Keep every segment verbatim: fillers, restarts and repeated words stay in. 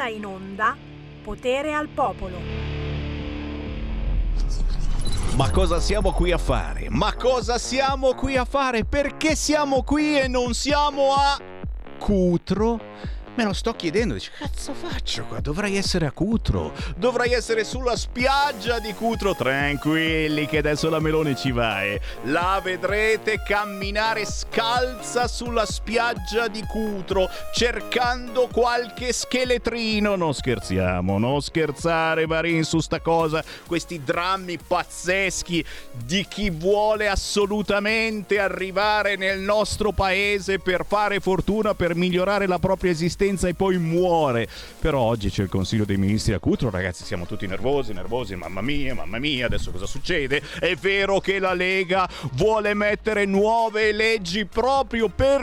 ora in onda Potere al Popolo. Ma cosa siamo qui a fare? Ma cosa siamo qui a fare? Perché siamo qui e non siamo a Cutro? Me lo sto chiedendo, dice, cazzo faccio qua? Dovrei essere a Cutro, dovrei essere sulla spiaggia di Cutro. Tranquilli che adesso la Meloni ci va e la vedrete camminare scalza sulla spiaggia di Cutro cercando qualche scheletrino. Non scherziamo, non scherzare Marin su sta cosa, questi drammi pazzeschi di chi vuole assolutamente arrivare nel nostro paese per fare fortuna, per migliorare la propria esistenza e poi muore. Però oggi c'è il Consiglio dei Ministri a Cutro, ragazzi, siamo tutti nervosi, nervosi, mamma mia, mamma mia, adesso cosa succede? È vero che la Lega vuole mettere nuove leggi proprio per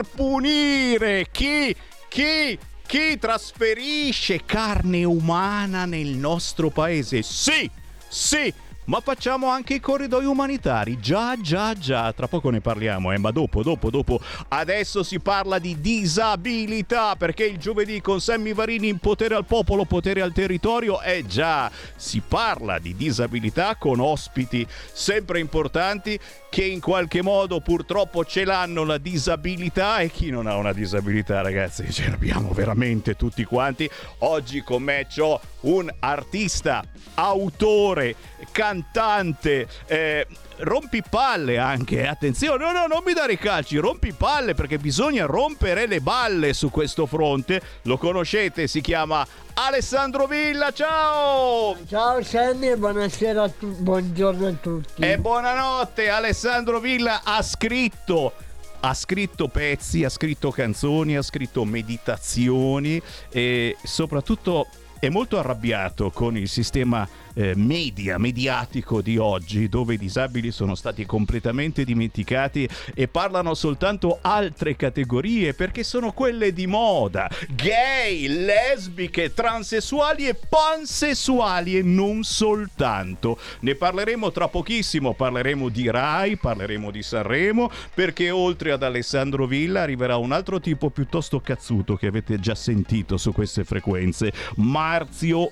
punire chi, chi, chi trasferisce carne umana nel nostro paese. Sì, sì, ma facciamo anche i corridoi umanitari. Già, già, già. Tra poco ne parliamo, eh, ma dopo, dopo, dopo. Adesso si parla di disabilità, perché il giovedì con Sammy Varini in Potere al Popolo, Potere al Territorio, eh già, si parla di disabilità con ospiti sempre importanti che in qualche modo purtroppo ce l'hanno la disabilità, e chi non ha una disabilità, ragazzi, ce l'abbiamo veramente tutti quanti. Oggi con me c'ho un artista, autore, cantante, eh, rompipalle anche, attenzione, no no non mi dare i calci, rompipalle, perché bisogna rompere le balle su questo fronte. Lo conoscete, si chiama Alessandro Villa. Ciao! Ciao Sammy e buonasera a tutti, buongiorno a tutti. E buonanotte. Alessandro Villa ha scritto ha scritto pezzi, ha scritto canzoni, ha scritto meditazioni e soprattutto è molto arrabbiato con il sistema eh, media, mediatico di oggi, dove i disabili sono stati completamente dimenticati e parlano soltanto altre categorie perché sono quelle di moda: gay, lesbiche, transessuali e pansessuali, e non soltanto. Ne parleremo tra pochissimo, parleremo di Rai, parleremo di Sanremo, perché oltre ad Alessandro Villa arriverà un altro tipo piuttosto cazzuto che avete già sentito su queste frequenze, Marzio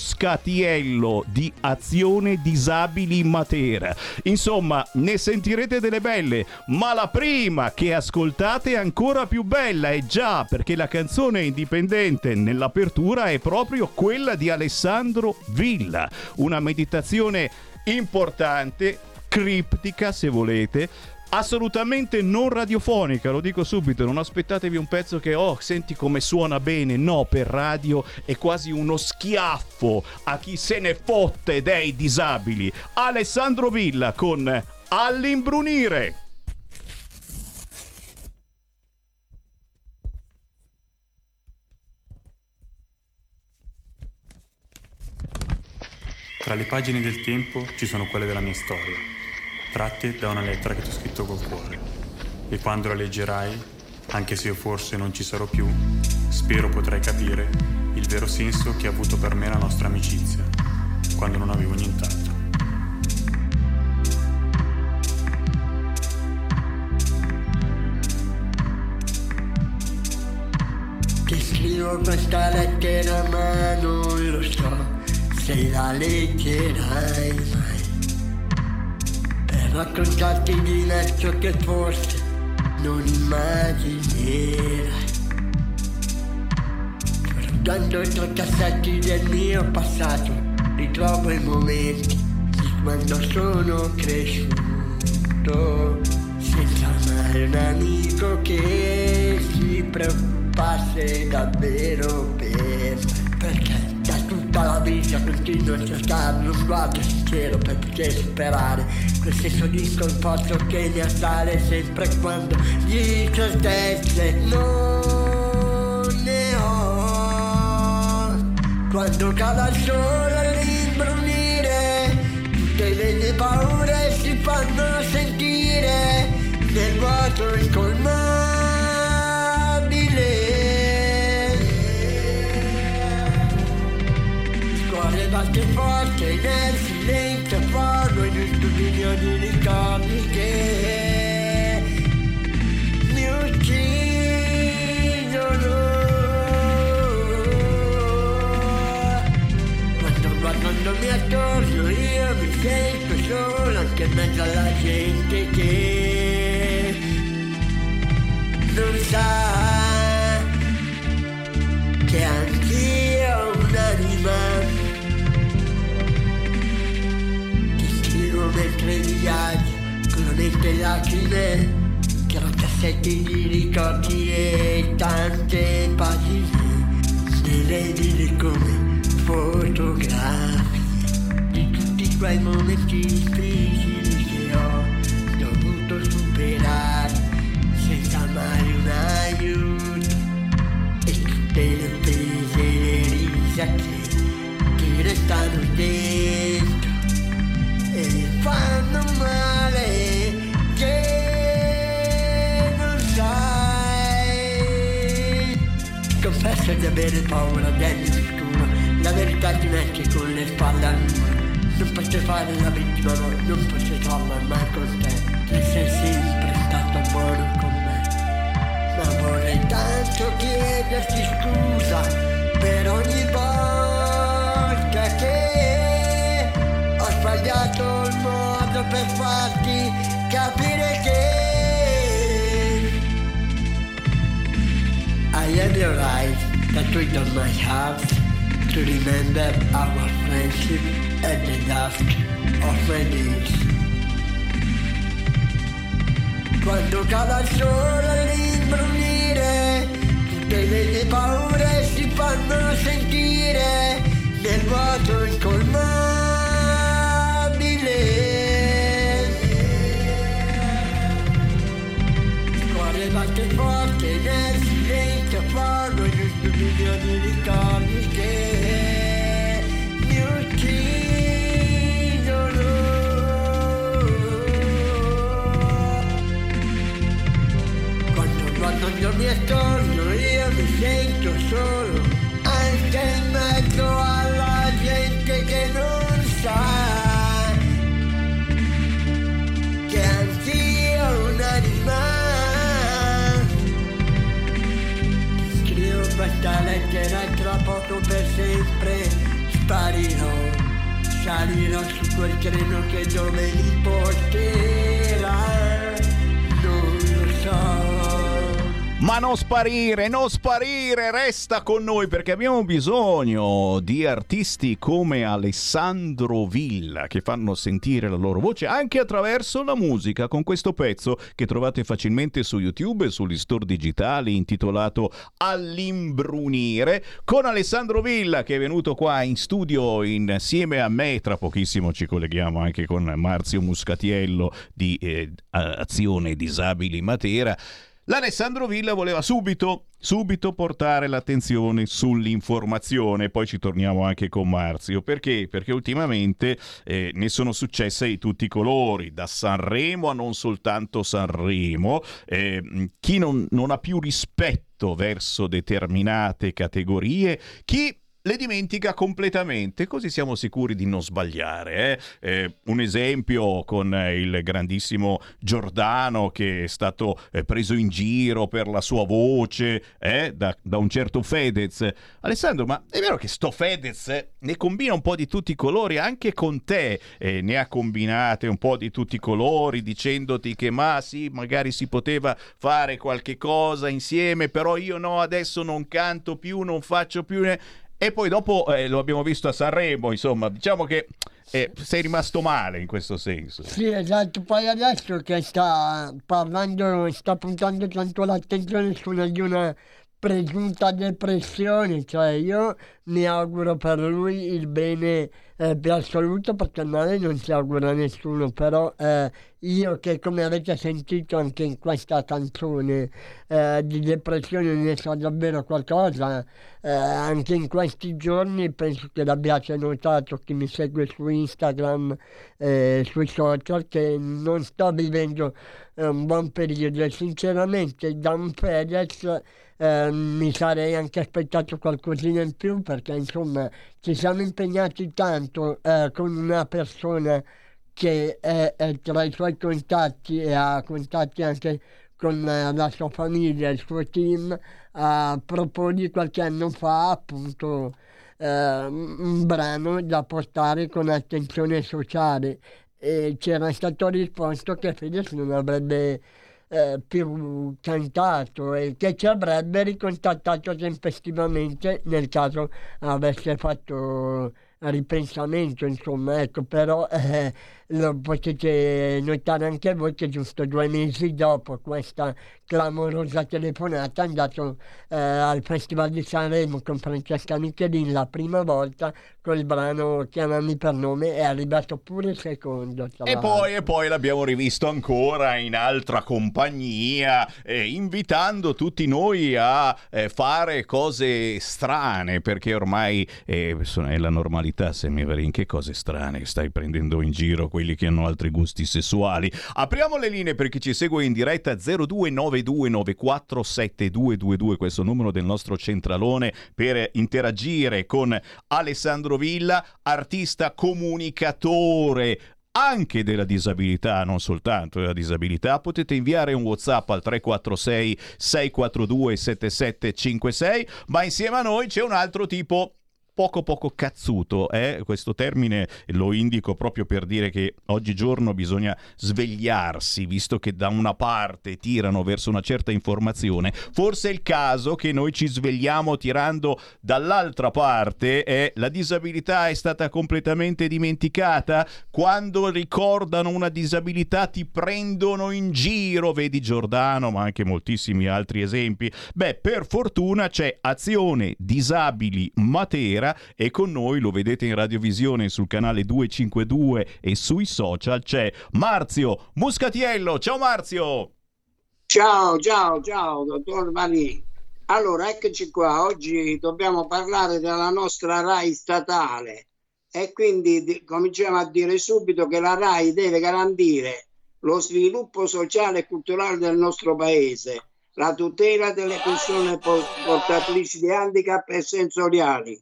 Muscatiello di Azione Disabili Matera. Insomma, ne sentirete delle belle, ma la prima che ascoltate è ancora più bella, e già, perché la canzone indipendente nell'apertura è proprio quella di Alessandro Villa, una meditazione importante, criptica se volete, assolutamente non radiofonica, lo dico subito. Non aspettatevi un pezzo che oh senti come suona bene, no, per radio è quasi uno schiaffo a chi se ne fotte dei disabili. Alessandro Villa con All'imbrunire. Tra le pagine del tempo ci sono quelle della mia storia, tratte da una lettera che ti ho scritto col cuore. E quando la leggerai, anche se io forse non ci sarò più, spero potrai capire il vero senso che ha avuto per me la nostra amicizia, quando non avevo nient'altro. Ti scrivo questa lettera ma non lo so se la leggerai mai, raccontarti di ciò che forse non immaginerai. Guardando i tuoi cassetti del mio passato, ritrovo i momenti di quando sono cresciuto, senza mai un amico che si preoccupasse davvero per me, perché da tutta la vita continuo a cercare uno sguardo sincero per poter superare quel senso di sconforto che mi assale sempre quando di certezze non ne ho. Quando cala il sole all'imbrunire, tutte le mie paure si fanno sentire nel vuoto incolmabile. Batte forte nel silenzio, forno in un studio di ricordi che mi uccidono. solo anche in mezzo alla gente che non sa che anch'io ho un'anima. Ti scrivo mentre viaggio con le mette lacrime, trentasette di ricordi e tante pagine nelle dire come fotografie di tutti quei momenti difficili che ho dovuto superare senza mai un aiuto, e tutte le prese e le risate che restano dentro e fanno male, che non sai. Confesso di avere paura del futuro, la verità ti mette con le spalle al muro. Non posso fare la vittima, no, non posso farla mai con te, che sei sempre stato buono con me. Ma vorrei tanto chiederti scusa per ogni volta che ho sbagliato il modo per farti capire che I have your eyes tattooed on my heart to remember our friendship at the dust of my days. Quando cala il sole all'imbrunire, tutte le mie paure si fanno sentire nel vuoto incolmabile. Il cuore batte forte nel silenzio forno di un stupido di ricordi che mi uccidono. Quando guardo gli occhi attorno io mi sento solo, anche in mezzo alla gente che non sa che anch'io ho un'anima. Scrivo questa lettera e tra poco per sempre sparirò, salirò su quel treno che dove mi porterà non lo so. Ma non sparire, non sparire, resta con noi perché abbiamo bisogno di artisti come Alessandro Villa che fanno sentire la loro voce anche attraverso la musica, con questo pezzo che trovate facilmente su YouTube e sugli store digitali intitolato All'imbrunire, con Alessandro Villa che è venuto qua in studio insieme a me. Tra pochissimo ci colleghiamo anche con Marzio Muscatiello di eh, Azione Disabili Matera. L'Alessandro Villa voleva subito, subito portare l'attenzione sull'informazione, poi ci torniamo anche con Marzio. Perché? Perché ultimamente eh, ne sono successe di tutti i colori, da Sanremo a non soltanto Sanremo. Eh, chi non, non ha più rispetto verso determinate categorie, chi le dimentica completamente, così siamo sicuri di non sbagliare. Eh? Eh, un esempio con il grandissimo Giordano che è stato eh, preso in giro per la sua voce eh? da, da un certo Fedez. Alessandro, ma è vero che sto Fedez eh, ne combina un po' di tutti i colori, anche con te eh, ne ha combinate un po' di tutti i colori, dicendoti che ma sì, magari si poteva fare qualche cosa insieme, però io no, adesso non canto più, non faccio più... Ne... E poi dopo eh, lo abbiamo visto a Sanremo, insomma, diciamo che eh, sei rimasto male in questo senso. Sì, esatto, poi adesso che sta parlando, sta puntando tanto l'attenzione su una, di una presunta depressione, cioè io mi auguro per lui il bene eh, più assoluto, perché il male non si augura a nessuno, però eh, io che, come avete sentito anche in questa canzone, eh, di depressione ne so davvero qualcosa, eh, anche in questi giorni penso che l'abbiate notato chi mi segue su Instagram, eh, sui social, che non sto vivendo eh, un buon periodo e sinceramente da un Fedez Eh, mi sarei anche aspettato qualcosina in più, perché insomma ci siamo impegnati tanto eh, con una persona che è, è tra i suoi contatti e ha contatti anche con eh, la sua famiglia, il suo team, a proporgli qualche anno fa appunto eh, un brano da portare con attenzione sociale. e c'era stato risposto che Fedez non avrebbe eh, più cantato e che ci avrebbe ricontattato tempestivamente nel caso avesse fatto ripensamento, insomma, ecco. Però eh, lo potete notare anche voi che giusto due mesi dopo questa clamorosa telefonata è andato eh, al Festival di Sanremo con Francesca Michelin la prima volta col brano Chiamami per nome, è arrivato pure secondo, tra E l'altro. poi, e poi l'abbiamo rivisto ancora in altra compagnia, eh, invitando tutti noi a eh, fare cose strane, perché ormai eh, sono- è la normalità. Semeverin, che cose strane stai prendendo in giro quelli che hanno altri gusti sessuali. Apriamo le linee per chi ci segue in diretta: zero due nove due nove quattro sette due due due, questo numero del nostro centralone per interagire con Alessandro Villa, artista comunicatore anche della disabilità, non soltanto della disabilità. Potete inviare un WhatsApp al tre quattro sei sei quattro due sette sette cinque sei, ma insieme a noi c'è un altro tipo poco poco cazzuto, eh? Questo termine lo indico proprio per dire che oggigiorno bisogna svegliarsi, visto che da una parte tirano verso una certa informazione, forse è il caso che noi ci svegliamo tirando dall'altra parte. Eh? La disabilità è stata completamente dimenticata. Quando ricordano una disabilità ti prendono in giro, vedi Giordano, ma anche moltissimi altri esempi. Beh, per fortuna c'è Azione Disabili Matera, e con noi, lo vedete in radiovisione sul canale duecentocinquantadue e sui social, c'è Marzio Muscatiello. Ciao Marzio! Ciao, ciao, ciao, dottor Marini. Allora, eccoci qua. Oggi dobbiamo parlare della nostra RAI statale e quindi di- cominciamo a dire subito che la RAI deve garantire lo sviluppo sociale e culturale del nostro paese, la tutela delle persone po- portatrici di handicap e sensoriali,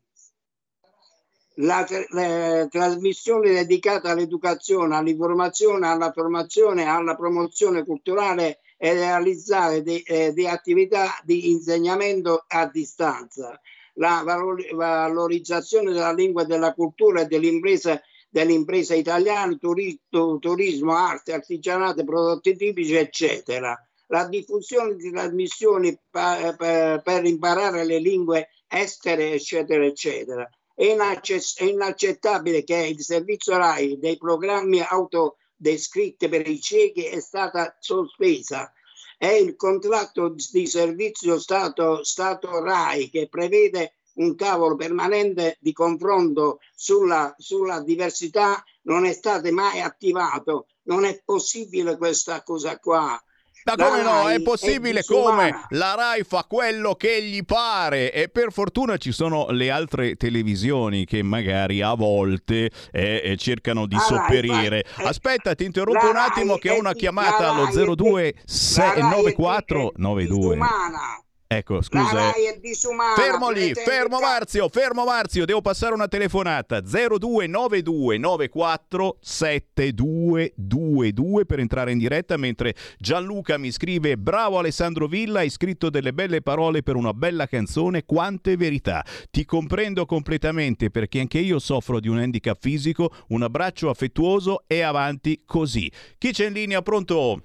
la tra- le trasmissioni dedicate all'educazione, all'informazione, alla formazione, alla promozione culturale e realizzare di, eh, di attività di insegnamento a distanza, la valor- valorizzazione della lingua e della cultura e dell'impresa dell'impresa italiana, turi- tu- turismo, arte, artigianato, prodotti tipici, eccetera. La diffusione di trasmissioni pa- per, per imparare le lingue estere, eccetera, eccetera. È, inaccess- è inaccettabile che il servizio RAI dei programmi autodescritti per i ciechi è stata sospesa. È il contratto di servizio Stato, Stato RAI che prevede un tavolo permanente di confronto sulla, sulla diversità, non è stato mai attivato. Non è possibile questa cosa qua. Ma La come no? È RAI possibile disumana. come? La RAI fa quello che gli pare, e per fortuna ci sono le altre televisioni che magari a volte eh, eh, cercano di La Rai sopperire. fa- eh, Aspetta, ti interrompo la un attimo Rai che ho è una di- chiamata la allo Rai è zero due di- sei la Rai nove è quattro di- nove è due. disumana. Ecco, La scusa. Rai eh. è disumana. Fermo lì, pretende fermo ca- Marzio, fermo Marzio, devo passare una telefonata. zero due nove due nove quattro sette due due due per entrare in diretta, mentre Gianluca mi scrive: bravo Alessandro Villa, hai scritto delle belle parole per una bella canzone, quante verità. Ti comprendo completamente perché anche io soffro di un handicap fisico. Un abbraccio affettuoso e avanti così. Chi c'è in linea? Pronto?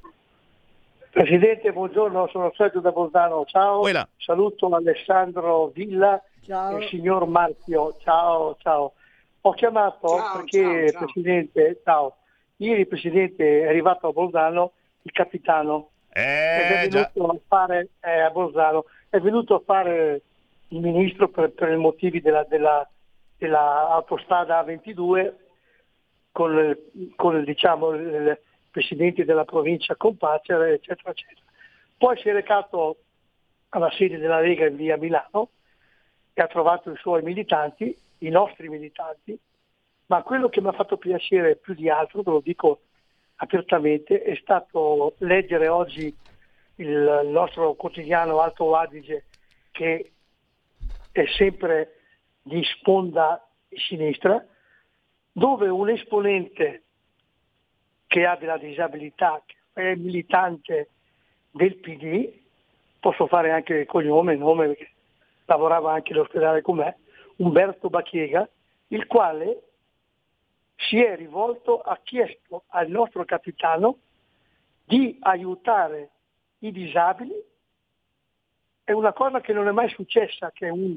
Presidente, buongiorno, sono Sergio da Bolzano, ciao, Quella. saluto Alessandro Villa Ciao. e il signor Marzio, ciao, ciao. Ho chiamato Ciao, perché, ciao, ciao. Presidente, ciao, ieri Presidente è arrivato a Bolzano il capitano ed è Eh già. venuto a fare, eh, a Bolzano, è venuto a fare il ministro per, per i motivi della, della, della autostrada A ventidue con, con diciamo, il presidente della provincia Compacera, eccetera, eccetera. Poi si è recato alla sede della Lega in via Milano e ha trovato i suoi militanti, i nostri militanti, ma quello che mi ha fatto piacere più di altro, ve lo dico apertamente, è stato leggere oggi il nostro quotidiano Alto Adige, che è sempre di sponda sinistra, dove un esponente che ha della disabilità, che è militante del P D, posso fare anche il cognome e nome perché lavorava anche all'ospedale con me, Umberto Bacchiega, il quale si è rivolto, ha chiesto al nostro capitano di aiutare i disabili. È una cosa che non è mai successa, che un,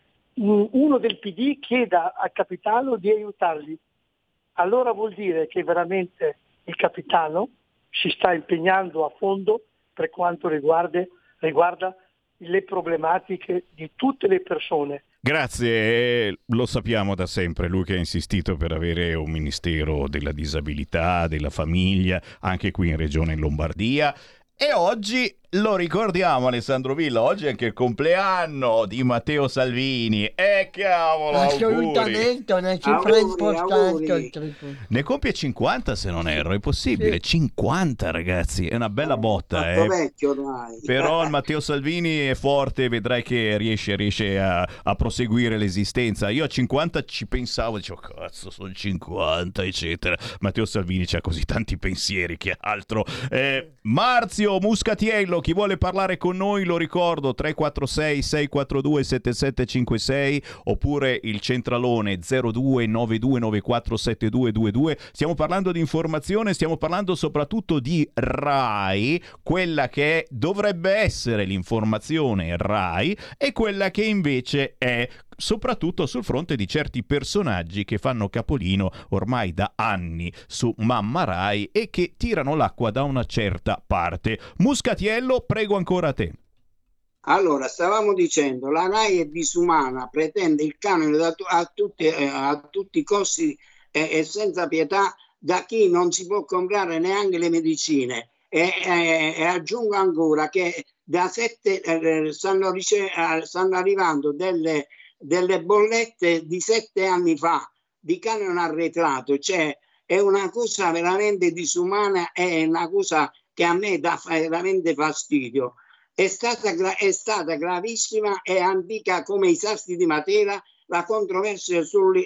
un, uno del P D chieda al capitano di aiutarli. Allora vuol dire che veramente il capitano si sta impegnando a fondo per quanto riguarda, riguarda le problematiche di tutte le persone. Grazie, lo sappiamo da sempre, lui che ha insistito per avere un ministero della disabilità, della famiglia, anche qui in Regione Lombardia. E oggi lo ricordiamo, Alessandro Villa, oggi è anche il compleanno di Matteo Salvini. E cavolo, assolutamente, auguri. una cifra importante. Ne compie cinquanta, se non erro, è possibile. Sì. cinquanta, ragazzi, è una bella botta. Eh, eh. vecchio, dai. Però il Matteo Salvini è forte, vedrai che riesce, riesce a, a proseguire l'esistenza. Io a cinquanta ci pensavo, dicevo, cazzo, sono cinquanta, eccetera. Matteo Salvini c'ha così tanti pensieri, che altro. Eh, Marzio Muscatiello, chi vuole parlare con noi, lo ricordo, tre quattro sei sei quattro due sette sette cinque sei oppure il centralone zero due nove due nove quattro sette due due due. Stiamo parlando di informazione, stiamo parlando soprattutto di RAI, quella che dovrebbe essere l'informazione RAI e quella che invece è, soprattutto sul fronte di certi personaggi che fanno capolino ormai da anni su Mamma Rai e che tirano l'acqua da una certa parte. Muscatiello, prego ancora a te. Allora, stavamo dicendo, la Rai è disumana, pretende il canone da tu- a, tutti, eh, a tutti i costi eh, e senza pietà da chi non si può comprare neanche le medicine. E, e, e aggiungo ancora che da sette eh, stanno, rice- stanno arrivando delle delle bollette di sette anni fa di canone arretrato, cioè è una cosa veramente disumana, è una cosa che a me dà veramente fastidio. È stata, è stata gravissima e antica come i sassi di Matera la controversia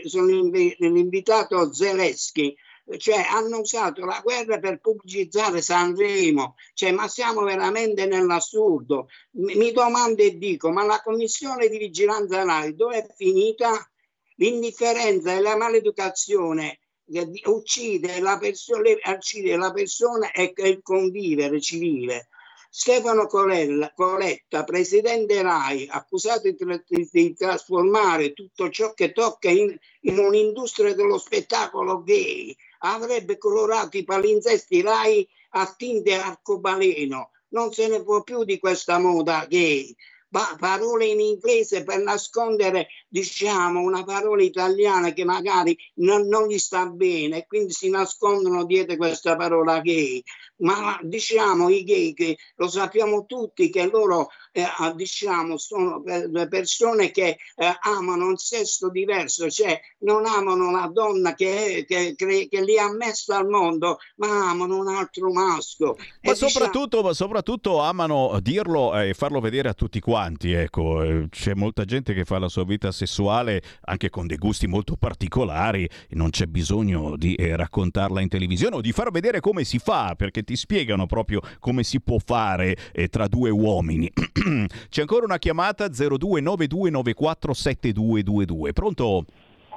sull'invitato Zelensky, cioè hanno usato la guerra per pubblicizzare Sanremo, cioè, ma siamo veramente nell'assurdo. Mi, mi domando e dico, ma la commissione di vigilanza Rai dove è finita? L'indifferenza e la maleducazione uccide la, perso- uccide la persona e il convivere civile. Stefano Colella, Coletta, presidente Rai, accusato di, di, di trasformare tutto ciò che tocca in, in un'industria dello spettacolo gay, avrebbe colorato i palinsesti Rai a tinte arcobaleno. Non se ne può più di questa moda gay. Pa- parole in inglese per nascondere, diciamo, una parola italiana che magari non, non gli sta bene e quindi si nascondono dietro questa parola gay. Ma diciamo i gay, che lo sappiamo tutti, che loro eh, diciamo sono persone che eh, amano un sesso diverso, cioè non amano la donna che, che, che, che li ha messo al mondo, ma amano un altro maschio. Ma e soprattutto, diciamo... ma soprattutto amano dirlo e farlo vedere a tutti quanti, ecco. C'è molta gente che fa la sua vita sessuale anche con dei gusti molto particolari e non c'è bisogno di eh, raccontarla in televisione o di far vedere come si fa, perché ti spiegano proprio come si può fare eh, tra due uomini. C'è ancora una chiamata zero due nove due nove quattro sette due due due. Pronto?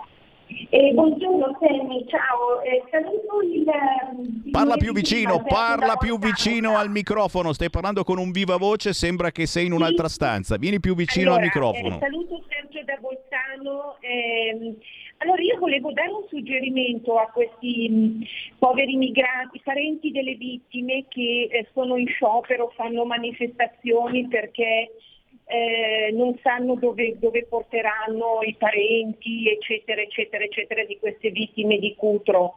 Eh, buongiorno Sammy, ciao. Eh, saluto il, il parla più vicino, parla più vicino al microfono. Stai parlando con un viva voce, sembra che sei in un'altra stanza. Vieni più vicino allora, al microfono. Eh, saluto Sergio da Bolzano. Ehm, allora io volevo dare un suggerimento a questi mh, poveri migranti, parenti delle vittime che eh, sono in sciopero, fanno manifestazioni perché Eh, non sanno dove, dove porteranno i parenti, eccetera, eccetera, eccetera, di queste vittime di Cutro.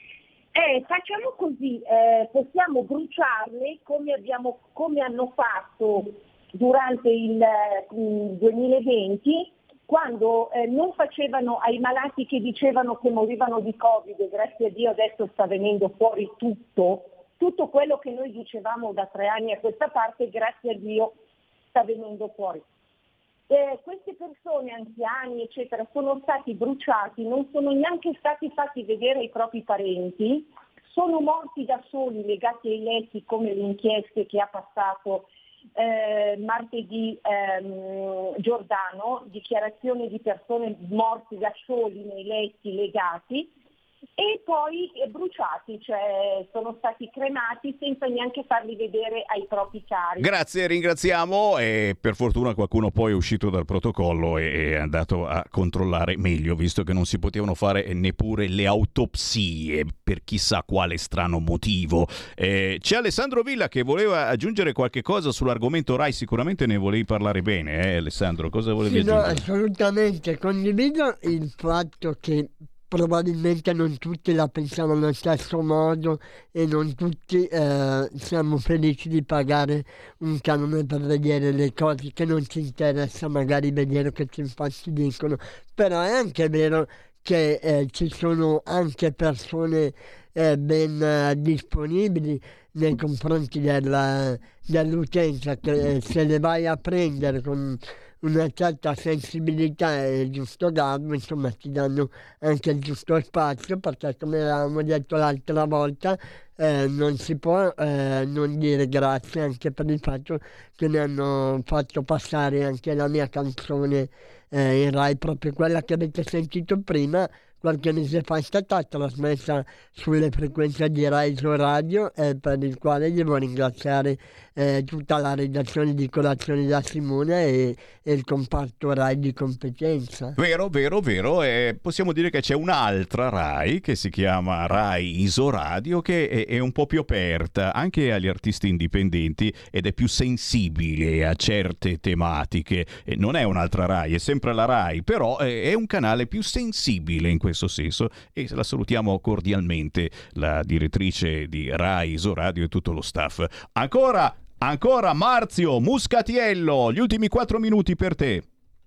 Eh, facciamo così, eh, possiamo bruciarle come, abbiamo, come hanno fatto durante il mh, duemilaventi, quando eh, non facevano ai malati che dicevano che morivano di Covid, e grazie a Dio adesso sta venendo fuori tutto, tutto quello che noi dicevamo da tre anni a questa parte, grazie a Dio sta venendo fuori. Eh, queste persone, anziani, eccetera, sono stati bruciati, non sono neanche stati fatti vedere ai propri parenti, sono morti da soli, legati ai letti, come le inchieste che ha passato eh, martedì ehm, Giordano, dichiarazioni di persone morte da soli nei letti legati, e poi eh, bruciati, cioè sono stati cremati senza neanche farli vedere ai propri cari. Grazie, ringraziamo, e per fortuna qualcuno poi è uscito dal protocollo e è andato a controllare meglio, visto che non si potevano fare neppure le autopsie per chissà quale strano motivo. Eh, c'è Alessandro Villa che voleva aggiungere qualche cosa sull'argomento Rai, sicuramente ne volevi parlare bene, eh Alessandro, cosa volevi sì, aggiungere? No, assolutamente, condivido il fatto che probabilmente non tutti la pensano allo stesso modo e non tutti eh, siamo felici di pagare un canone per vedere le cose che non ci interessa magari vedere, che ci infastidiscono. Però è anche vero che eh, ci sono anche persone eh, ben eh, disponibili nei confronti della, dell'utenza, che eh, se le vai a prendere con una certa sensibilità è giusto darlo, insomma ti danno anche il giusto spazio, perché come avevamo detto l'altra volta eh, non si può eh, non dire grazie anche per il fatto che mi hanno fatto passare anche la mia canzone eh, in Rai, proprio quella che avete sentito prima. Qualche mese fa è stata trasmessa sulle frequenze di Rai Radio, e per il quale devo ringraziare eh, tutta la redazione di Colazioni da Simone e, e il comparto Rai di competenza. Vero, vero, vero. E possiamo dire che c'è un'altra Rai che si chiama Rai Isoradio, che è, è un po' più aperta anche agli artisti indipendenti ed è più sensibile a certe tematiche. E non è un'altra Rai, è sempre la Rai, però è, è un canale più sensibile in questo senso, e la salutiamo cordialmente, la direttrice di Rai Isoradio e tutto lo staff. Ancora, ancora Marzio Muscatiello, gli ultimi quattro minuti per te.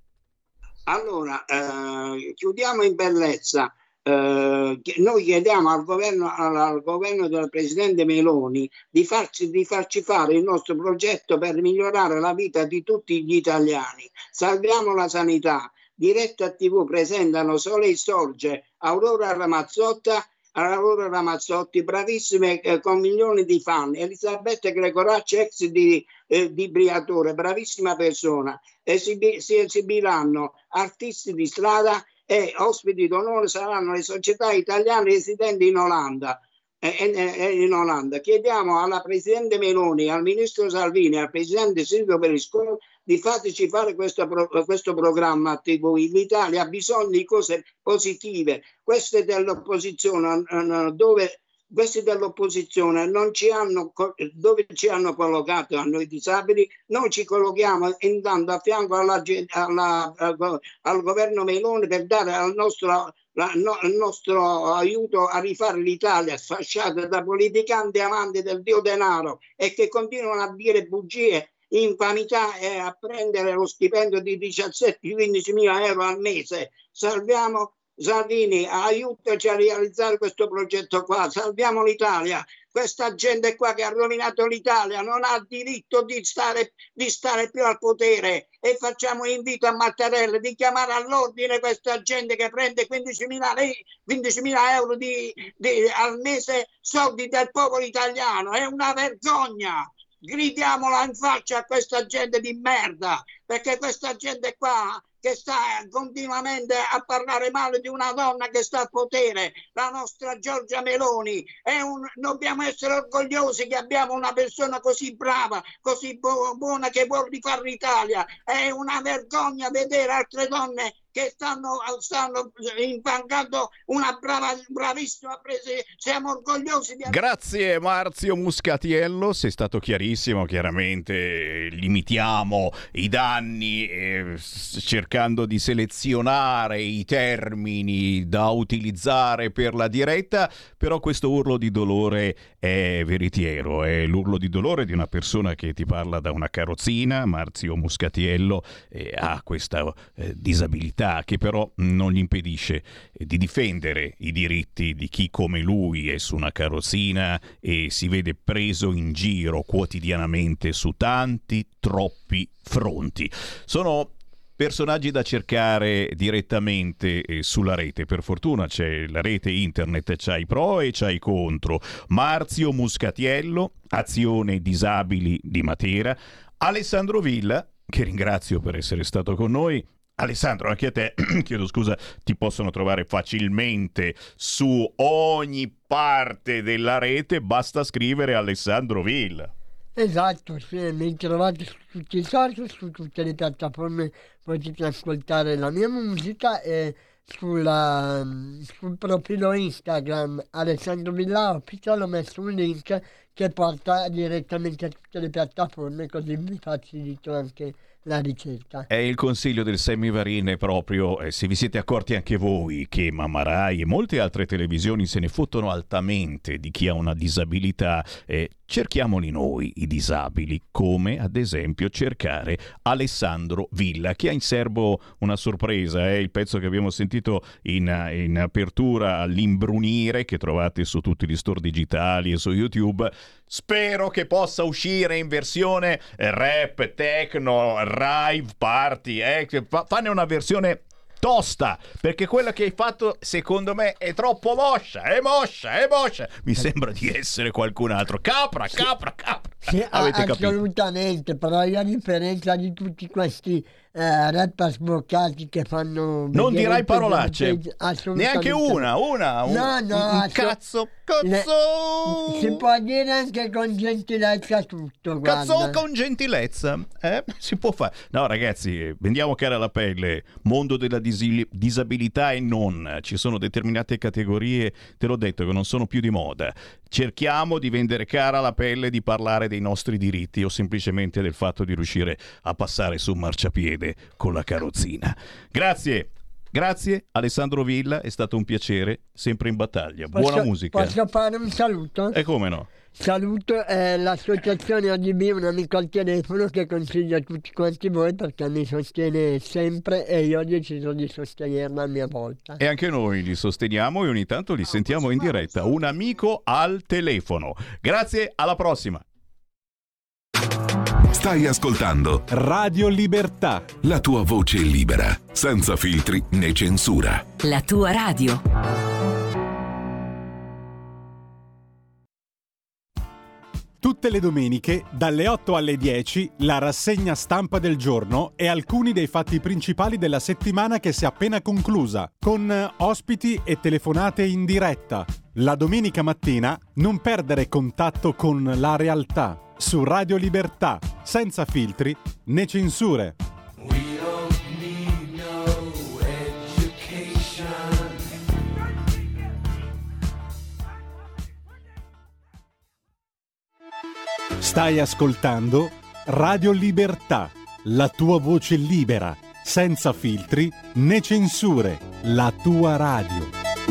Allora, eh, chiudiamo in bellezza. Eh, noi chiediamo al governo, al, al governo del presidente Meloni di farci, di farci fare il nostro progetto per migliorare la vita di tutti gli italiani. Salviamo la sanità. Diretta tivù presentano Sole e Sorge, Aurora Ramazzotta, Aurora Ramazzotti, bravissime eh, con milioni di fan, Elisabetta Gregoracci, ex di, eh, di Briatore, bravissima persona. Esibi- si esibiranno artisti di strada e ospiti d'onore saranno le società italiane residenti in Olanda. in Olanda. Chiediamo alla Presidente Meloni, al Ministro Salvini, al Presidente Silvio Berlusconi di fateci fare questo, questo programma tivù. L'Italia ha bisogno di cose positive. Queste dell'opposizione, dove questi dell'opposizione non ci hanno, dove ci hanno collocato a noi disabili, noi ci collochiamo intanto a fianco alla, alla, al governo Meloni per dare al nostro La, no, il nostro aiuto a rifare l'Italia sfasciata da politicanti amanti del dio denaro e che continuano a dire bugie, infamità e a prendere lo stipendio di diciassette quindici mila euro al mese. Salviamo Salvini, aiutaci a realizzare questo progetto qua, salviamo l'Italia. Questa gente qua che ha rovinato l'Italia non ha diritto di stare, di stare più al potere, e facciamo invito a Mattarella di chiamare all'ordine questa gente che prende quindicimila euro di, di, al mese, soldi del popolo italiano. È una vergogna. Gridiamola in faccia a questa gente di merda, perché questa gente qua che sta continuamente a parlare male di una donna che sta al potere, la nostra Giorgia Meloni, è un, dobbiamo essere orgogliosi che abbiamo una persona così brava, così bu- buona, che vuole rifare l'Italia. È una vergogna vedere altre donne che stanno, stanno infangando una brava, bravissima prese. Siamo orgogliosi di... Grazie Marzio Muscatiello, sei stato chiarissimo. Chiaramente limitiamo i danni eh, cercando di selezionare i termini da utilizzare per la diretta, però questo urlo di dolore è veritiero, è l'urlo di dolore di una persona che ti parla da una carrozzina. Marzio Muscatiello eh, ha questa eh, disabilità che però non gli impedisce di difendere i diritti di chi come lui è su una carrozzina e si vede preso in giro quotidianamente su tanti, troppi fronti. Sono personaggi da cercare direttamente sulla rete. Per fortuna c'è la rete internet, c'ha i pro e c'ha i contro. Marzio Muscatiello, Azione Disabili di Matera, Alessandro Villa, che ringrazio per essere stato con noi, Alessandro, anche a te, chiedo scusa, ti possono trovare facilmente su ogni parte della rete, basta scrivere Alessandro Villa. Esatto, sì, mi trovate su tutti i social, su tutte le piattaforme, potete ascoltare la mia musica e sulla, sul profilo Instagram Alessandro Villa Official ho messo un link che porta direttamente a tutte le piattaforme, così vi facilito anche la ricerca. È il consiglio del Semivarine proprio, eh, se vi siete accorti anche voi che Mamma Rai e molte altre televisioni se ne fottono altamente di chi ha una disabilità, eh, cerchiamoli noi i disabili, come ad esempio cercare Alessandro Villa, che ha in serbo una sorpresa, eh, il pezzo che abbiamo sentito in, in apertura all'imbrunire, che trovate su tutti gli store digitali e su YouTube. Spero che possa uscire in versione rap, techno, rave party, eh? Fanne una versione tosta, perché quella che hai fatto secondo me è troppo moscia, è moscia, è moscia. Mi sembra di essere qualcun altro. Capra, capra, capra. Sì, Avete assolutamente, capito? però io a differenza di tutti questi eh, rapper sboccati che fanno... Non dirai vedere parolacce, assolutamente neanche una, una, un, no, no, un assolut- cazzo, cazzo. Ne, si può dire anche con gentilezza tutto, Cazzo guarda. con gentilezza, eh? Si può fare. No ragazzi, vendiamo cara la pelle, mondo della disi- disabilità e non, ci sono determinate categorie, te l'ho detto, che non sono più di moda. Cerchiamo di vendere cara la pelle, di parlare dei nostri diritti o semplicemente del fatto di riuscire a passare su un marciapiede con la carrozzina. Grazie. Grazie Alessandro Villa, è stato un piacere, sempre in battaglia. Buona Posso- musica. Posso fare un saluto? E come no? Saluto eh, l'associazione A D B, un amico al telefono che consiglio a tutti quanti voi perché mi sostiene sempre e io ho deciso di sostenerla a mia volta. E anche noi li sosteniamo e ogni tanto li sentiamo in diretta. Un amico al telefono. Grazie, alla prossima. Stai ascoltando Radio Libertà, la tua voce libera, senza filtri né censura. La tua radio. tutte le domeniche dalle otto alle dieci la rassegna stampa del giorno e alcuni dei fatti principali della settimana che si è appena conclusa, con ospiti e telefonate in diretta. La domenica mattina non perdere contatto con la realtà su Radio Libertà, senza filtri né censure. Stai ascoltando Radio Libertà, la tua voce libera, senza filtri né censure, la tua radio.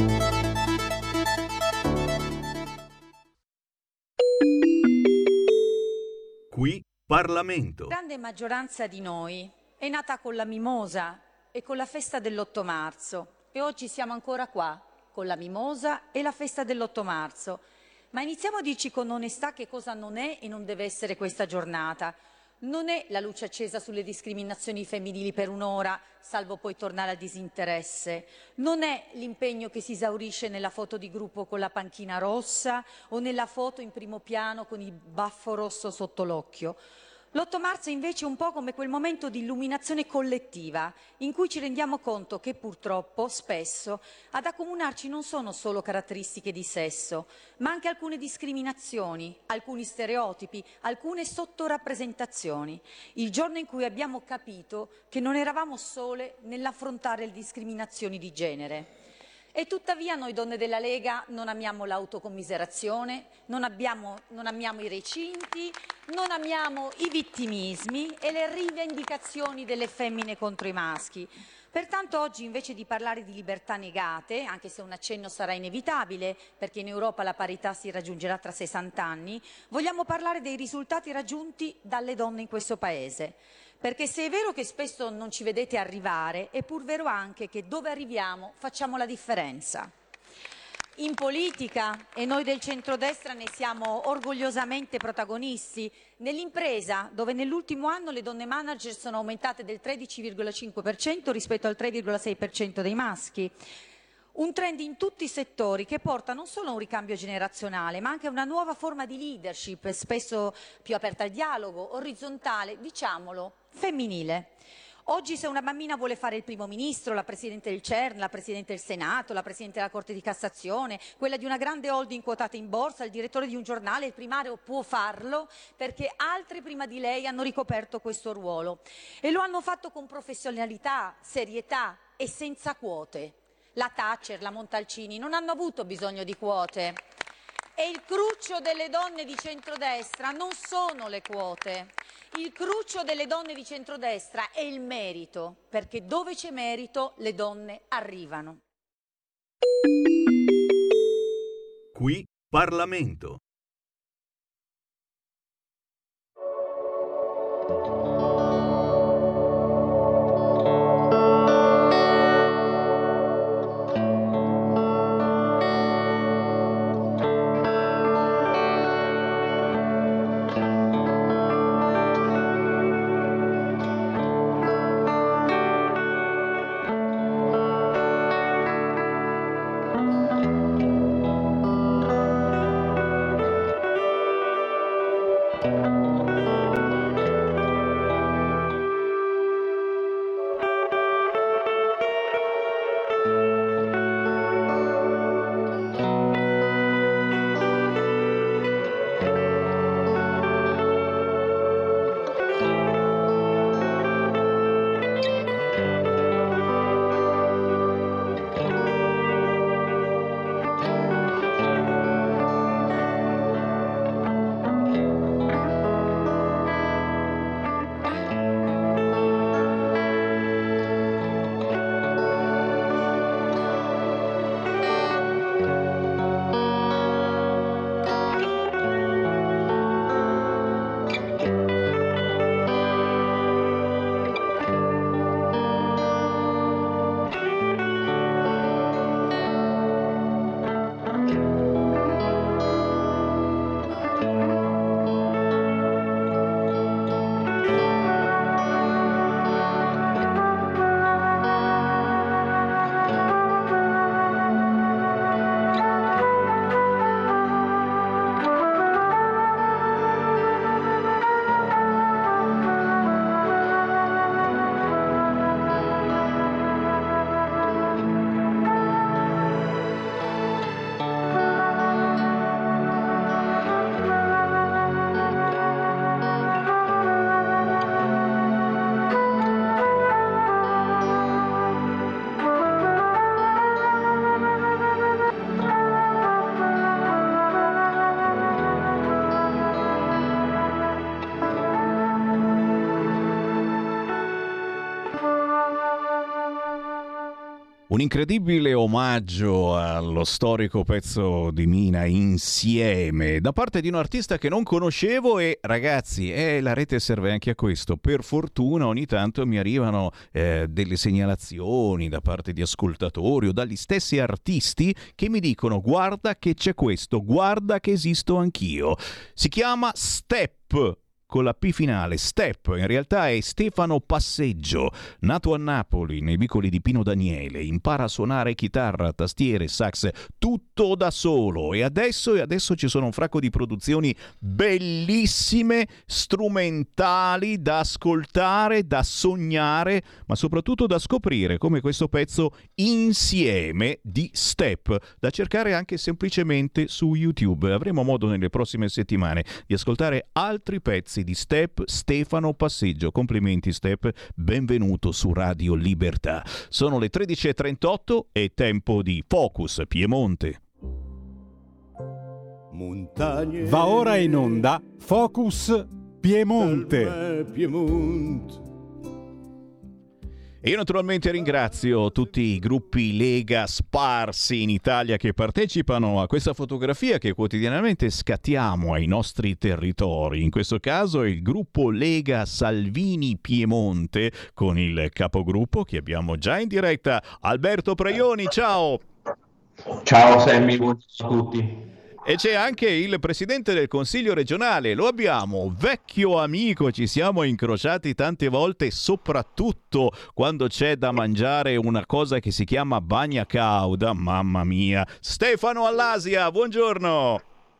Qui Parlamento. La grande maggioranza di noi è nata con la mimosa e con la festa dell'otto marzo e oggi siamo ancora qua con la mimosa e la festa dell'otto marzo. Ma iniziamo a dirci con onestà che cosa non è e non deve essere questa giornata. Non è la luce accesa sulle discriminazioni femminili per un'ora, salvo poi tornare al disinteresse. Non è l'impegno che si esaurisce nella foto di gruppo con la panchina rossa o nella foto in primo piano con il baffo rosso sotto l'occhio. L'otto marzo invece è un po' come quel momento di illuminazione collettiva in cui ci rendiamo conto che purtroppo spesso ad accomunarci non sono solo caratteristiche di sesso, ma anche alcune discriminazioni, alcuni stereotipi, alcune sottorappresentazioni. Il giorno in cui abbiamo capito che non eravamo sole nell'affrontare le discriminazioni di genere. E tuttavia noi donne della Lega non amiamo l'autocommiserazione, non, abbiamo, non amiamo i recinti, non amiamo i vittimismi e le rivendicazioni delle femmine contro i maschi. Pertanto oggi invece di parlare di libertà negate, anche se un accenno sarà inevitabile perché in Europa la parità si raggiungerà tra sessanta anni, vogliamo parlare dei risultati raggiunti dalle donne in questo Paese. Perché se è vero che spesso non ci vedete arrivare, è pur vero anche che dove arriviamo facciamo la differenza. In politica, e noi del centrodestra ne siamo orgogliosamente protagonisti, nell'impresa, dove nell'ultimo anno le donne manager sono aumentate del tredici virgola cinque per cento rispetto al tre virgola sei per cento dei maschi. Un trend in tutti i settori che porta non solo a un ricambio generazionale, ma anche a una nuova forma di leadership, spesso più aperta al dialogo, orizzontale, diciamolo, femminile. Oggi se una bambina vuole fare il primo ministro, la presidente del CERN, la presidente del Senato, la presidente della Corte di Cassazione, quella di una grande holding quotata in borsa, il direttore di un giornale, il primario può farlo perché altri prima di lei hanno ricoperto questo ruolo e lo hanno fatto con professionalità, serietà e senza quote. La Thatcher, la Montalcini non hanno avuto bisogno di quote. E il cruccio delle donne di centrodestra non sono le quote. Il cruccio delle donne di centrodestra è il merito, perché dove c'è merito le donne arrivano. Qui Parlamento. Un incredibile omaggio allo storico pezzo di Mina Insieme da parte di un artista che non conoscevo e ragazzi, eh, la rete serve anche a questo. Per fortuna ogni tanto mi arrivano eh, delle segnalazioni da parte di ascoltatori o dagli stessi artisti che mi dicono guarda che c'è questo, guarda che esisto anch'io. Si chiama Step. Con la P finale, Step, in realtà è Stefano Passeggio, nato a Napoli nei vicoli di Pino Daniele, impara a suonare chitarra, tastiere, sax, tutto da solo e adesso, e adesso ci sono un fracco di produzioni bellissime, strumentali, da ascoltare, da sognare, ma soprattutto da scoprire, come questo pezzo Insieme di Step, da cercare anche semplicemente su YouTube. Avremo modo nelle prossime settimane di ascoltare altri pezzi di Step, Stefano Passeggio. Complimenti Step, benvenuto su Radio Libertà. Sono le tredici e trentotto e tempo di Focus Piemonte. Montagne. Va ora in onda Focus Piemonte. Piemonte. E io naturalmente ringrazio tutti i gruppi Lega sparsi in Italia che partecipano a questa fotografia che quotidianamente scattiamo ai nostri territori. In questo caso è il gruppo Lega Salvini Piemonte con il capogruppo che abbiamo già in diretta, Alberto Preioni. Ciao! Ciao Sammy, buongiorno a tutti. E c'è anche il presidente del Consiglio regionale, lo abbiamo, vecchio amico, ci siamo incrociati tante volte, soprattutto quando c'è da mangiare una cosa che si chiama bagna cauda, mamma mia. Stefano Allasia, buongiorno.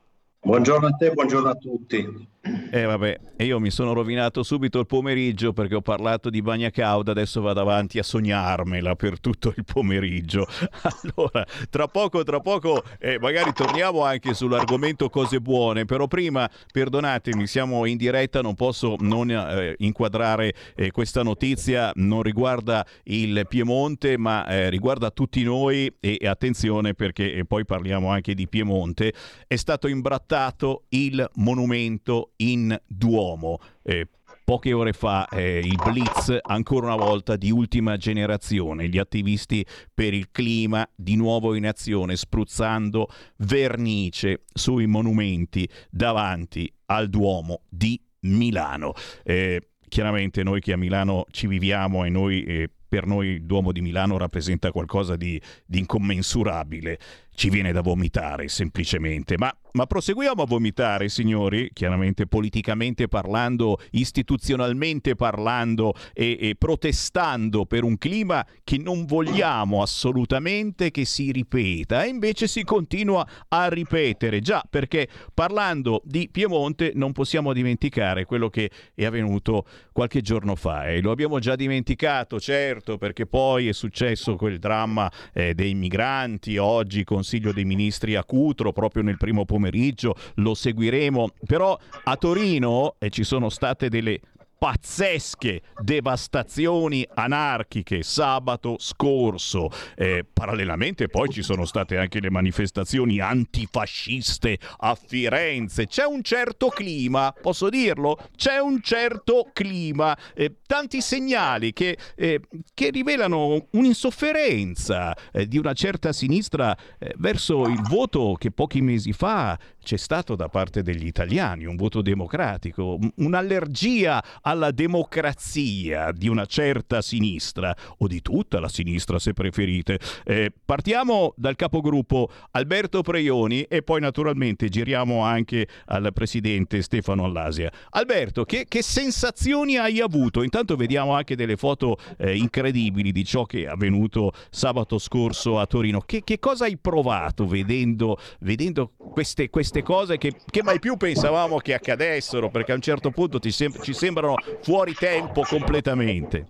Buongiorno a te, buongiorno a tutti. Eh vabbè, e io mi sono rovinato subito il pomeriggio perché ho parlato di Bagna Cauda, adesso vado avanti a sognarmela per tutto il pomeriggio. Allora, tra poco, tra poco, eh, magari torniamo anche sull'argomento cose buone, però prima, perdonatemi, siamo in diretta, non posso non eh, inquadrare eh, questa notizia, non riguarda il Piemonte, ma eh, riguarda tutti noi e, e attenzione perché e poi parliamo anche di Piemonte, è stato imbrattato il monumento in Duomo. Eh, poche ore fa eh, il blitz ancora una volta di ultima generazione, gli attivisti per il clima di nuovo in azione spruzzando vernice sui monumenti davanti al Duomo di Milano. Eh, chiaramente noi che a Milano ci viviamo e noi eh, per noi il Duomo di Milano rappresenta qualcosa di, di incommensurabile. Ci viene da vomitare semplicemente, ma, ma proseguiamo a vomitare, signori, chiaramente politicamente parlando, istituzionalmente parlando e, e protestando per un clima che non vogliamo assolutamente che si ripeta e invece si continua a ripetere, già perché parlando di Piemonte non possiamo dimenticare quello che è avvenuto qualche giorno fa e lo abbiamo già dimenticato, certo, perché poi è successo quel dramma eh, dei migranti, oggi con Consiglio dei Ministri a Cutro, proprio nel primo pomeriggio, lo seguiremo, però a Torino eh, ci sono state delle pazzesche devastazioni anarchiche sabato scorso. Eh, parallelamente poi ci sono state anche le manifestazioni antifasciste a Firenze. C'è un certo clima, posso dirlo? C'è un certo clima. Eh, tanti segnali che, eh, che rivelano un'insofferenza eh, di una certa sinistra eh, verso il voto che pochi mesi fa c'è stato da parte degli italiani, un voto democratico, un'allergia alla democrazia di una certa sinistra, o di tutta la sinistra se preferite. Eh, partiamo dal capogruppo Alberto Preioni e poi naturalmente giriamo anche al presidente Stefano Allasia. Alberto, che, che sensazioni hai avuto? Intanto vediamo anche delle foto eh, incredibili di ciò che è avvenuto sabato scorso a Torino. Che, che cosa hai provato vedendo, vedendo queste, queste cose che, che mai più pensavamo che accadessero, perché a un certo punto ti sem- ci sembrano fuori tempo completamente?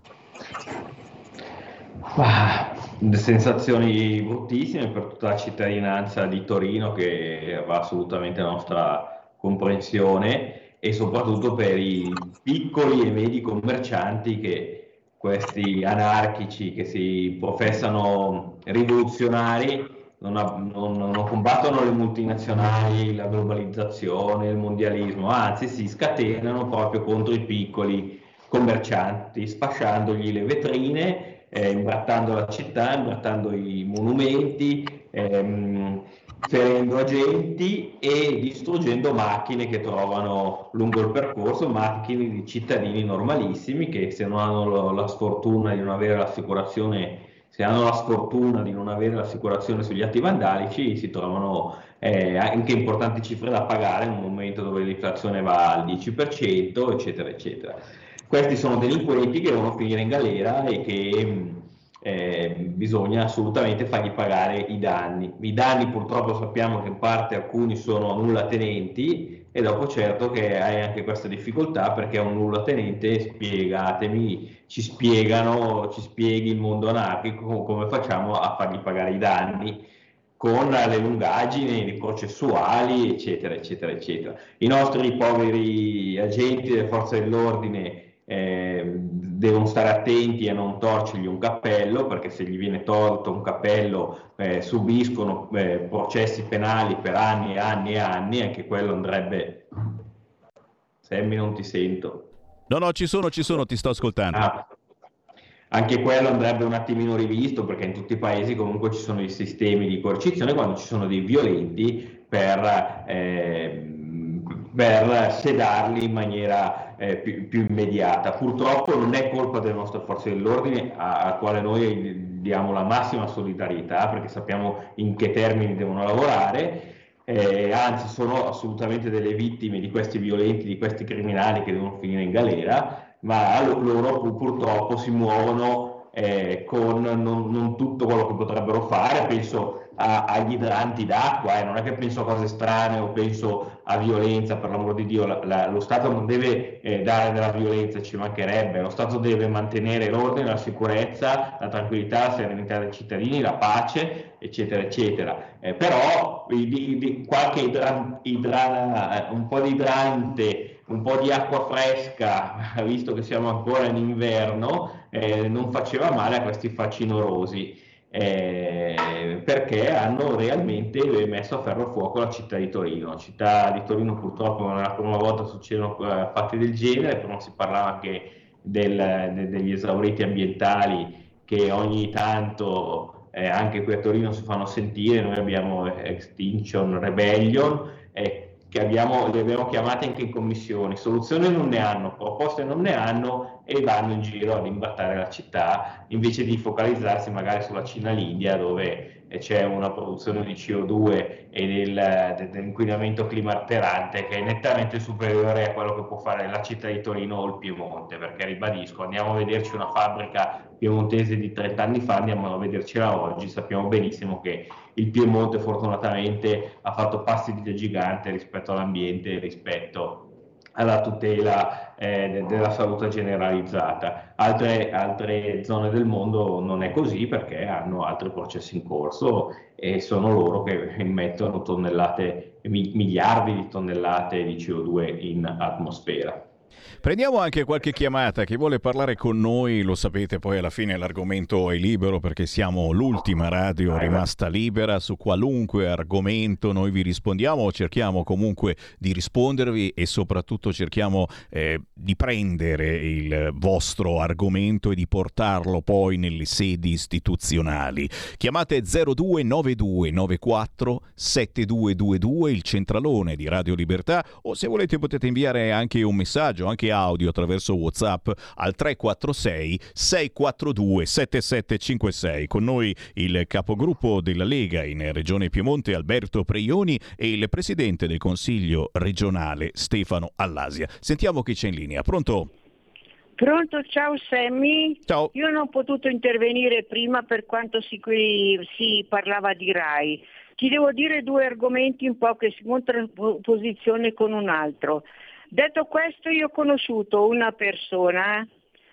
Ah, sensazioni bruttissime per tutta la cittadinanza di Torino che aveva assolutamente la nostra comprensione e soprattutto per i piccoli e medi commercianti che questi anarchici che si professano rivoluzionari Non, ha, non, non combattono le multinazionali, la globalizzazione, il mondialismo, anzi si scatenano proprio contro i piccoli commercianti, sfasciandogli le vetrine, eh, imbrattando la città, imbrattando i monumenti, ehm, ferendo agenti e distruggendo macchine che trovano lungo il percorso, macchine di cittadini normalissimi che se non hanno la sfortuna di non avere l'assicurazione se hanno la sfortuna di non avere l'assicurazione sugli atti vandalici, si trovano eh, anche importanti cifre da pagare in un momento dove l'inflazione va al dieci per cento, eccetera, eccetera. Questi sono delinquenti che devono finire in galera e che eh, bisogna assolutamente fargli pagare i danni. I danni purtroppo sappiamo che in parte alcuni sono nulla tenenti e dopo certo che hai anche questa difficoltà perché un nulla tenente, spiegatemi, ci spiegano, ci spieghi il mondo anarchico come facciamo a fargli pagare i danni con le lungaggini processuali, eccetera, eccetera, eccetera. I nostri poveri agenti delle forze dell'ordine eh, devono stare attenti a non torcergli un cappello, perché se gli viene tolto un cappello eh, subiscono eh, processi penali per anni e anni e anni, anche quello andrebbe... Sammy, non ti sento. No, no, ci sono, ci sono, ti sto ascoltando. Ah, anche quello andrebbe un attimino rivisto, perché in tutti i paesi comunque ci sono i sistemi di coercizione quando ci sono dei violenti per, eh, per sedarli in maniera eh, più, più immediata. Purtroppo non è colpa delle nostre forze dell'ordine, a, a quale noi diamo la massima solidarietà, perché sappiamo in che termini devono lavorare. Eh, anzi sono assolutamente delle vittime di questi violenti, di questi criminali che devono finire in galera, ma loro purtroppo si muovono eh, con non, non tutto quello che potrebbero fare. Penso a, agli idranti d'acqua, eh. non è che penso a cose strane o penso a violenza, per l'amor di Dio. La, la, lo Stato non deve eh, dare della violenza, ci mancherebbe. Lo Stato deve mantenere l'ordine, la sicurezza, la tranquillità, la serenità dei cittadini, la pace, eccetera eccetera. Eh, però di, di, qualche idra, idra, un po' di idrante, un po' di acqua fresca, visto che siamo ancora in inverno, eh, non faceva male a questi facinorosi, eh, perché hanno realmente messo a ferro fuoco la città di Torino. La città di Torino purtroppo non è la prima volta che succedono eh, fatti del genere, però non si parlava anche del, de, degli esauriti ambientali che ogni tanto eh, anche qui a Torino si fanno sentire. Noi abbiamo Extinction Rebellion, eh, che abbiamo, li abbiamo chiamati anche in commissione. Soluzioni non ne hanno, proposte non ne hanno, e vanno in giro ad imbrattare la città invece di focalizzarsi magari sulla Cina e l'India, dove c'è una produzione di C O due e del, dell'inquinamento climalterante che è nettamente superiore a quello che può fare la città di Torino o il Piemonte, perché ribadisco, andiamo a vederci una fabbrica piemontese di trenta anni fa, andiamo a vedercela oggi, sappiamo benissimo che il Piemonte fortunatamente ha fatto passi da gigante rispetto all'ambiente e rispetto alla tutela eh, de- della salute generalizzata. Altre, altre zone del mondo non è così, perché hanno altri processi in corso e sono loro che immettono tonnellate, mi- miliardi di tonnellate di C O due in atmosfera. Prendiamo anche qualche chiamata. Chi vuole parlare con noi, lo sapete, poi alla fine l'argomento è libero, perché siamo l'ultima radio rimasta libera. Su qualunque argomento noi vi rispondiamo, cerchiamo comunque di rispondervi e soprattutto cerchiamo eh, di prendere il vostro argomento e di portarlo poi nelle sedi istituzionali. Chiamate zero due nove due nove quattro sette due due due, il centralone di Radio Libertà, o se volete potete inviare anche un messaggio, anche audio, attraverso WhatsApp al tre quattro sei sei quattro due sette sette cinque sei. Con noi il capogruppo della Lega in Regione Piemonte Alberto Preioni e il presidente del Consiglio regionale Stefano Allasia. Sentiamo chi c'è in linea. Pronto? Pronto, ciao Sammy. Ciao. Io non ho potuto intervenire prima per quanto si, si parlava di RAI. Ti devo dire due argomenti un po' che si contrapposizione con un altro. Detto questo, io ho conosciuto una persona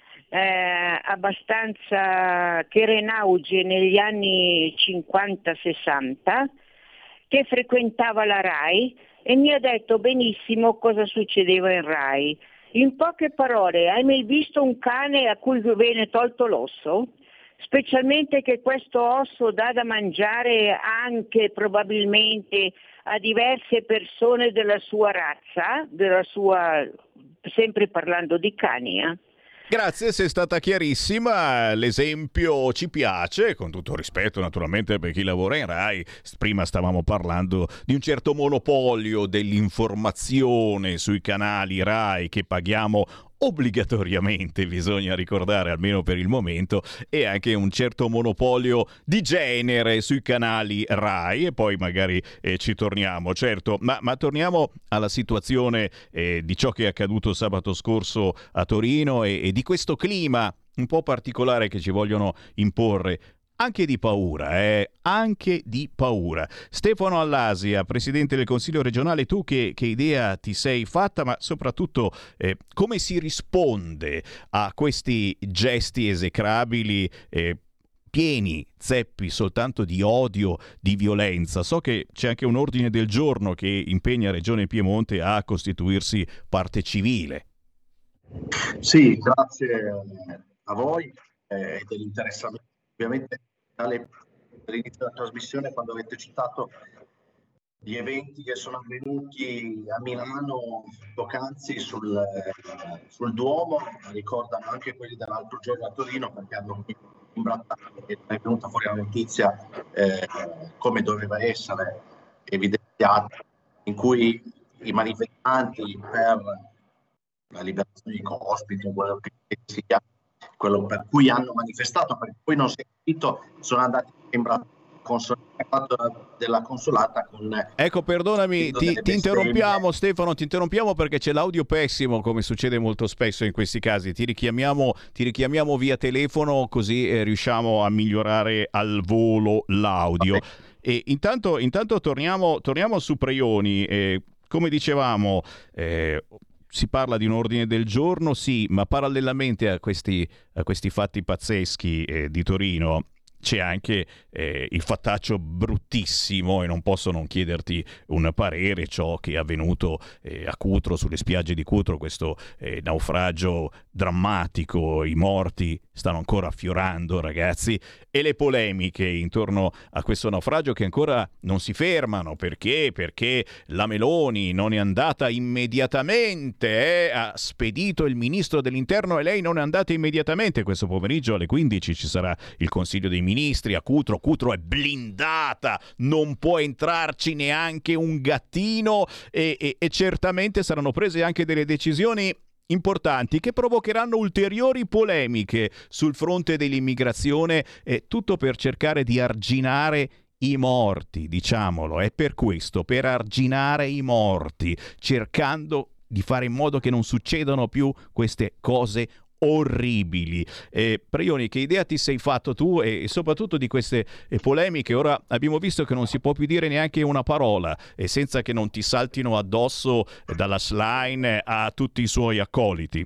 eh, abbastanza che era in auge negli anni cinquanta sessanta, che frequentava la RAI e mi ha detto benissimo cosa succedeva in RAI. In poche parole, hai mai visto un cane a cui viene tolto l'osso? Specialmente che questo osso dà da mangiare anche probabilmente a diverse persone della sua razza, della sua, sempre parlando di cani. Eh? Grazie, sei stata chiarissima, l'esempio ci piace, con tutto rispetto naturalmente per chi lavora in RAI. Prima stavamo parlando di un certo monopolio dell'informazione sui canali RAI che paghiamo obbligatoriamente, bisogna ricordare, almeno per il momento, e anche un certo monopolio di genere sui canali RAI, e poi magari eh, ci torniamo, certo, ma, ma torniamo alla situazione eh, di ciò che è accaduto sabato scorso a Torino e, e di questo clima un po' particolare che ci vogliono imporre. Anche di paura, eh? Anche di paura. Stefano Allasia, presidente del Consiglio regionale, tu che, che idea ti sei fatta, ma soprattutto eh, come si risponde a questi gesti esecrabili, eh, pieni zeppi soltanto di odio, di violenza? So che c'è anche un ordine del giorno che impegna Regione Piemonte a costituirsi parte civile. Sì, grazie a voi eh, e dell'interessamento. Ovviamente all'inizio della trasmissione, quando avete citato gli eventi che sono avvenuti a Milano poc'anzi sul, sul Duomo, ricordano anche quelli dell'altro giorno a Torino, perché hanno imbrattato, e è venuta fuori la notizia eh, come doveva essere evidenziata, in cui i manifestanti per la liberazione di Cospito, quello che sia, quello per cui hanno manifestato, perché poi non si è capito, sono andati in braccio consolata, della consolata con... Ecco, perdonami, ti, ti interrompiamo Stefano, ti interrompiamo perché c'è l'audio pessimo, come succede molto spesso in questi casi. Ti richiamiamo, ti richiamiamo via telefono, così eh, riusciamo a migliorare al volo l'audio. Okay. E intanto, intanto torniamo, torniamo su Preioni. Eh, come dicevamo... Eh, si parla di un ordine del giorno, sì, ma parallelamente a questi, a questi fatti pazzeschi eh, di Torino c'è anche eh, il fattaccio bruttissimo, e non posso non chiederti un parere, ciò che è avvenuto eh, a Cutro, sulle spiagge di Cutro, questo eh, naufragio drammatico. I morti stanno ancora affiorando, ragazzi, e le polemiche intorno a questo naufragio che ancora non si fermano. Perché? Perché la Meloni non è andata immediatamente, eh? Ha spedito il ministro dell'interno e lei non è andata immediatamente. Questo pomeriggio alle quindici ci sarà il Consiglio dei Ministri a Cutro. Cutro è blindata, non può entrarci neanche un gattino, e, e, e certamente saranno prese anche delle decisioni importanti che provocheranno ulteriori polemiche sul fronte dell'immigrazione, e tutto per cercare di arginare i morti, diciamolo. È per questo, per arginare i morti, cercando di fare in modo che non succedano più queste cose orribili. Eh, Preioni, che idea ti sei fatto tu, e, e soprattutto di queste eh, polemiche? Ora abbiamo visto che non si può più dire neanche una parola e senza che non ti saltino addosso eh, dalla Schlein a tutti i suoi accoliti.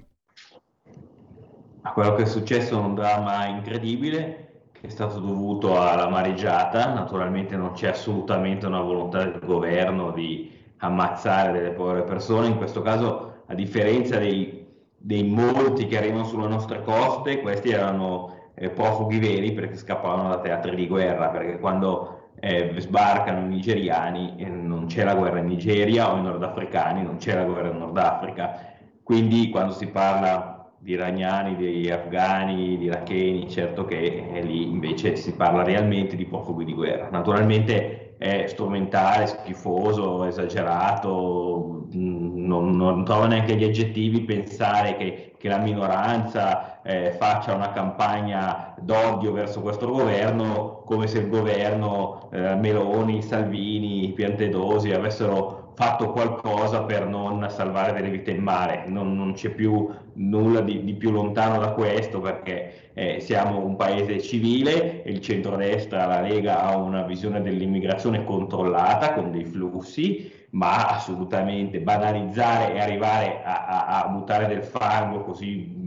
Quello che è successo è un dramma incredibile che è stato dovuto alla mareggiata. Naturalmente non c'è assolutamente una volontà del governo di ammazzare delle povere persone. In questo caso, a differenza dei dei molti che arrivano sulle nostre coste, questi erano eh, profughi veri, perché scappavano da teatri di guerra, perché quando eh, sbarcano i nigeriani eh, non c'è la guerra in Nigeria, o i nordafricani non c'è la guerra in Nord Africa. Quindi quando si parla di iraniani, di afghani, di iracheni, certo che eh, lì invece si parla realmente di profughi di guerra. Naturalmente è strumentale, schifoso, esagerato, non, non trovo neanche gli aggettivi pensare che, che la minoranza eh, faccia una campagna d'odio verso questo governo, come se il governo eh, Meloni, Salvini, Piantedosi avessero fatto qualcosa per non salvare delle vite in mare. Non, non c'è più nulla di, di più lontano da questo, perché eh, siamo un paese civile e il centrodestra, la Lega, ha una visione dell'immigrazione controllata con dei flussi, ma assolutamente banalizzare e arrivare a, a, a buttare del fango così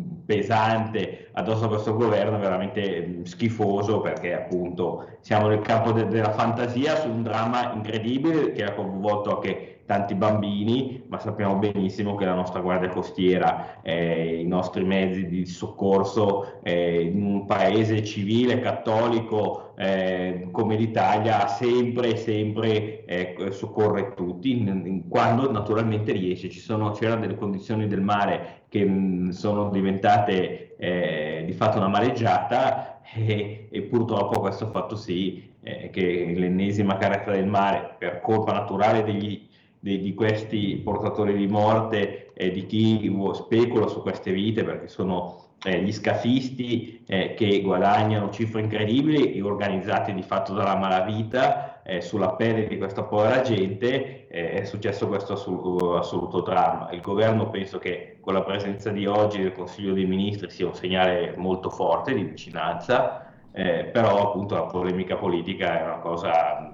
pesante addosso a questo governo è veramente schifoso, perché appunto siamo nel campo de- della fantasia su un dramma incredibile che ha coinvolto anche tanti bambini, ma sappiamo benissimo che la nostra Guardia Costiera, eh, i nostri mezzi di soccorso, eh, in un paese civile, cattolico eh, come l'Italia, sempre sempre eh, soccorre tutti, in, quando naturalmente riesce. Ci sono, c'erano delle condizioni del mare che mh, sono diventate eh, di fatto una mareggiata, e, e purtroppo questo ha fatto sì eh, che l'ennesima carezza del mare, per colpa naturale degli Di, di questi portatori di morte e di chi specula su queste vite, perché sono eh, gli scafisti eh, che guadagnano cifre incredibili e organizzati di fatto dalla malavita eh, sulla pelle di questa povera gente, eh, è successo questo assoluto, assoluto dramma. Il governo, penso che con la presenza di oggi del Consiglio dei Ministri sia un segnale molto forte di vicinanza, eh, però appunto la polemica politica è una cosa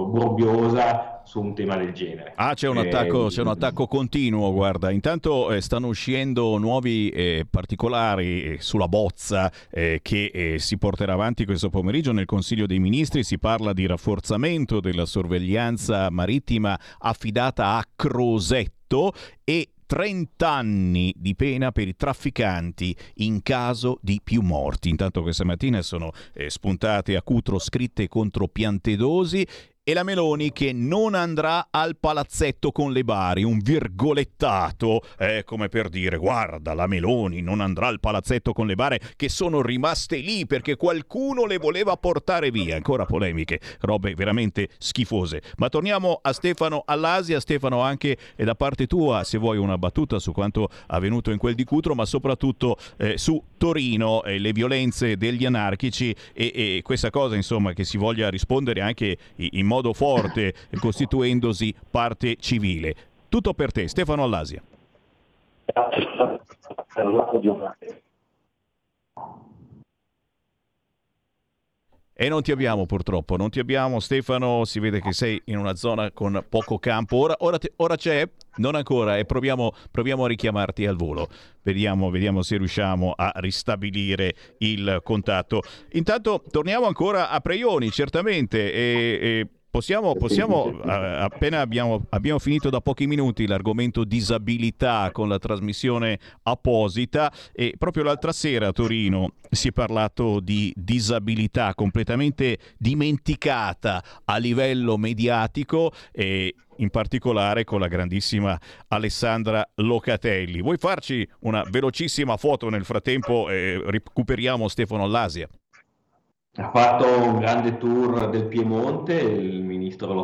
borbosa su un tema del genere. Ah, c'è un attacco, eh, c'è un attacco continuo, guarda. Intanto eh, stanno uscendo nuovi eh, particolari eh, sulla bozza eh, che eh, si porterà avanti questo pomeriggio nel Consiglio dei Ministri. Si parla di rafforzamento della sorveglianza marittima affidata a Crosetto e trenta anni di pena per i trafficanti in caso di più morti. Intanto questa mattina sono eh, spuntate a Cutro scritte contro Piantedosi e la Meloni che non andrà al palazzetto con le Bari, un virgolettato, è come per dire guarda la Meloni non andrà al palazzetto con le Bari che sono rimaste lì perché qualcuno le voleva portare via, ancora polemiche, robe veramente schifose. Ma torniamo a Stefano Allasia. Stefano, anche da parte tua se vuoi una battuta su quanto avvenuto in quel di Cutro, ma soprattutto eh, su Torino, eh, le violenze degli anarchici e, e questa cosa insomma che si voglia rispondere anche in modo forte, costituendosi parte civile. Tutto per te, Stefano Allasia. E non ti abbiamo purtroppo, non ti abbiamo Stefano, si vede che sei in una zona con poco campo. Ora, ora, te, ora c'è? Non ancora, e proviamo, proviamo a richiamarti al volo. Vediamo, vediamo se riusciamo a ristabilire il contatto. Intanto torniamo ancora a Preioni, certamente, e... e Possiamo, possiamo appena abbiamo, abbiamo finito da pochi minuti l'argomento disabilità con la trasmissione apposita, e proprio l'altra sera a Torino si è parlato di disabilità completamente dimenticata a livello mediatico, e in particolare con la grandissima Alessandra Locatelli. Vuoi farci una velocissima foto nel frattempo e recuperiamo Stefano Allasia? Ha fatto un grande tour del Piemonte il ministro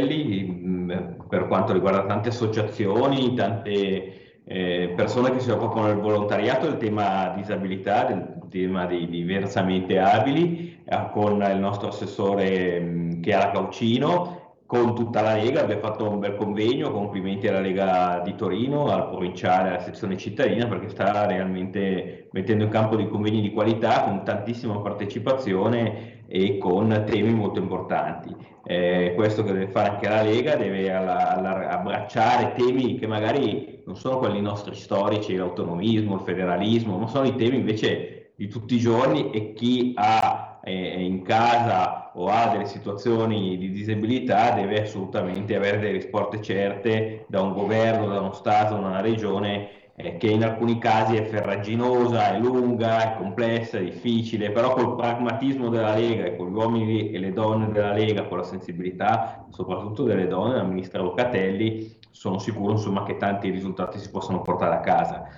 Locatelli per quanto riguarda tante associazioni, tante eh, persone che si occupano del volontariato, del tema disabilità, del tema dei diversamente abili, eh, con il nostro assessore mh, Chiara Caucino, con tutta la Lega. Abbiamo fatto un bel convegno, complimenti alla Lega di Torino, al provinciale, alla sezione cittadina, perché sta realmente mettendo in campo dei convegni di qualità con tantissima partecipazione e con temi molto importanti. Eh, questo che deve fare anche la Lega, deve alla, alla, abbracciare temi che magari non sono quelli nostri storici, l'autonomismo, il federalismo, ma sono i temi invece di tutti i giorni, e chi ha eh, in casa o ha delle situazioni di disabilità deve assolutamente avere delle risposte certe da un governo, da uno Stato, da una regione eh, che in alcuni casi è farraginosa, è lunga, è complessa, è difficile, però col pragmatismo della Lega e con gli uomini e le donne della Lega, con la sensibilità soprattutto delle donne, la ministra Locatelli, sono sicuro insomma che tanti risultati si possono portare a casa,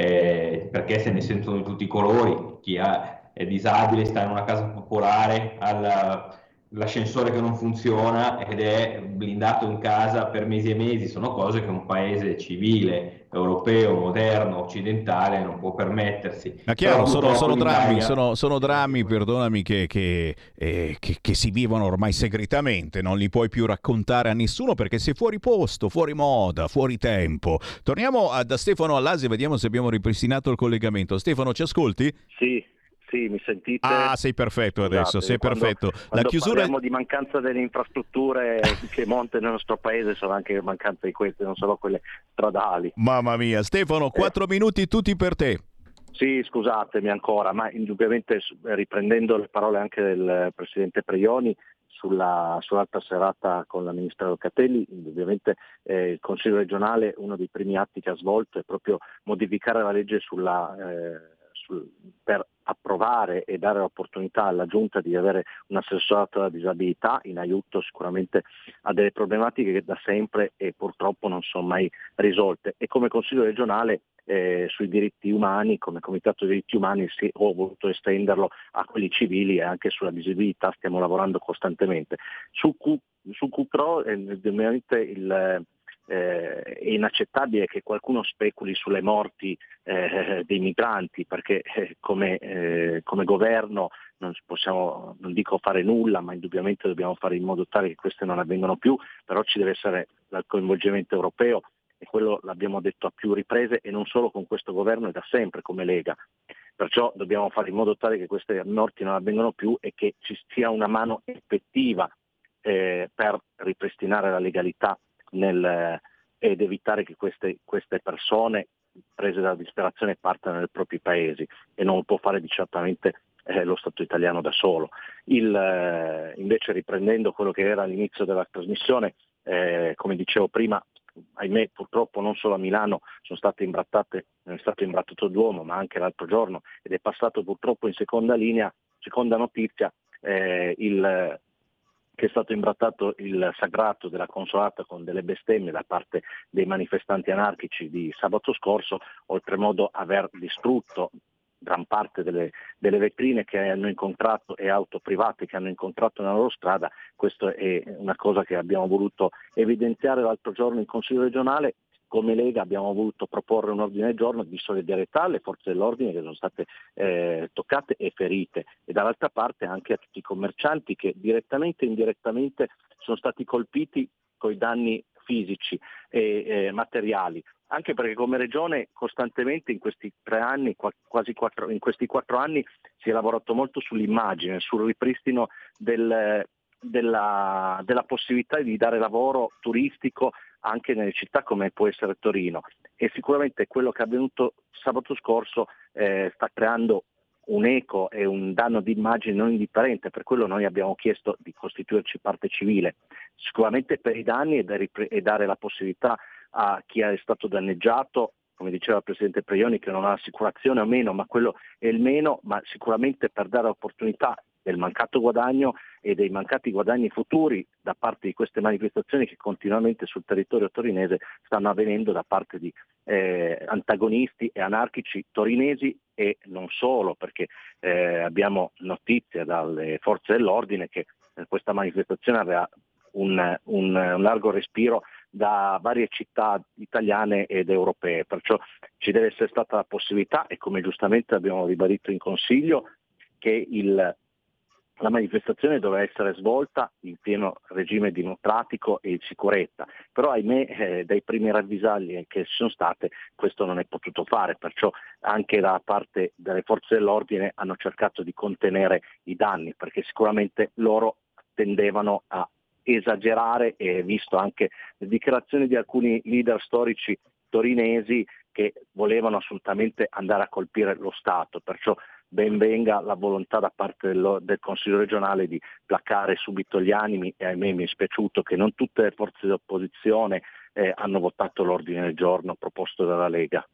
eh, perché se ne sentono di tutti i colori. Chi ha è disabile, sta in una casa popolare, ha l'ascensore che non funziona ed è blindato in casa per mesi e mesi. Sono cose che un paese civile, europeo, moderno, occidentale non può permettersi. Ma chiaro, sono, sono drammi, Italia... sono, sono drammi, perdonami, che, che, eh, che, che si vivono ormai segretamente, non li puoi più raccontare a nessuno perché sei fuori posto, fuori moda, fuori tempo. Torniamo a, da Stefano Allasia, vediamo se abbiamo ripristinato il collegamento. Stefano, ci ascolti? Sì. Sì, mi sentite? Ah, sei perfetto adesso, Scusate, sei quando, perfetto. La quando chiusura... parliamo di mancanza delle infrastrutture che monte nel nostro paese, sono anche mancanza di queste, non solo quelle stradali. Mamma mia, Stefano, quattro eh. minuti tutti per te. Sì, scusatemi ancora, ma indubbiamente riprendendo le parole anche del Presidente Preioni sulla, sull'altra serata con la Ministra Locatelli, indubbiamente eh, il Consiglio regionale, uno dei primi atti che ha svolto è proprio modificare la legge sulla... Eh, per approvare e dare l'opportunità alla Giunta di avere un assessorato alla disabilità in aiuto sicuramente a delle problematiche che da sempre e purtroppo non sono mai risolte. E come Consiglio regionale eh, sui diritti umani, come Comitato dei diritti umani, si, ho voluto estenderlo a quelli civili, e anche sulla disabilità stiamo lavorando costantemente. Su, Q, su Cutro eh, ovviamente il Eh, è inaccettabile che qualcuno speculi sulle morti eh, dei migranti, perché eh, come, eh, come governo non possiamo, non dico fare nulla, ma indubbiamente dobbiamo fare in modo tale che queste non avvengano più, però ci deve essere il coinvolgimento europeo, e quello l'abbiamo detto a più riprese, e non solo con questo governo, e da sempre come Lega. Perciò dobbiamo fare in modo tale che queste morti non avvengano più e che ci sia una mano effettiva eh, per ripristinare la legalità Nel, ed evitare che queste, queste persone prese dalla disperazione partano nei propri paesi, e non lo può fare di certamente eh, lo Stato italiano da solo. Il, eh, invece, riprendendo quello che era all'inizio della trasmissione, eh, come dicevo prima, ahimè purtroppo non solo a Milano sono state imbrattate, è stato imbrattato Duomo, ma anche l'altro giorno, ed è passato purtroppo in seconda linea, seconda notizia, eh, il che che è stato imbrattato il sagrato della Consolata con delle bestemmie da parte dei manifestanti anarchici di sabato scorso, oltremodo aver distrutto gran parte delle, delle vetrine che hanno incontrato e auto private che hanno incontrato nella loro strada. Questa è una cosa che abbiamo voluto evidenziare l'altro giorno in Consiglio regionale. Come Lega abbiamo voluto proporre un ordine del giorno di solidarietà alle forze dell'ordine che sono state eh, toccate e ferite, e dall'altra parte anche a tutti i commercianti che direttamente e indirettamente sono stati colpiti coi danni fisici e eh, materiali. Anche perché come Regione costantemente in questi tre anni, quasi quattro, in questi quattro anni si è lavorato molto sull'immagine, sul ripristino del, della, della possibilità di dare lavoro turistico anche nelle città come può essere Torino, e sicuramente quello che è avvenuto sabato scorso eh, sta creando un eco e un danno di immagine non indifferente. Per quello noi abbiamo chiesto di costituirci parte civile, sicuramente per i danni e, da ripre- e dare la possibilità a chi è stato danneggiato, come diceva il Presidente Preioni, che non ha assicurazione o meno, ma quello è il meno, ma sicuramente per dare l'opportunità del mancato guadagno e dei mancati guadagni futuri da parte di queste manifestazioni che continuamente sul territorio torinese stanno avvenendo da parte di eh, antagonisti e anarchici torinesi e non solo, perché eh, abbiamo notizie dalle forze dell'ordine che eh, questa manifestazione aveva un, un, un largo respiro da varie città italiane ed europee, perciò ci deve essere stata la possibilità, e come giustamente abbiamo ribadito in Consiglio, che il la manifestazione doveva essere svolta in pieno regime democratico e in sicurezza, però ahimè eh, dai primi ravvisagli che ci sono state questo non è potuto fare, perciò anche da parte delle forze dell'ordine hanno cercato di contenere i danni, perché sicuramente loro tendevano a esagerare, e visto anche le dichiarazioni di alcuni leader storici torinesi che volevano assolutamente andare a colpire lo Stato, perciò ben venga la volontà da parte del, del Consiglio regionale di placare subito gli animi, e ahimè mi è spiaciuto che non tutte le forze di opposizione eh, hanno votato l'ordine del giorno proposto dalla Lega.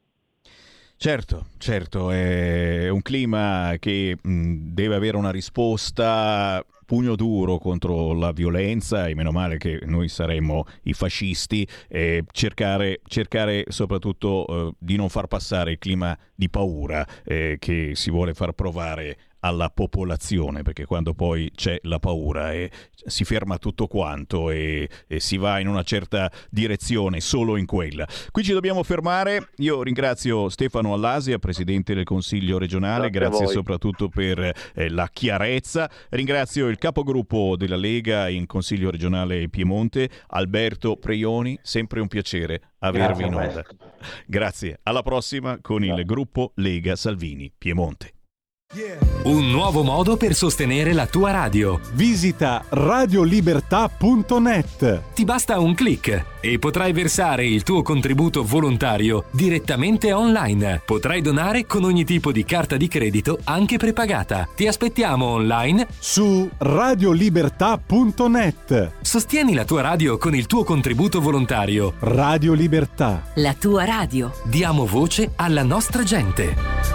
Certo, certo, è un clima che mh, deve avere una risposta pugno duro contro la violenza, e meno male che noi saremmo i fascisti, e cercare, cercare soprattutto eh, di non far passare il clima di paura eh, che si vuole far provare alla popolazione, perché quando poi c'è la paura e si ferma tutto quanto e, e si va in una certa direzione, solo in quella. Qui ci dobbiamo fermare. Io ringrazio Stefano Allasia, Presidente del Consiglio regionale, grazie, grazie soprattutto per eh, la chiarezza. Ringrazio il capogruppo della Lega in Consiglio regionale Piemonte, Alberto Preioni, sempre un piacere avervi in onda. Grazie, alla prossima con il gruppo Lega Salvini Piemonte. Un nuovo modo per sostenere la tua radio. Visita radiolibertà punto net. Ti basta un click e potrai versare il tuo contributo volontario direttamente online. Potrai donare con ogni tipo di carta di credito, anche prepagata. Ti aspettiamo online su radiolibertà punto net. Sostieni la tua radio con il tuo contributo volontario. Radio Libertà. La tua radio. Diamo voce alla nostra gente.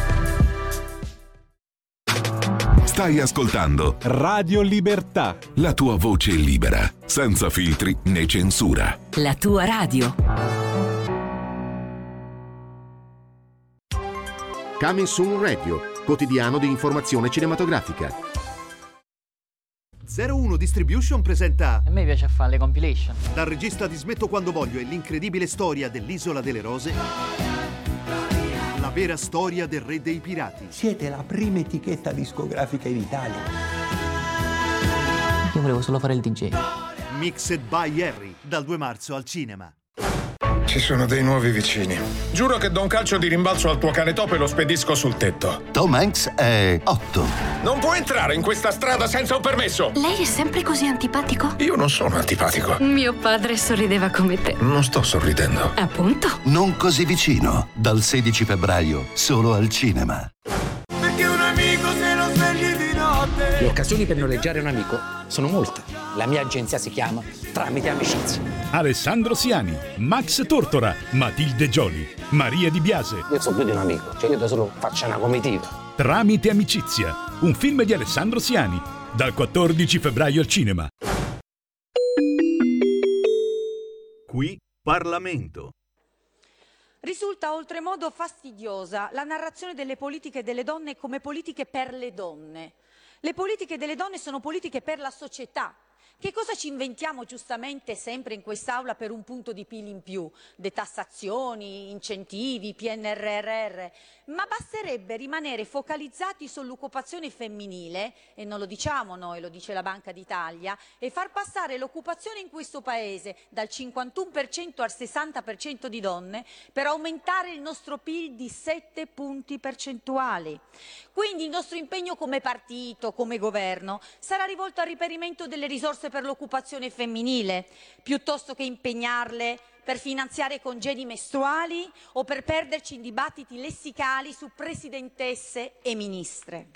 Stai ascoltando Radio Libertà. La tua voce libera, senza filtri né censura. La tua radio. Coming Soon Radio, quotidiano di informazione cinematografica. zero uno Distribution presenta... A me piace fare le compilation. Dal regista di Smetto quando voglio e l'incredibile storia dell'Isola delle Rose... La vera storia del re dei pirati. Siete la prima etichetta discografica in Italia. Io volevo solo fare il D J. Mixed by Harry, dal due marzo al cinema. Ci sono dei nuovi vicini. Giuro che do un calcio di rimbalzo al tuo cane Top e lo spedisco sul tetto. Tom Hanks è otto. Non può entrare in questa strada senza un permesso. Lei è sempre così antipatico? Io non sono antipatico. Mio padre sorrideva come te. Non sto sorridendo. Appunto. Non così vicino. Dal sedici febbraio, solo al cinema. Perché un amico se lo svegli di notte. Le occasioni per noleggiare un amico sono molte. La mia agenzia si chiama Tramite Amicizia. Alessandro Siani, Max Tortora, Matilde Gioli, Maria Di Biase. Io sono più di un amico, cioè io da solo faccio una comitiva. Tramite Amicizia, un film di Alessandro Siani, dal quattordici febbraio al cinema. Qui Parlamento. Risulta oltremodo fastidiosa la narrazione delle politiche delle donne come politiche per le donne. Le politiche delle donne sono politiche per la società. Che cosa ci inventiamo giustamente sempre in quest'Aula per un punto di P I L in più? Detassazioni, incentivi, P N R R R. Ma basterebbe rimanere focalizzati sull'occupazione femminile, e non lo diciamo noi, lo dice la Banca d'Italia, e far passare l'occupazione in questo Paese dal cinquantuno per cento al sessanta per cento di donne per aumentare il nostro P I L di sette punti percentuali. Quindi il nostro impegno come partito, come governo, sarà rivolto al reperimento delle risorse per l'occupazione femminile, piuttosto che impegnarle per finanziare congedi mestruali o per perderci in dibattiti lessicali su presidentesse e ministre.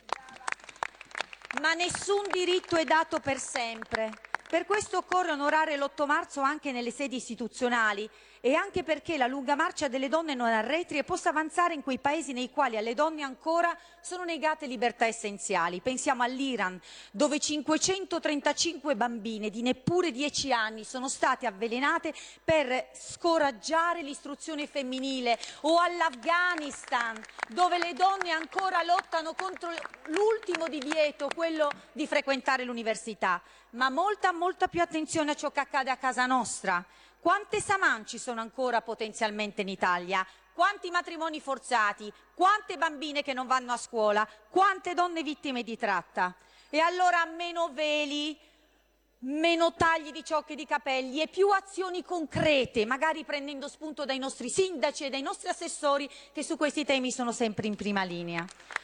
Ma nessun diritto è dato per sempre. Per questo occorre onorare l'otto marzo anche nelle sedi istituzionali e anche perché la lunga marcia delle donne non arretri e possa avanzare in quei paesi nei quali alle donne ancora sono negate libertà essenziali. Pensiamo all'Iran, dove cinquecentotrentacinque bambine di neppure dieci anni sono state avvelenate per scoraggiare l'istruzione femminile, o all'Afghanistan, dove le donne ancora lottano contro l'ultimo divieto, quello di frequentare l'università. Ma molta, molta più attenzione a ciò che accade a casa nostra. Quante Saman ci sono ancora potenzialmente in Italia? Quanti matrimoni forzati? Quante bambine che non vanno a scuola? Quante donne vittime di tratta? E allora meno veli, meno tagli di ciocche di capelli e più azioni concrete, magari prendendo spunto dai nostri sindaci e dai nostri assessori che su questi temi sono sempre in prima linea.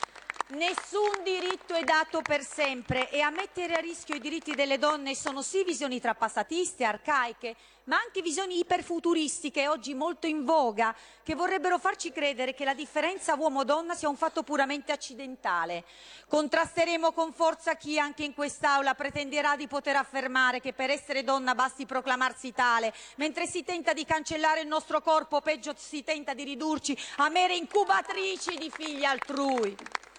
Nessun diritto è dato per sempre e a mettere a rischio i diritti delle donne sono sì visioni trapassatiste, arcaiche, ma anche visioni iperfuturistiche, oggi molto in voga, che vorrebbero farci credere che la differenza uomo-donna sia un fatto puramente accidentale. Contrasteremo con forza chi anche in quest'Aula pretenderà di poter affermare che per essere donna basti proclamarsi tale, mentre si tenta di cancellare il nostro corpo, peggio si tenta di ridurci a mere incubatrici di figli altrui.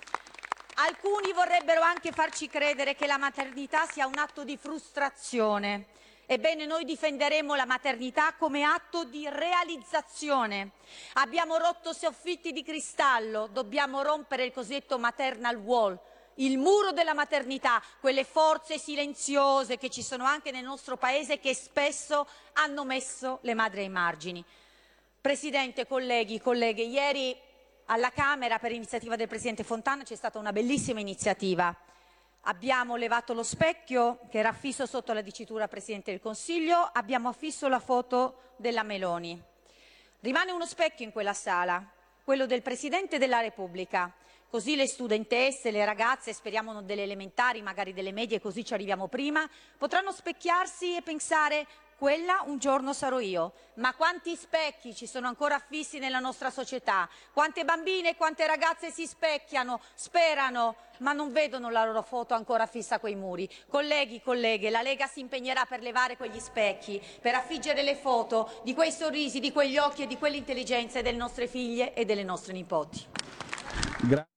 Alcuni vorrebbero anche farci credere che la maternità sia un atto di frustrazione. Ebbene, noi difenderemo la maternità come atto di realizzazione. Abbiamo rotto soffitti di cristallo, dobbiamo rompere il cosiddetto maternal wall, il muro della maternità, quelle forze silenziose che ci sono anche nel nostro Paese che spesso hanno messo le madri ai margini. Presidente, colleghi, colleghe, ieri alla Camera, per iniziativa del Presidente Fontana, c'è stata una bellissima iniziativa. Abbiamo levato lo specchio che era affisso sotto la dicitura Presidente del Consiglio, abbiamo affisso la foto della Meloni. Rimane uno specchio in quella sala, quello del Presidente della Repubblica. Così le studentesse, le ragazze, speriamo non delle elementari, magari delle medie, così ci arriviamo prima, potranno specchiarsi e pensare: quella un giorno sarò io. Ma quanti specchi ci sono ancora affissi nella nostra società? Quante bambine e quante ragazze si specchiano, sperano, ma non vedono la loro foto ancora fissa a quei muri. Colleghi, colleghe, la Lega si impegnerà per levare quegli specchi, per affiggere le foto di quei sorrisi, di quegli occhi e di quelle intelligenze delle nostre figlie e delle nostre nipoti. Gra-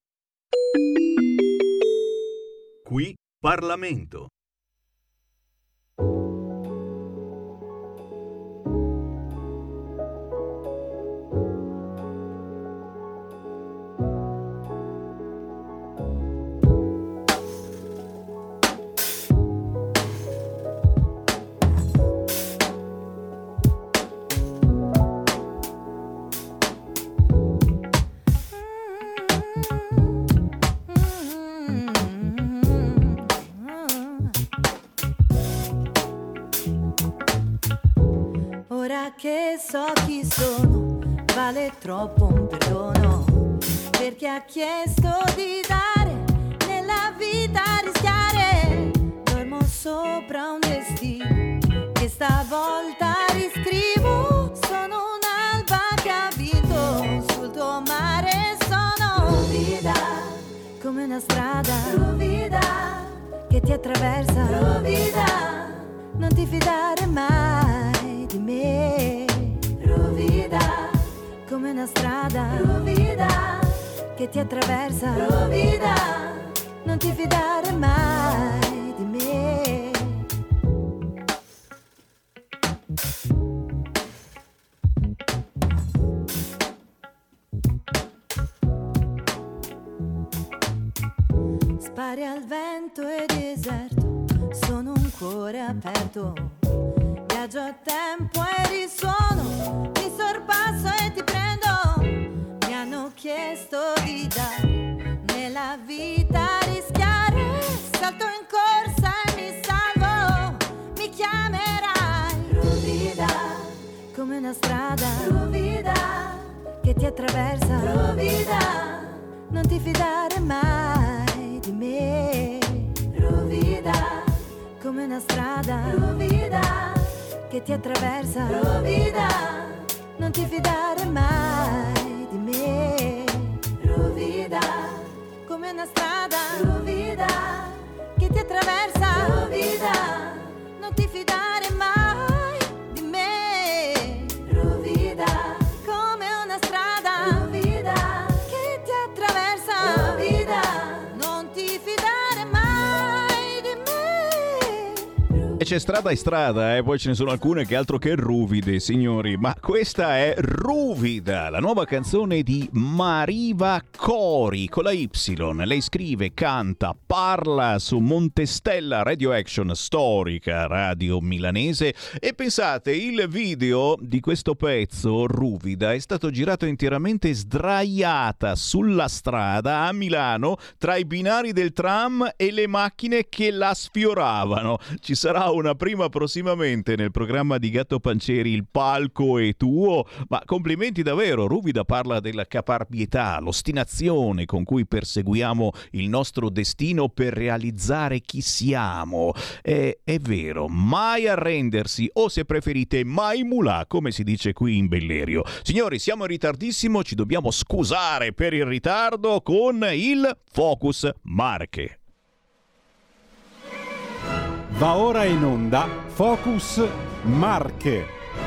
Qui Parlamento. Che so chi sono, vale troppo un perdono, perché ha chiesto di dare nella vita a rischiare. Dormo sopra un destino che stavolta riscrivo. Sono un'alba che ha vinto sul tuo mare. Sono ruvida come una strada, ruvida che ti attraversa, ruvida. Non ti fidare mai di me, ruvida come una strada, ruvida che ti attraversa, ruvida. Non ti fidare mai di me. deserto, sono un cuore aperto. Viaggio a tempo e risuono, mi sorpasso e ti prendo. Mi hanno chiesto di dare nella vita rischiare. Salto in corsa e mi salvo, mi chiamerai Ruvida, come una strada Ruvida che ti attraversa Ruvida, non ti fidare mai di me Ruvida, come una strada Ruvida che ti attraversa Ruvida, non ti fidare mai di me Ruvida, come una strada Ruvida che ti attraversa Ruvida, non ti fidare mai di me Ruvida, come una strada Ruvida che ti attraversa Ruvida, non ti fidare mai di me. E c'è strada e strada, e eh? Poi ce ne sono alcune che altro che ruvide, signori. Ma questa è Ruvida, la nuova canzone di Mariva Cori con la Y. Lei scrive, canta, parla su Montestella Radio Action, storica radio milanese. E pensate, il video di questo pezzo, Ruvida, è stato girato interamente sdraiata sulla strada a Milano tra i binari del tram e le macchine che la sfioravano. Ci sarà una prima prossimamente nel programma di Gatto Pancieri, Il palco è tuo, ma complimenti davvero. Ruvida parla della caparbietà, l'ostinazione con cui perseguiamo il nostro destino per realizzare chi siamo. È, è vero, mai arrendersi, o se preferite mai mulà, come si dice qui in Bellerio. Signori, siamo in ritardissimo, ci dobbiamo scusare per il ritardo con il Focus Marche. Va ora in onda Focus Marche.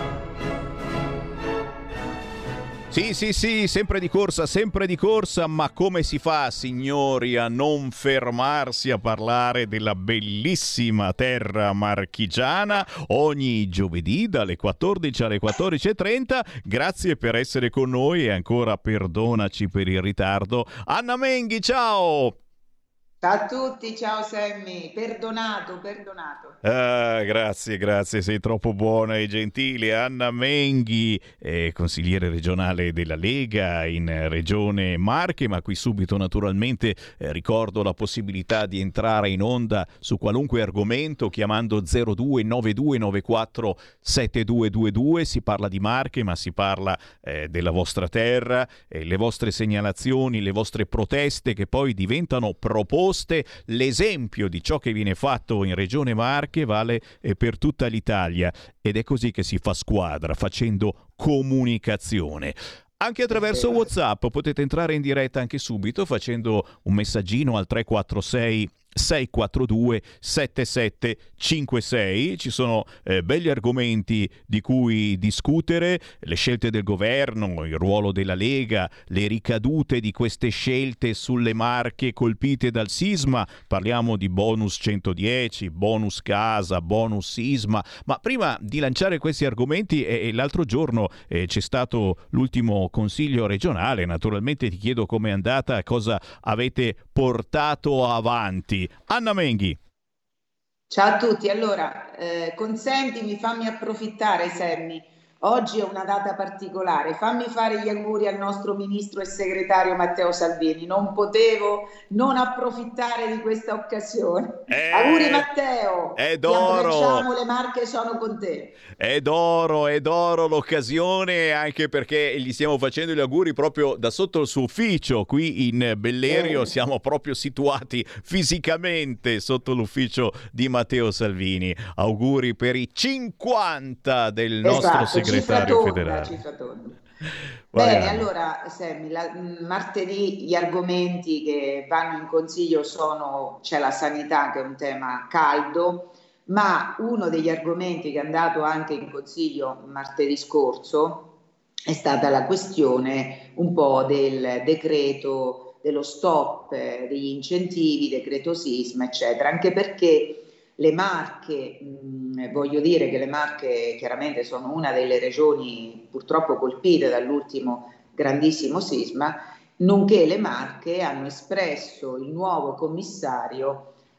Sì, sì, sì, sempre di corsa, sempre di corsa, ma come si fa, signori, a non fermarsi a parlare della bellissima terra marchigiana ogni giovedì dalle quattordici alle quattordici e trenta? Grazie per essere con noi e ancora perdonaci per il ritardo. Anna Menghi, ciao! Ciao a tutti, ciao Sammy, perdonato, perdonato. Ah, grazie, grazie, sei troppo buona e gentile. Anna Menghi, eh, consigliere regionale della Lega in Regione Marche, ma qui subito naturalmente eh, ricordo la possibilità di entrare in onda su qualunque argomento chiamando zero due nove due nove quattro sette due due due. Si parla di Marche, ma si parla eh, della vostra terra, eh, le vostre segnalazioni, le vostre proteste che poi diventano proposte. L'esempio di ciò che viene fatto in Regione Marche vale per tutta l'Italia ed è così che si fa squadra, facendo comunicazione. Anche attraverso WhatsApp potete entrare in diretta anche subito facendo un messaggino al tre quattro sei sei quattro due sette sette cinque sei. Ci sono eh, belli argomenti di cui discutere, le scelte del governo, il ruolo della Lega, le ricadute di queste scelte sulle Marche colpite dal sisma. Parliamo di bonus centodieci, bonus casa, bonus sisma. Ma prima di lanciare questi argomenti, eh, l'altro giorno eh, c'è stato l'ultimo consiglio regionale. Naturalmente ti chiedo com'è andata, cosa avete portato avanti. Anna Menghi. Ciao a tutti, allora eh, consentimi, fammi approfittare Sammy, oggi è una data particolare, fammi fare gli auguri al nostro ministro e segretario Matteo Salvini, non potevo non approfittare di questa occasione. Eh, auguri Matteo, è d'oro, le Marche sono con te. È d'oro, è d'oro l'occasione, anche perché gli stiamo facendo gli auguri proprio da sotto il suo ufficio qui in Bellerio, eh. Siamo proprio situati fisicamente sotto l'ufficio di Matteo Salvini. Auguri per i cinquanta del esatto, nostro segretario tonda, federale. Bene, allora Sammy, la, martedì gli argomenti che vanno in consiglio sono, c'è la sanità che è un tema caldo, ma uno degli argomenti che è andato anche in consiglio martedì scorso è stata la questione un po' del decreto, dello stop eh, degli incentivi, decreto sisma, eccetera, anche perché le Marche, mh, voglio dire che le Marche chiaramente sono una delle regioni purtroppo colpite dall'ultimo grandissimo sisma, nonché le Marche hanno espresso il nuovo commissario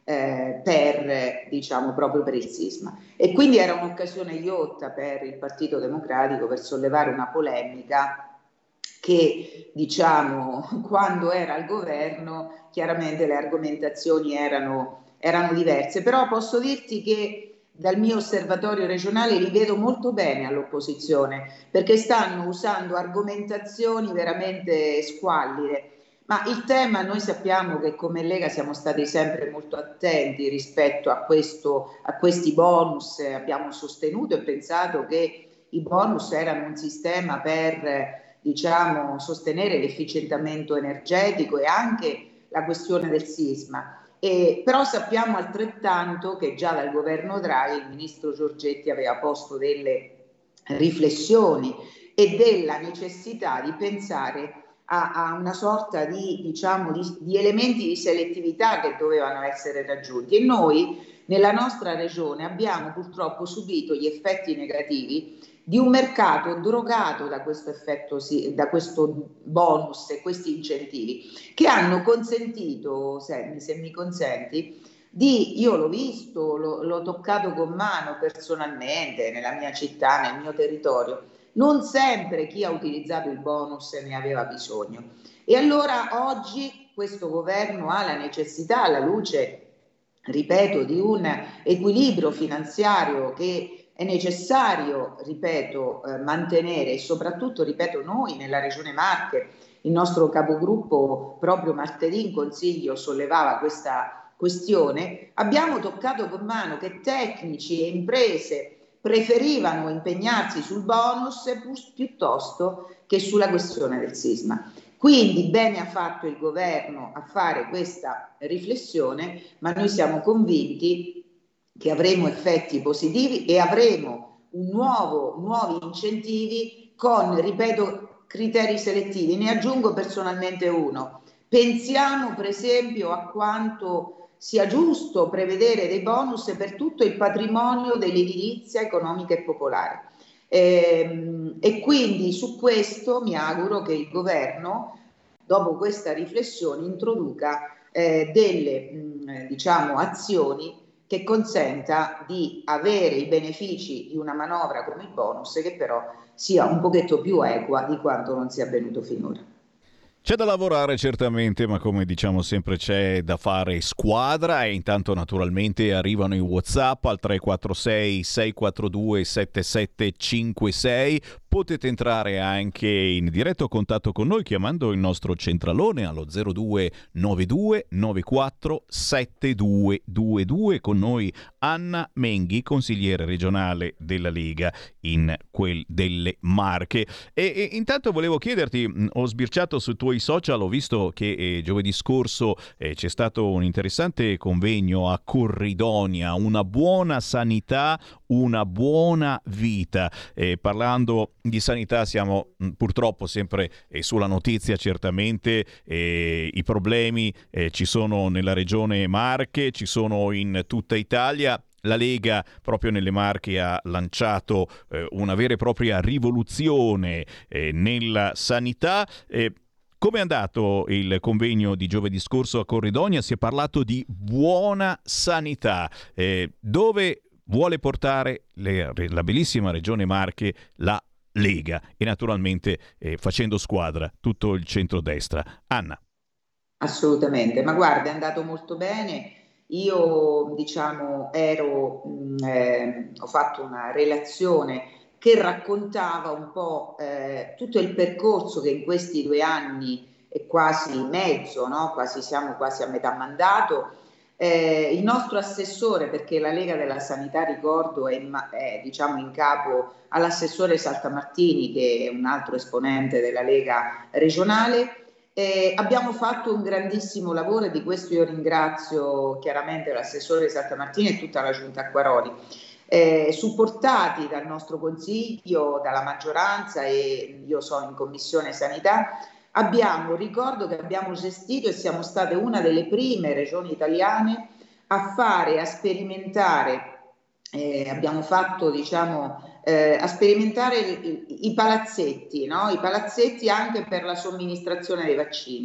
eh, per, diciamo, proprio per il sisma. E quindi era un'occasione ghiotta per il Partito Democratico per sollevare una polemica che, diciamo, quando era al governo chiaramente le argomentazioni erano, erano diverse, però posso dirti che dal mio osservatorio regionale li vedo molto bene all'opposizione, perché stanno usando argomentazioni veramente squallide. Ma il tema, noi sappiamo che come Lega siamo stati sempre molto attenti rispetto a, questo, a questi bonus, abbiamo sostenuto e pensato che i bonus erano un sistema per, diciamo, sostenere l'efficientamento energetico e anche la questione del sisma. Eh, però sappiamo altrettanto che già dal governo Draghi il ministro Giorgetti aveva posto delle riflessioni e della necessità di pensare a, a una sorta di, diciamo, di, di elementi di selettività che dovevano essere raggiunti, e noi nella nostra regione abbiamo purtroppo subito gli effetti negativi di un mercato drogato da questo effetto, da questo bonus e questi incentivi che hanno consentito, se, se mi consenti, di, io l'ho visto, l'ho, l'ho toccato con mano personalmente nella mia città, nel mio territorio, non sempre chi ha utilizzato il bonus ne aveva bisogno. E allora oggi questo governo ha la necessità, alla luce, ripeto, di un equilibrio finanziario che è necessario, ripeto, eh, mantenere, e soprattutto, ripeto, noi nella Regione Marche, il nostro capogruppo proprio martedì in Consiglio sollevava questa questione, abbiamo toccato con mano che tecnici e imprese preferivano impegnarsi sul bonus piuttosto che sulla questione del sisma. Quindi bene ha fatto il governo a fare questa riflessione, ma noi siamo convinti che avremo effetti positivi e avremo un nuovo, nuovi incentivi con, ripeto, criteri selettivi. Ne aggiungo personalmente uno. Pensiamo per esempio a quanto sia giusto prevedere dei bonus per tutto il patrimonio dell'edilizia economica e popolare. E, e quindi su questo mi auguro che il governo, dopo questa riflessione, introduca eh, delle mh, diciamo, azioni che consenta di avere i benefici di una manovra come il bonus, che però sia un pochetto più equa di quanto non sia avvenuto finora. C'è da lavorare certamente, ma come diciamo sempre c'è da fare squadra, e intanto naturalmente arrivano i WhatsApp al tre quattro sei sei quattro due sette sette cinque sei. Potete entrare anche in diretto contatto con noi chiamando il nostro centralone allo zero due nove due nove quattro sette due due due. Con noi Anna Menghi, consigliere regionale della Lega in quel delle Marche. E, e intanto volevo chiederti, mh, ho sbirciato sui tuoi social, ho visto che eh, giovedì scorso eh, c'è stato un interessante convegno a Corridonia, una buona sanità, una buona vita. Eh, parlando di sanità siamo mh, purtroppo sempre eh, sulla notizia, certamente eh, i problemi eh, ci sono nella regione Marche, ci sono in tutta Italia. La Lega proprio nelle Marche ha lanciato eh, una vera e propria rivoluzione eh, nella sanità. Eh, Come è andato il convegno di giovedì scorso a Corridonia? Si è parlato di buona sanità. Eh, dove vuole portare le, la bellissima regione Marche la Lega e naturalmente eh, facendo squadra tutto il centrodestra. Anna. Assolutamente, ma guarda, è andato molto bene. Io diciamo ero, mh, eh, ho fatto una relazione che raccontava un po' eh, tutto il percorso che in questi due anni e quasi mezzo, no? quasi siamo quasi a metà mandato, eh, il nostro assessore, perché la Lega della Sanità, ricordo, è, è diciamo in capo all'assessore Saltamartini, che è un altro esponente della Lega regionale. Eh, abbiamo fatto un grandissimo lavoro e di questo io ringrazio chiaramente l'assessore Saltamartini e tutta la Giunta Acquaroli. Eh, supportati dal nostro consiglio, dalla maggioranza, e io sono in commissione sanità, abbiamo, ricordo che abbiamo gestito e siamo state una delle prime regioni italiane a fare, a sperimentare, eh, abbiamo fatto diciamo eh, a sperimentare i, i palazzetti, no? I palazzetti anche per la somministrazione dei vaccini.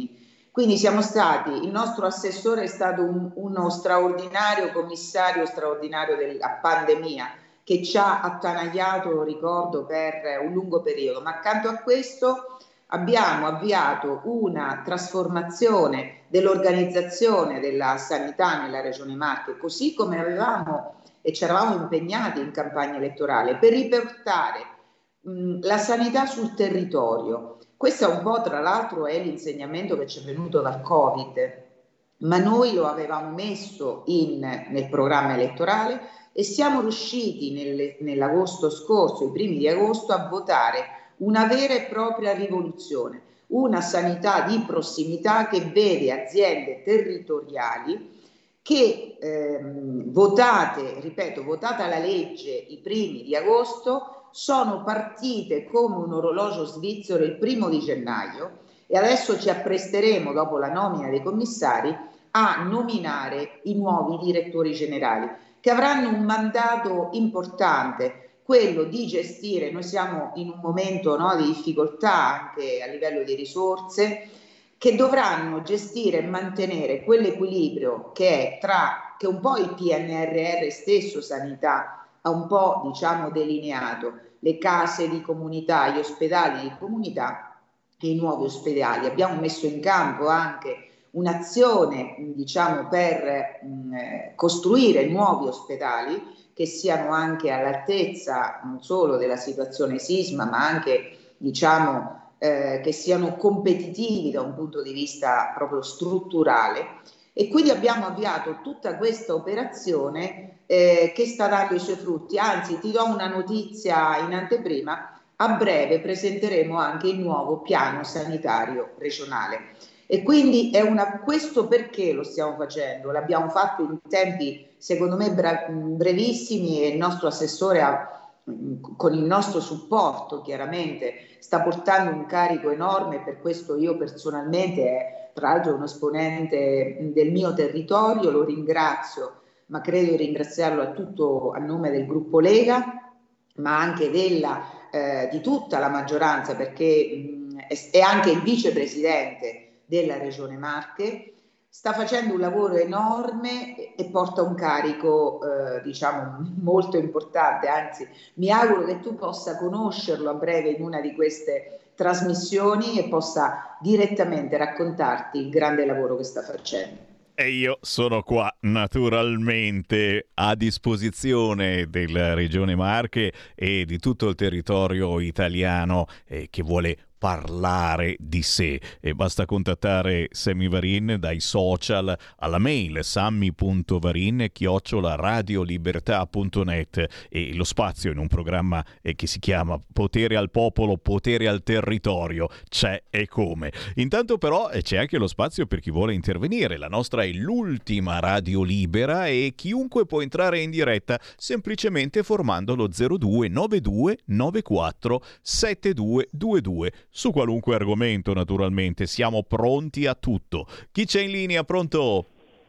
Quindi siamo stati, il nostro assessore è stato un, uno straordinario commissario straordinario della pandemia che ci ha attanagliato, lo ricordo, per un lungo periodo, ma accanto a questo abbiamo avviato una trasformazione dell'organizzazione della sanità nella Regione Marche, così come avevamo e ci eravamo impegnati in campagna elettorale per riportare mh, la sanità sul territorio. Questo un po', tra l'altro, è l'insegnamento che ci è venuto dal Covid, ma noi lo avevamo messo in, nel programma elettorale e siamo riusciti nel, nell'agosto scorso, i primi di agosto, a votare una vera e propria rivoluzione, una sanità di prossimità che vede aziende territoriali che ehm, votate, ripeto, votata la legge i primi di agosto, sono partite come un orologio svizzero il primo di gennaio e adesso ci appresteremo, dopo la nomina dei commissari, a nominare i nuovi direttori generali che avranno un mandato importante, quello di gestire. Noi siamo in un momento, no, di difficoltà anche a livello di risorse, che dovranno gestire e mantenere quell'equilibrio che è tra, che un po' il P N R R stesso sanità ha un po', diciamo, delineato, le case di comunità, gli ospedali di comunità e i nuovi ospedali. Abbiamo messo in campo anche un'azione, diciamo, per mh, costruire nuovi ospedali che siano anche all'altezza non solo della situazione sisma, ma anche, diciamo, eh, che siano competitivi da un punto di vista proprio strutturale. E quindi abbiamo avviato tutta questa operazione eh, che sta dando i suoi frutti. Anzi, ti do una notizia in anteprima: a breve presenteremo anche il nuovo piano sanitario regionale. E quindi è una, questo perché lo stiamo facendo? L'abbiamo fatto in tempi, secondo me, bra- brevissimi, e il nostro assessore ha, con il nostro supporto, chiaramente, sta portando un carico enorme. Per questo io personalmente, è, tra l'altro, uno esponente del mio territorio, lo ringrazio, ma credo di ringraziarlo a tutto a nome del gruppo Lega, ma anche della, eh, di tutta la maggioranza, perché mh, è, è anche il vicepresidente della Regione Marche, sta facendo un lavoro enorme e porta un carico eh, diciamo molto importante. Anzi, mi auguro che tu possa conoscerlo a breve in una di queste trasmissioni e possa direttamente raccontarti il grande lavoro che sta facendo. E io sono qua naturalmente a disposizione della Regione Marche e di tutto il territorio italiano eh, che vuole parlare di sé, e basta contattare Sammy Varin dai social alla mail sammy punto varin chiocciola radiolibertà punto net, e lo spazio in un programma eh, che si chiama Potere al Popolo, Potere al Territorio c'è e come. Intanto però eh, c'è anche lo spazio per chi vuole intervenire. La nostra è l'ultima radio libera e chiunque può entrare in diretta semplicemente formando lo zero due nove due nove quattro sette due due due su qualunque argomento. Naturalmente siamo pronti a tutto. Chi c'è in linea? Pronto?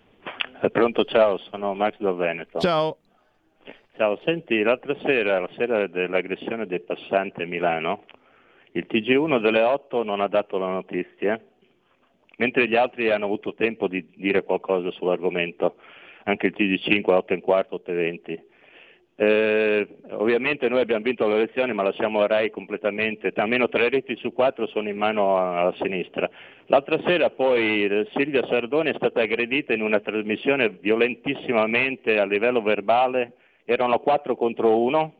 È pronto, ciao, sono Max da Veneto. Ciao. Ciao, senti, l'altra sera, la sera dell'aggressione dei passanti a Milano, il T G uno delle otto non ha dato la notizia, mentre gli altri hanno avuto tempo di dire qualcosa sull'argomento, anche il T G cinque, otto e un quarto, otto e venti. Eh, ovviamente noi abbiamo vinto le elezioni, ma lasciamo la Rai completamente, almeno tre reti su quattro sono in mano alla sinistra. L'altra sera poi Silvia Sardoni è stata aggredita in una trasmissione violentissimamente a livello verbale, erano quattro contro uno,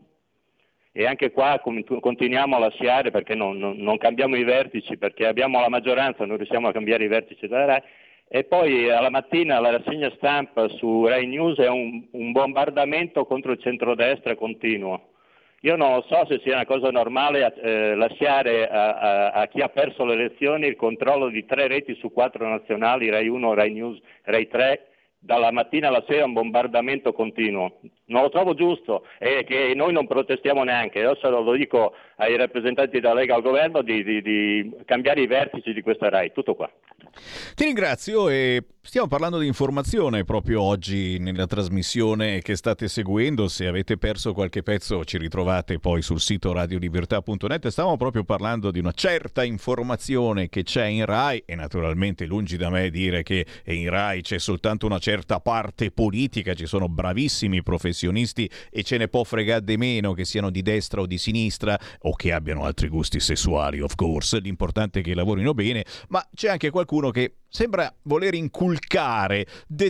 e anche qua continuiamo a lasciare, perché non, non, non cambiamo i vertici, perché abbiamo la maggioranza, non riusciamo a cambiare i vertici della Rai. E poi alla mattina la rassegna stampa su Rai News è un, un bombardamento contro il centrodestra continuo. Io non so se sia una cosa normale eh, lasciare a, a, a chi ha perso le elezioni il controllo di tre reti su quattro nazionali, Rai uno, Rai News, Rai tre, dalla mattina alla sera un bombardamento continuo. Non lo trovo giusto, e che noi non protestiamo neanche. Adesso lo dico ai rappresentanti della Lega al governo di, di, di cambiare i vertici di questa Rai. Tutto qua. Ti ringrazio e stiamo parlando di informazione proprio oggi nella trasmissione che state seguendo. Se avete perso qualche pezzo ci ritrovate poi sul sito radio libertà punto net. Stavamo proprio parlando di una certa informazione che c'è in Rai e naturalmente lungi da me dire che in Rai c'è soltanto una certa parte politica, ci sono bravissimi professionisti e ce ne può fregare di meno che siano di destra o di sinistra o che abbiano altri gusti sessuali, of course. L'importante è che lavorino bene, ma c'è anche qualcuno che sembra voler inculcare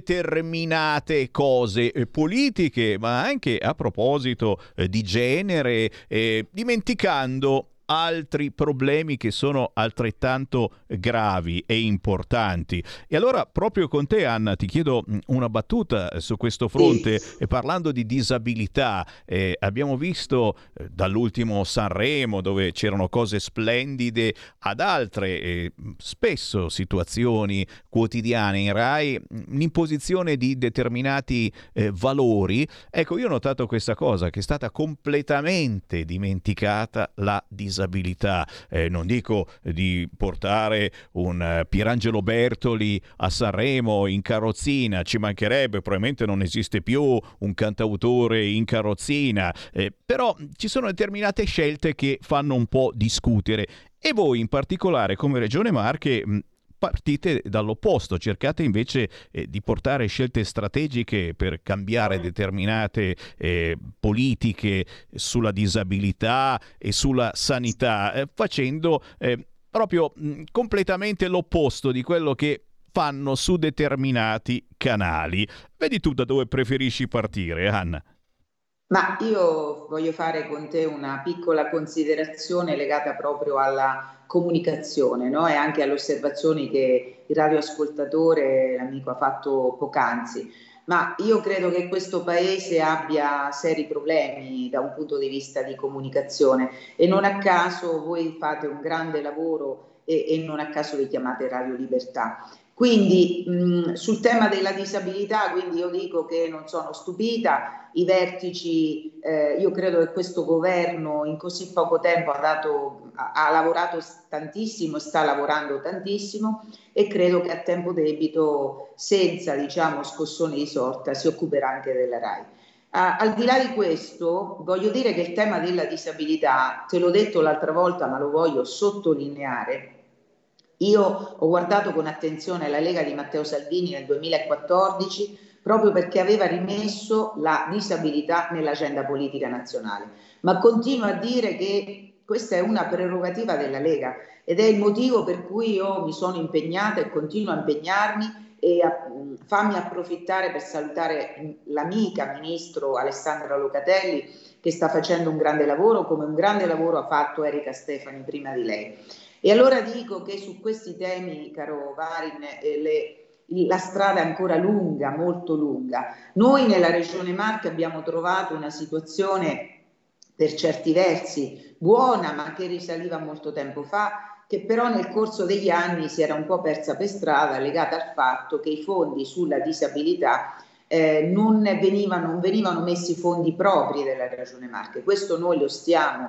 determinate cose politiche, ma anche a proposito eh, di genere, eh, dimenticando altri problemi che sono altrettanto gravi e importanti. E allora proprio con te, Anna, ti chiedo una battuta su questo fronte. Sì. Parlando di disabilità, eh, abbiamo visto eh, dall'ultimo Sanremo, dove c'erano cose splendide, ad altre eh, spesso situazioni quotidiane in Rai, l'imposizione di determinati eh, valori. Ecco, io ho notato questa cosa, che è stata completamente dimenticata la disabilità. Eh, non dico di portare un uh, Pierangelo Bertoli a Sanremo in carrozzina, ci mancherebbe, probabilmente non esiste più un cantautore in carrozzina, eh, però ci sono determinate scelte che fanno un po' discutere e voi in particolare come Regione Marche mh, partite dall'opposto, cercate invece eh, di portare scelte strategiche per cambiare determinate eh, politiche sulla disabilità e sulla sanità, eh, facendo eh, proprio mh, completamente l'opposto di quello che fanno su determinati canali. Vedi tu da dove preferisci partire, Anna? Ma io voglio fare con te una piccola considerazione legata proprio alla comunicazione, no? E anche alle osservazioni che il radioascoltatore, l'amico, ha fatto poc'anzi. Ma io credo che questo paese abbia seri problemi da un punto di vista di comunicazione e non a caso voi fate un grande lavoro e, e non a caso vi chiamate Radio Libertà. Quindi mh, sul tema della disabilità, quindi io dico che non sono stupita, i vertici, eh, io credo che questo governo in così poco tempo ha, dato, ha, ha lavorato tantissimo, sta lavorando tantissimo e credo che a tempo debito, senza diciamo scossoni di sorta, si occuperà anche della Rai. Uh, al di là di questo, voglio dire che il tema della disabilità, te l'ho detto l'altra volta ma lo voglio sottolineare. Io ho guardato con attenzione la Lega di Matteo Salvini nel duemilaquattordici proprio perché aveva rimesso la disabilità nell'agenda politica nazionale, ma continuo a dire che questa è una prerogativa della Lega ed è il motivo per cui io mi sono impegnata e continuo a impegnarmi e a, fammi approfittare per salutare l'amica ministro Alessandra Locatelli che sta facendo un grande lavoro, come un grande lavoro ha fatto Erika Stefani prima di lei. E allora dico che su questi temi, caro Varin, eh, le, la strada è ancora lunga, molto lunga. Noi nella Regione Marche abbiamo trovato una situazione per certi versi buona, ma che risaliva molto tempo fa, che però nel corso degli anni si era un po' persa per strada, legata al fatto che i fondi sulla disabilità eh, non venivano, non venivano messi fondi propri della Regione Marche. Questo noi lo stiamo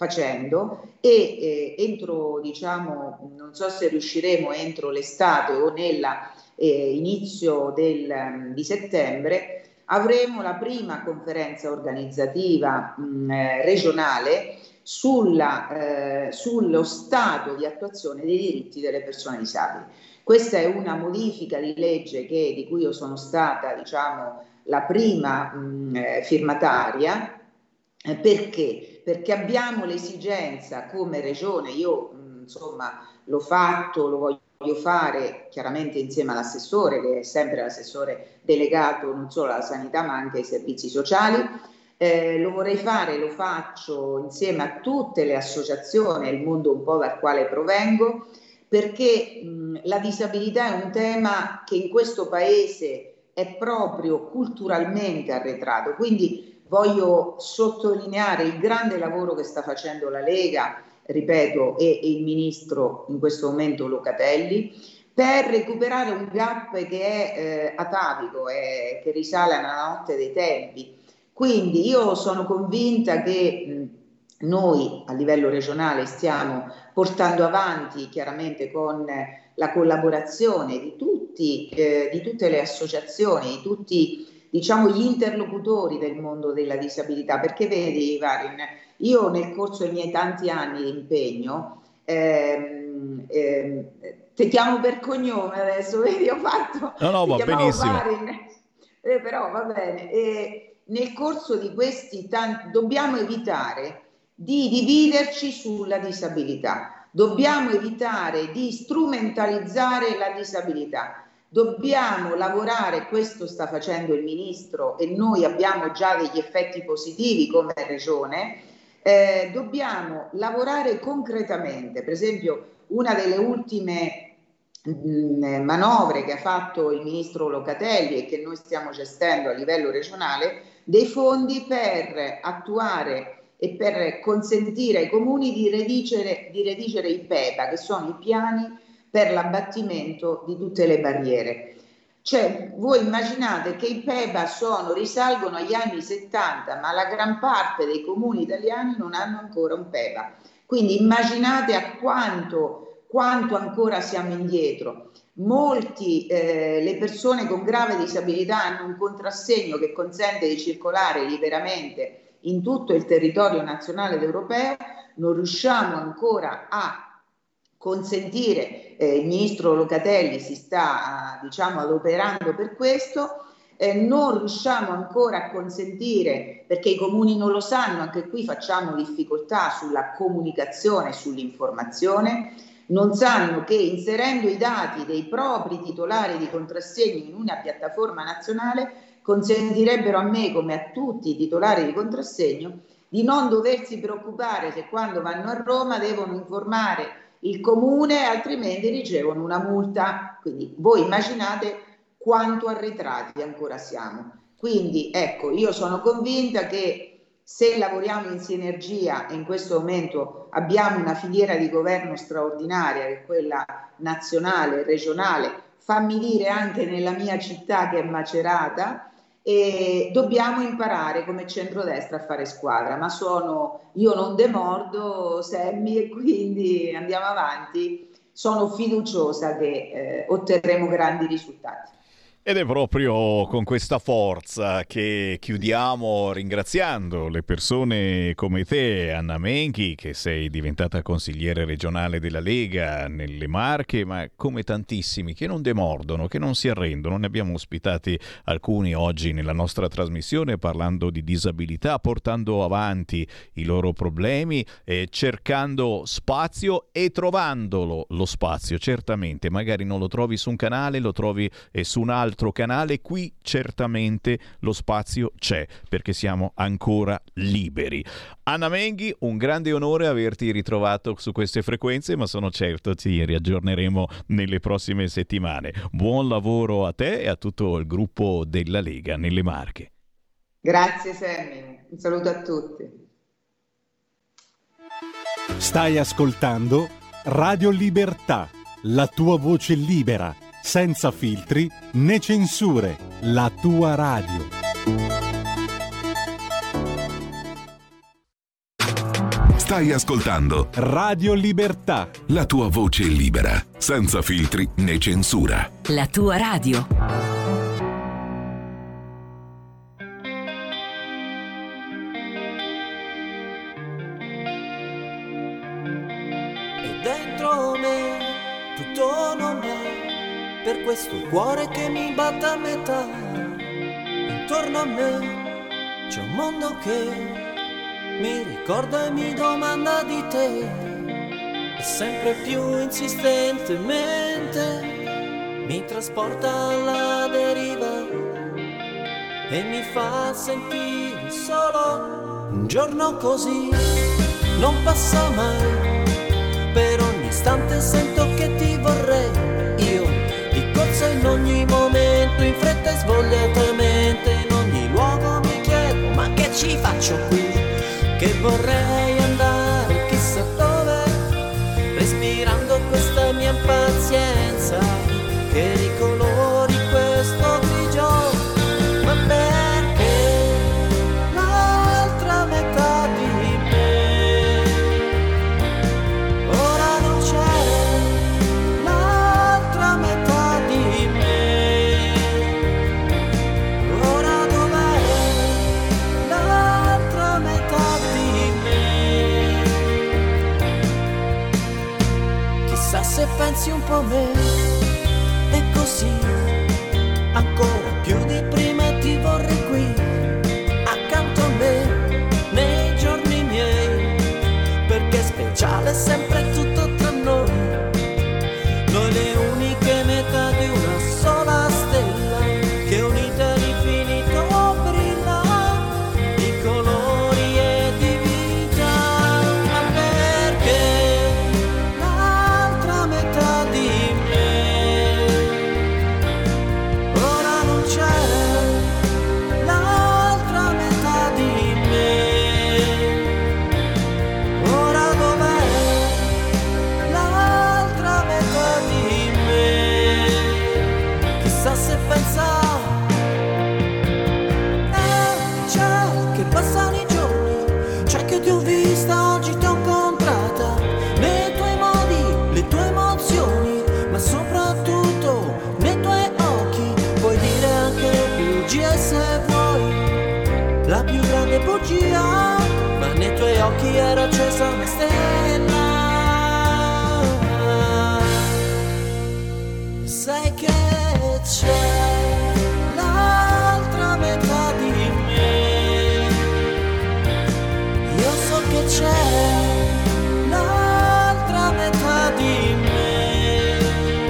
facendo e eh, entro, diciamo, non so se riusciremo entro l'estate o nella eh, inizio del, um, di settembre, avremo la prima conferenza organizzativa mh, eh, regionale sulla, eh, sullo stato di attuazione dei diritti delle persone disabili. Questa è una modifica di legge che, di cui io sono stata, diciamo, la prima mh, firmataria. Eh, perché? Perché abbiamo l'esigenza come regione, io mh, insomma l'ho fatto, lo voglio fare chiaramente insieme all'assessore, che è sempre l'assessore delegato non solo alla sanità ma anche ai servizi sociali, eh, lo vorrei fare, lo faccio insieme a tutte le associazioni, il mondo un po' dal quale provengo, perché mh, la disabilità è un tema che in questo paese è proprio culturalmente arretrato, quindi voglio sottolineare il grande lavoro che sta facendo la Lega, ripeto, e, e il ministro in questo momento Locatelli, per recuperare un gap che è eh, atavico, è, che risale alla notte dei tempi. Quindi io sono convinta che mh, noi a livello regionale stiamo portando avanti chiaramente con la collaborazione di tutti, eh, di tutte le associazioni, di tutti, diciamo, gli interlocutori del mondo della disabilità, perché vedi, Varin, io nel corso dei miei tanti anni di impegno, ehm, ehm, ti chiamo per cognome adesso, vedi, ho fatto... No, no, va benissimo. Varin, eh, però va bene. E nel corso di questi tanti... dobbiamo evitare di dividerci sulla disabilità, dobbiamo evitare di strumentalizzare la disabilità. Dobbiamo lavorare, questo sta facendo il Ministro e noi abbiamo già degli effetti positivi come Regione, eh, dobbiamo lavorare concretamente. Per esempio, una delle ultime mh, manovre che ha fatto il Ministro Locatelli e che noi stiamo gestendo a livello regionale, dei fondi per attuare e per consentire ai comuni di redigere, di redigere i P E P A, che sono i piani per l'abbattimento di tutte le barriere. Cioè, voi immaginate che i P E P A sono, risalgono agli anni settanta, ma la gran parte dei comuni italiani non hanno ancora un P E P A. Quindi immaginate a quanto, quanto ancora siamo indietro. Molti, eh, le persone con grave disabilità hanno un contrassegno che consente di circolare liberamente in tutto il territorio nazionale ed europeo, non riusciamo ancora a consentire, eh, il Ministro Locatelli si sta, diciamo, adoperando per questo, eh, non riusciamo ancora a consentire, perché i comuni non lo sanno, anche qui facciamo difficoltà sulla comunicazione, sull'informazione, non sanno che inserendo i dati dei propri titolari di contrassegno in una piattaforma nazionale consentirebbero a me, come a tutti i titolari di contrassegno, di non doversi preoccupare se quando vanno a Roma devono informare il comune, altrimenti ricevono una multa. Quindi voi immaginate quanto arretrati ancora siamo. Quindi ecco, io sono convinta che se lavoriamo in sinergia, e in questo momento abbiamo una filiera di governo straordinaria, che è quella nazionale, regionale, fammi dire anche nella mia città che è Macerata, e dobbiamo imparare come centrodestra a fare squadra, ma sono, io non demordo, Sammy, e quindi andiamo avanti, sono fiduciosa che eh, otterremo grandi risultati. Ed è proprio con questa forza che chiudiamo ringraziando le persone come te, Anna Menghi, che sei diventata consigliere regionale della Lega nelle Marche, ma come tantissimi che non demordono, che non si arrendono. Ne abbiamo ospitati alcuni oggi nella nostra trasmissione parlando di disabilità, portando avanti i loro problemi, eh, cercando spazio e trovandolo lo spazio, certamente. Magari non lo trovi su un canale, lo trovi eh, su un altro canale, qui certamente lo spazio c'è perché siamo ancora liberi. Anna Menghi, un grande onore averti ritrovato su queste frequenze, ma sono certo ci riaggiorneremo nelle prossime settimane. Buon lavoro a te e a tutto il gruppo della Lega nelle Marche. Grazie Sammy, un saluto a tutti. Stai ascoltando Radio Libertà, la tua voce libera, senza filtri né censure, la tua radio. Stai ascoltando Radio Libertà, la tua voce libera, senza filtri né censura. La tua radio. E dentro me tutto non va, per questo cuore che mi batte a metà. Intorno a me c'è un mondo che mi ricorda e mi domanda di te, e sempre più insistentemente mi trasporta alla deriva e mi fa sentire solo. Un giorno così non passa mai, per ogni istante sento che ti vorrei. Io di corsa in ogni momento, in fretta e svogliatamente, in ogni luogo mi chiedo ma che ci faccio qui, che vorrei andare chissà dove, respirando questa mia impazienza che ricolori questo grigio. Ma perché l'altra metà di me ora non c'è, l'altra accanto a me, e così ancora più di prima ti vorrei qui, accanto a me, nei giorni miei, perché speciale è sempre tutto tra noi, noi le uniche metà di una sola stella, che unite all'infinito brilla di colori e di vita, ma perché l'altra metà di me ora non c'è, l'altra metà di me ora dov'è, l'altra metà di me, chissà se pensa. Che passano i giorni, c'è che ti ho vista, oggi ti ho incontrata, nei tuoi modi, le tue emozioni, ma soprattutto nei tuoi occhi, puoi dire anche bugie se vuoi, la più grande bugia, ma nei tuoi occhi era accesa una stella, sai che c'è l'altra metà di me, io so che c'è l'altra metà di me,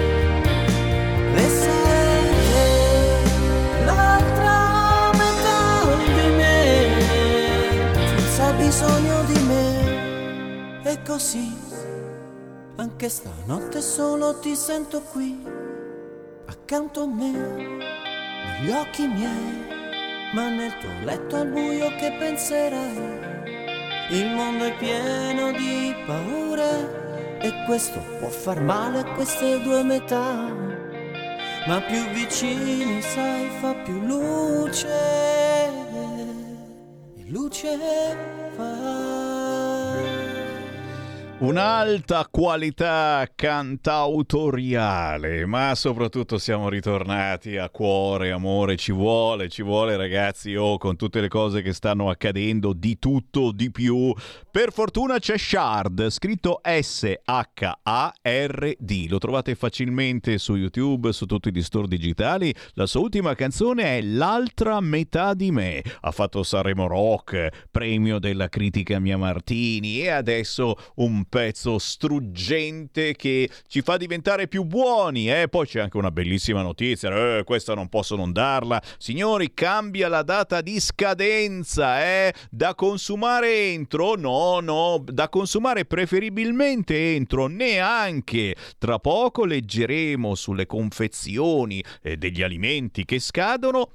e sei te l'altra metà di me, senza hai bisogno di me, e così anche stanotte solo ti sento qui, accanto a me, negli occhi miei, ma nel tuo letto al buio che penserai, il mondo è pieno di paure, e questo può far male a queste due metà, ma più vicini sai fa più luce, e luce fa. Un'alta qualità cantautoriale, ma soprattutto siamo ritornati a cuore, amore, ci vuole, ci vuole ragazzi, oh, con tutte le cose che stanno accadendo, di tutto, di più. Per fortuna c'è Shard, scritto S H A R D, lo trovate facilmente su YouTube, su tutti gli store digitali. La sua ultima canzone è L'altra metà di me, ha fatto Sanremo Rock, premio della critica Mia Martini, e adesso un pezzo struggente che ci fa diventare più buoni. Eh? Poi c'è anche una bellissima notizia, eh, questa non posso non darla, signori, cambia la data di scadenza, eh? Da consumare entro, no no, da consumare preferibilmente entro, neanche tra poco leggeremo sulle confezioni eh, degli alimenti che scadono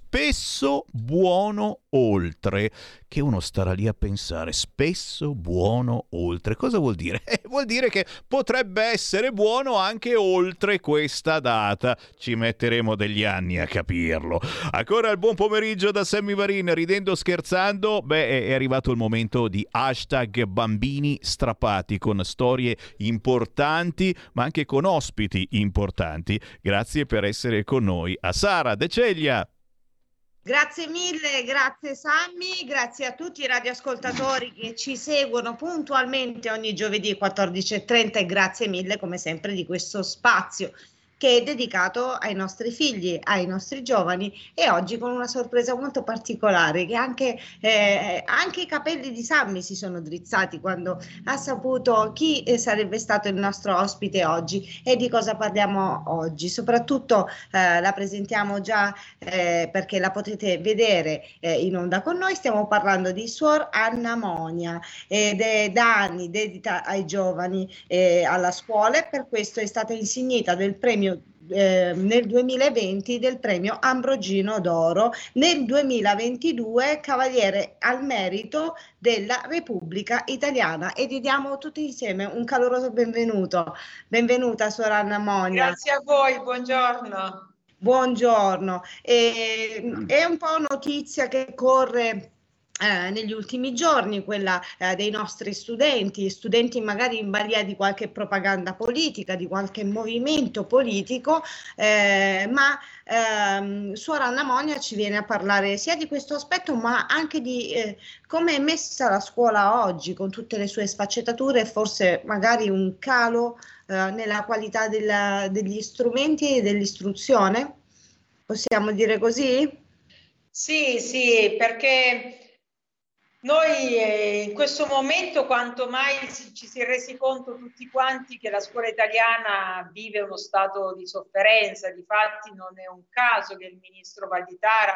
spesso buono oltre, che uno starà lì a pensare, spesso buono oltre, cosa vuol dire? Eh, vuol dire che potrebbe essere buono anche oltre questa data, ci metteremo degli anni a capirlo. Ancora il buon pomeriggio da Sammy Varin, ridendo scherzando, beh, è arrivato il momento di hashtag bambini strappati, con storie importanti ma anche con ospiti importanti. Grazie per essere con noi a Sara De Ceglia. Grazie mille, grazie Sammy, grazie a tutti i radioascoltatori che ci seguono puntualmente ogni giovedì quattordici e trenta, e grazie mille come sempre di questo spazio che è dedicato ai nostri figli, ai nostri giovani, e oggi con una sorpresa molto particolare, che anche, eh, anche i capelli di Sammy si sono drizzati quando ha saputo chi eh, sarebbe stato il nostro ospite oggi e di cosa parliamo oggi. Soprattutto eh, la presentiamo già eh, perché la potete vedere eh, in onda con noi. Stiamo parlando di Suor Anna Monia, ed è da anni dedita ai giovani, eh, alla scuola, e per questo è stata insignita del premio Eh, nel duemilaventi del premio Ambrogino d'Oro, nel duemilaventidue Cavaliere al Merito della Repubblica Italiana, e ti diamo tutti insieme un caloroso benvenuto. Benvenuta Suor Anna Monia. Grazie a voi, buongiorno. Buongiorno. E, è un po' notizia che corre Eh, negli ultimi giorni, quella eh, dei nostri studenti, studenti magari in balia di qualche propaganda politica, di qualche movimento politico, eh, ma ehm, Suor Anna Monia ci viene a parlare sia di questo aspetto, ma anche di eh, come è messa la scuola oggi, con tutte le sue sfaccettature e forse magari un calo eh, nella qualità della, degli strumenti e dell'istruzione. Possiamo dire così? Sì, sì, perché noi eh, in questo momento quanto mai si, ci si è resi conto tutti quanti che la scuola italiana vive uno stato di sofferenza. Difatti non è un caso che il ministro Valditara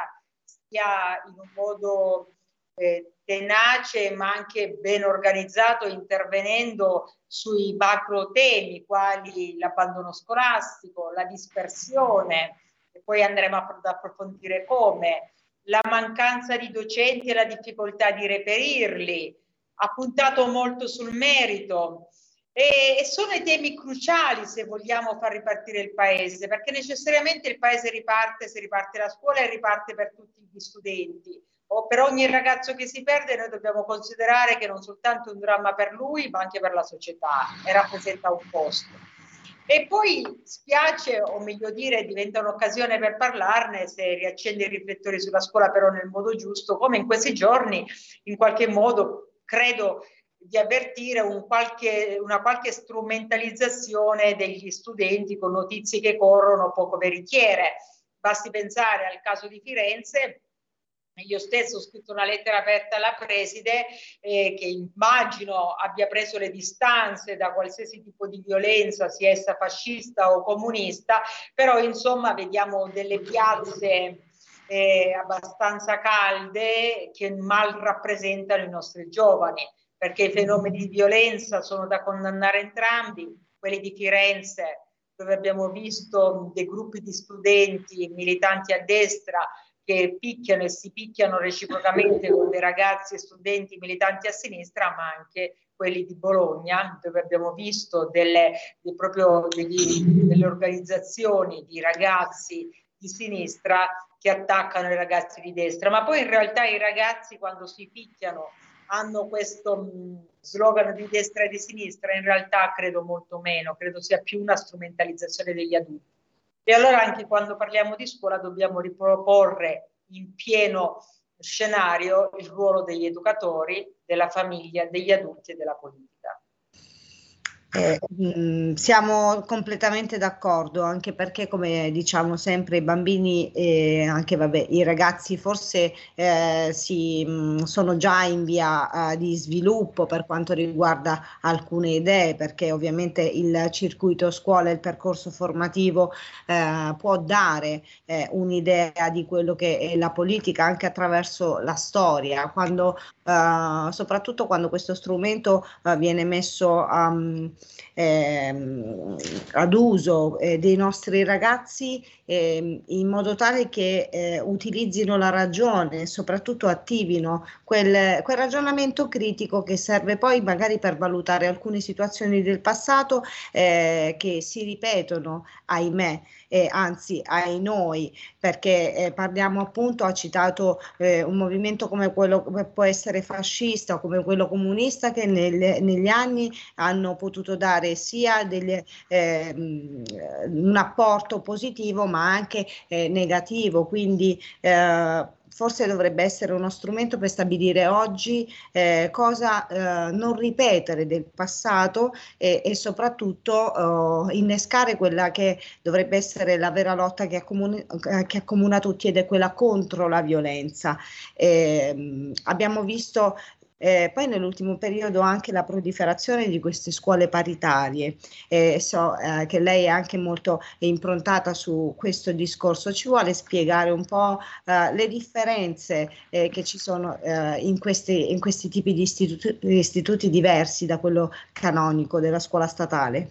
stia in un modo eh, tenace ma anche ben organizzato intervenendo sui macro temi quali l'abbandono scolastico, la dispersione, e poi andremo ad approfondire come, la mancanza di docenti e la difficoltà di reperirli, ha puntato molto sul merito e, e sono i temi cruciali se vogliamo far ripartire il paese, perché necessariamente il paese riparte se riparte la scuola e riparte per tutti gli studenti. O per ogni ragazzo che si perde noi dobbiamo considerare che non soltanto è un dramma per lui ma anche per la società e rappresenta un costo. E poi spiace, o meglio dire, diventa un'occasione per parlarne se riaccende i riflettori sulla scuola però nel modo giusto, come in questi giorni in qualche modo credo di avvertire un qualche, una qualche strumentalizzazione degli studenti con notizie che corrono poco veritiere. Basti pensare al caso di Firenze. Io stesso ho scritto una lettera aperta alla preside eh, che immagino abbia preso le distanze da qualsiasi tipo di violenza, sia essa fascista o comunista, però insomma vediamo delle piazze eh, abbastanza calde che mal rappresentano i nostri giovani, perché i fenomeni di violenza sono da condannare entrambi, quelli di Firenze dove abbiamo visto dei gruppi di studenti militanti a destra che picchiano e si picchiano reciprocamente con dei ragazzi e studenti militanti a sinistra, ma anche quelli di Bologna, dove abbiamo visto delle, de, proprio degli, delle organizzazioni di ragazzi di sinistra che attaccano i ragazzi di destra. Ma poi in realtà i ragazzi quando si picchiano hanno questo mh, slogan di destra e di sinistra, in realtà credo molto meno, credo sia più una strumentalizzazione degli adulti. E allora anche quando parliamo di scuola dobbiamo riproporre in pieno scenario il ruolo degli educatori, della famiglia, degli adulti e della politica. Eh, mh, siamo completamente d'accordo, anche perché come diciamo sempre i bambini e anche vabbè, i ragazzi forse eh, si, mh, sono già in via uh, di sviluppo per quanto riguarda alcune idee, perché ovviamente il circuito scuola, il percorso formativo eh, può dare eh, un'idea di quello che è la politica anche attraverso la storia, quando, uh, soprattutto quando questo strumento uh, viene messo um, Ehm, ad uso eh, dei nostri ragazzi eh, in modo tale che eh, utilizzino la ragione e soprattutto attivino quel, quel ragionamento critico che serve poi magari per valutare alcune situazioni del passato eh, che si ripetono, ahimè, eh, anzi ai noi, perché eh, parliamo appunto, ha citato eh, un movimento come quello che può essere fascista o come quello comunista che nel, negli anni hanno potuto dare sia delle, eh, un apporto positivo ma anche eh, negativo, quindi eh, forse dovrebbe essere uno strumento per stabilire oggi eh, cosa eh, non ripetere del passato e, e soprattutto eh, innescare quella che dovrebbe essere la vera lotta che accomuna, che accomuna tutti, ed è quella contro la violenza. Eh, abbiamo visto Eh, poi nell'ultimo periodo anche la proliferazione di queste scuole paritarie, eh, so eh, che lei è anche molto improntata su questo discorso. Ci vuole spiegare un po' eh, le differenze eh, che ci sono eh, in, questi, in questi tipi di istituti, istituti diversi da quello canonico della scuola statale?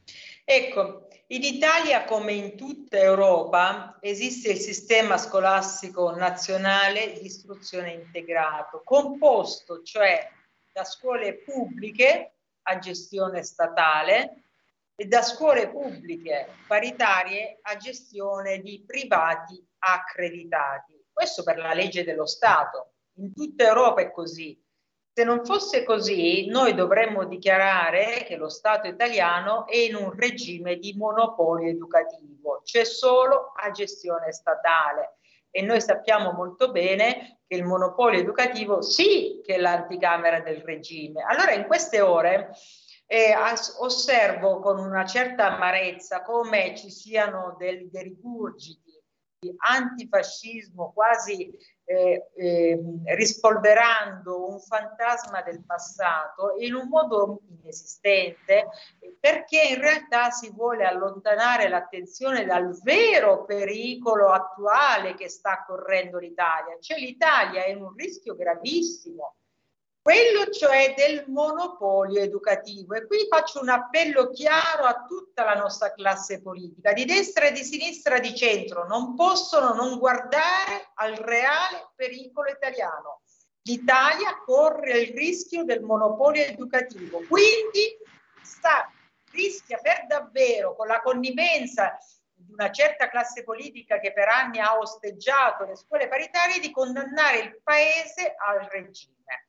Ecco, in Italia come in tutta Europa esiste il sistema scolastico nazionale di istruzione integrato, composto cioè da scuole pubbliche a gestione statale e da scuole pubbliche paritarie a gestione di privati accreditati. Questo per la legge dello Stato. In tutta Europa è così. Se non fosse così, noi dovremmo dichiarare che lo Stato italiano è in un regime di monopolio educativo, cioè solo a gestione statale. E noi sappiamo molto bene che il monopolio educativo sì che è l'anticamera del regime. Allora in queste ore eh, osservo con una certa amarezza come ci siano dei, dei rigurgiti di antifascismo quasi eh, eh, rispolverando un fantasma del passato in un modo inesistente, perché in realtà si vuole allontanare l'attenzione dal vero pericolo attuale che sta correndo l'Italia. Cioè l'Italia è in un rischio gravissimo, quello cioè del monopolio educativo. E qui faccio un appello chiaro a tutta la nostra classe politica, di destra e di sinistra, di centro: non possono non guardare al reale pericolo italiano. L'Italia corre il rischio del monopolio educativo, quindi sta, rischia per davvero, con la connivenza di una certa classe politica che per anni ha osteggiato le scuole paritarie, di condannare il paese al regime.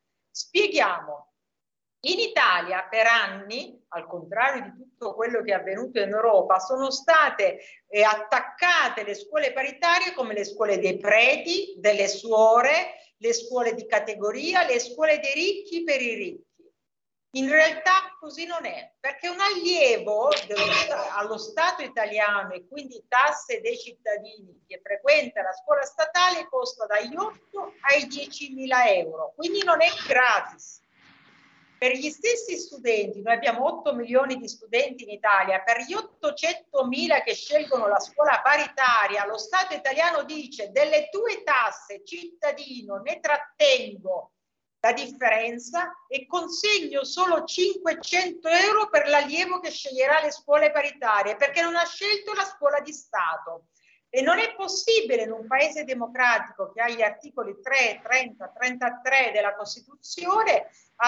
Spieghiamo. In Italia per anni, al contrario di tutto quello che è avvenuto in Europa, sono state eh, attaccate le scuole paritarie come le scuole dei preti, delle suore, le scuole di categoria, le scuole dei ricchi per i ricchi. In realtà così non è, perché un allievo dello, allo Stato italiano, e quindi tasse dei cittadini, che frequenta la scuola statale costa dagli otto ai diecimila euro, quindi non è gratis. Per gli stessi studenti, noi abbiamo otto milioni di studenti in Italia, per gli ottocentomila che scelgono la scuola paritaria, lo Stato italiano dice: delle tue tasse, cittadino, ne trattengo la differenza e consegno solo cinquecento euro per l'allievo che sceglierà le scuole paritarie, perché non ha scelto la scuola di Stato. E non è possibile in un paese democratico che ha gli articoli tre, trenta, trentatré della Costituzione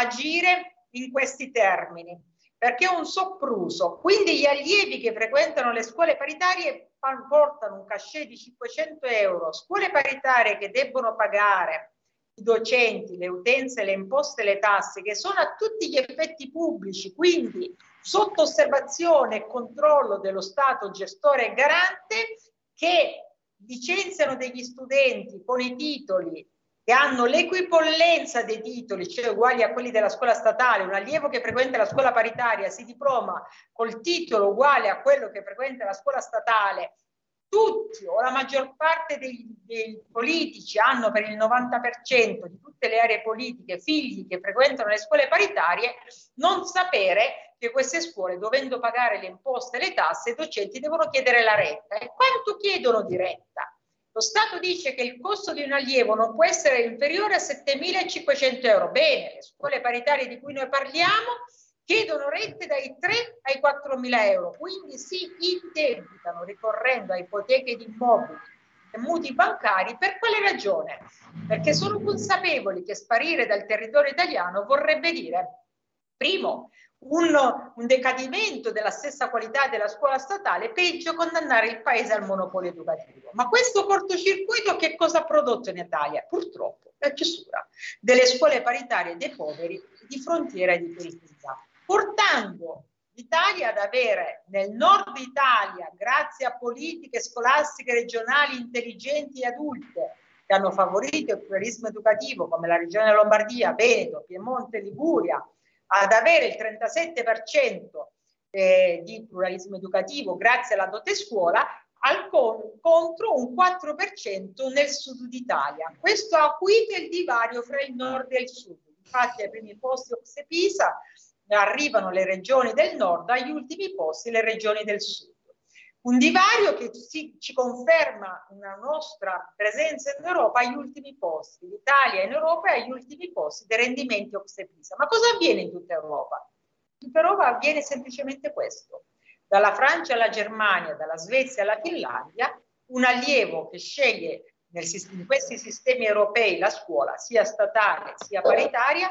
agire in questi termini, perché è un sopruso. Quindi gli allievi che frequentano le scuole paritarie portano un cachet di cinquecento euro, scuole paritarie che debbono pagare i docenti, le utenze, le imposte, le tasse, che sono a tutti gli effetti pubblici, quindi sotto osservazione e controllo dello Stato gestore e garante, che licenziano degli studenti con i titoli che hanno l'equipollenza dei titoli, cioè uguali a quelli della scuola statale. Un allievo che frequenta la scuola paritaria si diploma col titolo uguale a quello che frequenta la scuola statale. Tutti o la maggior parte dei, dei politici hanno per il novanta per cento di tutte le aree politiche figli che frequentano le scuole paritarie, non sapere che queste scuole, dovendo pagare le imposte e le tasse, i docenti devono chiedere la retta. E quanto chiedono di retta? Lo Stato dice che il costo di un allievo non può essere inferiore a settemilacinquecento euro. Bene, le scuole paritarie di cui noi parliamo chiedono rette dai tre ai quattromila euro, quindi si indebitano ricorrendo a ipoteche di immobili e mutui bancari. Per quale ragione? Perché sono consapevoli che sparire dal territorio italiano vorrebbe dire, primo, un, un decadimento della stessa qualità della scuola statale, peggio condannare il paese al monopolio educativo. Ma questo cortocircuito che cosa ha prodotto in Italia? Purtroppo la chiusura delle scuole paritarie dei poveri di frontiera e di periferia, portando l'Italia ad avere nel nord Italia, grazie a politiche scolastiche regionali intelligenti e adulte che hanno favorito il pluralismo educativo, come la regione Lombardia, Veneto, Piemonte, Liguria, ad avere il trentasette per cento eh, di pluralismo educativo grazie alla dote scuola, al con, contro un quattro per cento nel sud d'Italia. Questo acuisce il divario fra il nord e il sud. Infatti ai primi posti Ocse Pisa arrivano le regioni del nord, agli ultimi posti le regioni del sud. Un divario che ci, ci conferma una nostra presenza in Europa agli ultimi posti. L'Italia in Europa è agli ultimi posti dei rendimenti Ocse Pisa. Ma cosa avviene in tutta Europa? In tutta Europa avviene semplicemente questo. Dalla Francia alla Germania, dalla Svezia alla Finlandia, un allievo che sceglie nel, in questi sistemi europei la scuola, sia statale sia paritaria,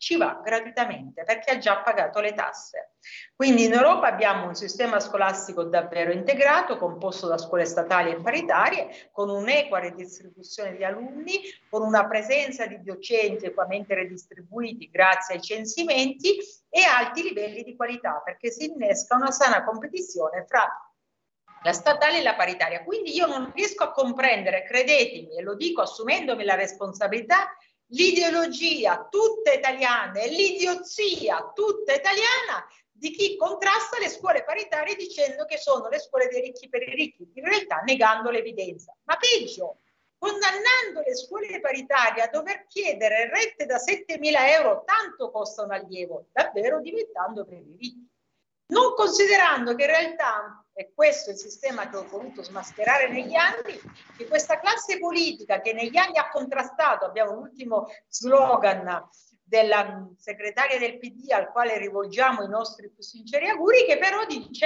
ci va gratuitamente perché ha già pagato le tasse. Quindi in Europa abbiamo un sistema scolastico davvero integrato, composto da scuole statali e paritarie, con un'equa redistribuzione di alunni, con una presenza di docenti equamente redistribuiti grazie ai censimenti e alti livelli di qualità, perché si innesca una sana competizione fra la statale e la paritaria. Quindi io non riesco a comprendere, credetemi, e lo dico assumendomi la responsabilità, l'ideologia tutta italiana e l'idiozia tutta italiana di chi contrasta le scuole paritarie dicendo che sono le scuole dei ricchi per i ricchi, in realtà negando l'evidenza. Ma peggio, condannando le scuole paritarie a dover chiedere rette da settemila euro, tanto costa un allievo, davvero diventando per i ricchi. Non considerando che in realtà, e questo è il sistema che ho voluto smascherare negli anni, che questa classe politica che negli anni ha contrastato, abbiamo l'ultimo slogan della segretaria del P D al quale rivolgiamo i nostri più sinceri auguri, che però dice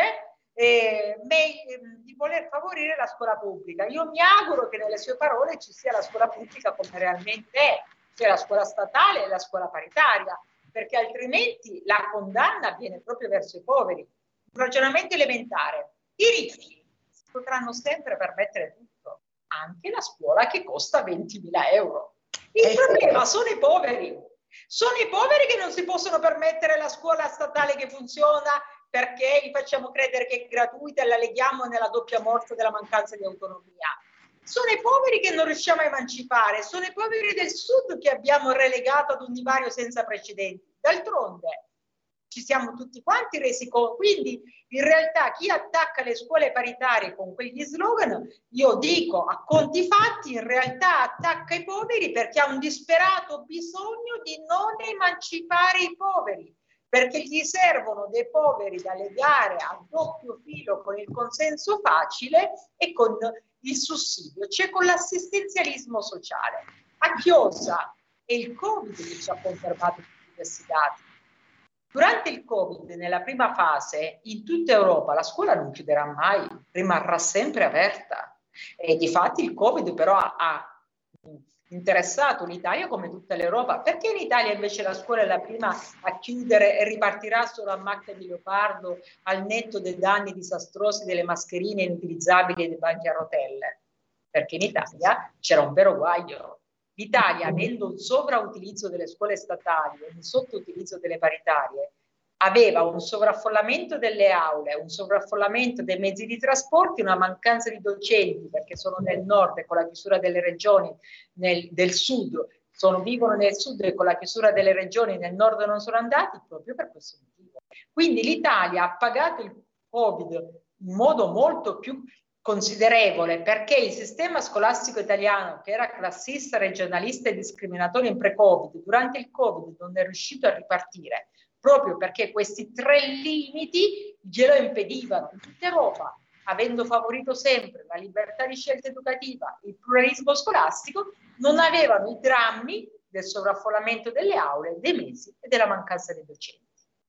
eh, me, eh, di voler favorire la scuola pubblica. Io mi auguro che nelle sue parole ci sia la scuola pubblica come realmente è, cioè la scuola statale e la scuola paritaria, perché altrimenti la condanna avviene proprio verso i poveri. Un ragionamento elementare. I ricchi si potranno sempre permettere tutto, anche la scuola che costa ventimila euro. Il problema sono i poveri. Sono i poveri che non si possono permettere la scuola statale che funziona perché gli facciamo credere che è gratuita e la leghiamo nella doppia morte della mancanza di autonomia. Sono i poveri che non riusciamo a emancipare, sono i poveri del sud che abbiamo relegato ad un divario senza precedenti. D'altronde ci siamo tutti quanti resi conto, quindi in realtà chi attacca le scuole paritarie con quegli slogan, io dico a conti fatti, in realtà attacca i poveri perché ha un disperato bisogno di non emancipare i poveri, perché gli servono dei poveri da legare a doppio filo con il consenso facile e con il sussidio, cioè con l'assistenzialismo sociale. A chiosa è il Covid che ci ha confermato tutti questi dati. Durante il Covid, nella prima fase, in tutta Europa la scuola non chiuderà mai, rimarrà sempre aperta. E difatti il Covid però ha, ha interessato l'Italia come tutta l'Europa. Perché in Italia invece la scuola è la prima a chiudere e ripartirà solo a macchia di leopardo al netto dei danni disastrosi delle mascherine inutilizzabili e dei banchi a rotelle? Perché in Italia c'era un vero guaio. L'Italia, avendo un sovrautilizzo delle scuole statali e un sottoutilizzo delle paritarie, aveva un sovraffollamento delle aule, un sovraffollamento dei mezzi di trasporto, una mancanza di docenti, perché sono nel nord e con la chiusura delle regioni nel, del sud, sono, vivono nel sud e con la chiusura delle regioni nel nord non sono andati, proprio per questo motivo. Quindi l'Italia ha pagato il Covid in modo molto più considerevole, perché il sistema scolastico italiano, che era classista, regionalista e discriminatorio in pre-Covid, durante il Covid non è riuscito a ripartire, proprio perché questi tre limiti glielo impedivano. In tutta Europa, avendo favorito sempre la libertà di scelta educativa, il pluralismo scolastico, non avevano i drammi del sovraffollamento delle aule, dei mesi e della mancanza di docenti.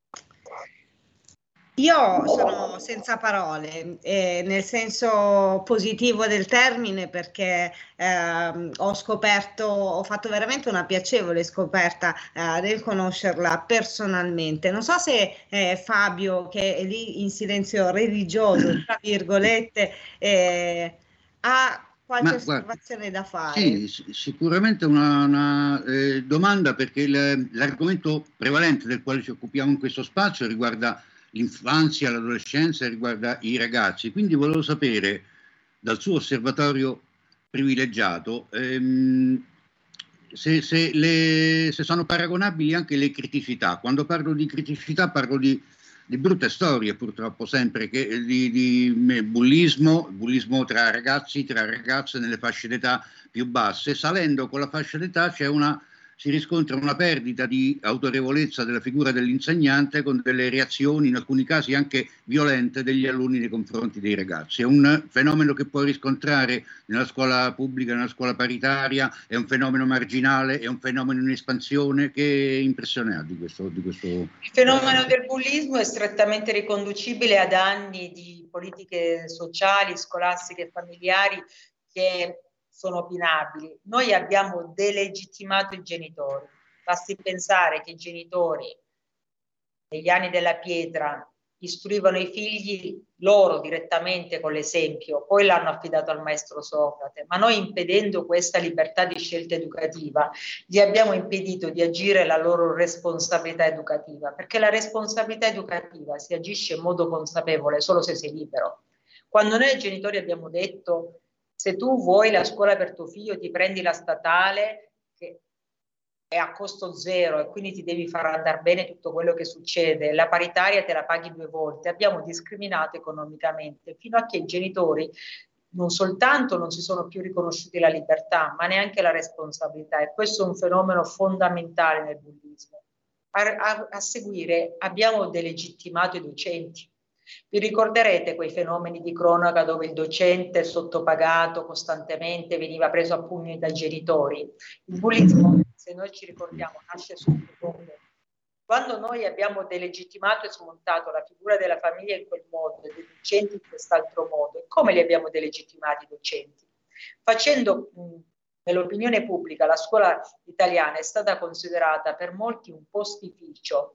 Io sono senza parole, eh, nel senso positivo del termine, perché eh, ho scoperto, ho fatto veramente una piacevole scoperta eh, nel conoscerla personalmente. Non so se eh, Fabio, che è lì in silenzio religioso, tra virgolette, eh, ha qualche Ma, osservazione guarda, da fare. Sì, sicuramente una, una eh, domanda, perché il, l'argomento prevalente del quale ci occupiamo in questo spazio riguarda l'infanzia, l'adolescenza, riguarda i ragazzi. Quindi volevo sapere dal suo osservatorio privilegiato ehm, se, se, le, se sono paragonabili anche le criticità. Quando parlo di criticità parlo di, di brutte storie, purtroppo sempre, che, di, di bullismo, bullismo tra ragazzi, tra ragazze nelle fasce d'età più basse. Salendo con la fascia d'età c'è una si riscontra una perdita di autorevolezza della figura dell'insegnante, con delle reazioni, in alcuni casi anche violente, degli alunni nei confronti dei ragazzi. È un fenomeno che può riscontrare nella scuola pubblica, nella scuola paritaria, è un fenomeno marginale, è un fenomeno in espansione. Che impressione ha di questo? Di questo... Il fenomeno del bullismo è strettamente riconducibile ad anni di politiche sociali, scolastiche e familiari che sono opinabili. Noi abbiamo delegittimato i genitori, Basti pensare che i genitori negli anni della pietra istruivano i figli loro direttamente con l'esempio, poi l'hanno affidato al maestro Socrate, ma noi, impedendo questa libertà di scelta educativa, gli abbiamo impedito di agire la loro responsabilità educativa, perché la responsabilità educativa si agisce in modo consapevole solo se sei libero. Quando noi genitori abbiamo detto: se tu vuoi la scuola per tuo figlio ti prendi la statale, che è a costo zero e quindi ti devi far andare bene tutto quello che succede, la paritaria te la paghi due volte, abbiamo discriminato economicamente fino a che i genitori non soltanto non si sono più riconosciuti la libertà, ma neanche la responsabilità, e questo è un fenomeno fondamentale nel bullismo. A, a, a seguire abbiamo delegittimato i docenti. Vi ricorderete quei fenomeni di cronaca dove il docente sottopagato costantemente veniva preso a pugni dai genitori? Il bullismo, se noi ci ricordiamo, nasce subito dopo. Quando noi abbiamo delegittimato e smontato la figura della famiglia in quel modo e dei docenti in quest'altro modo, e come li abbiamo delegittimati i docenti? Facendo mh, nell'opinione pubblica la scuola italiana è stata considerata per molti un postificio,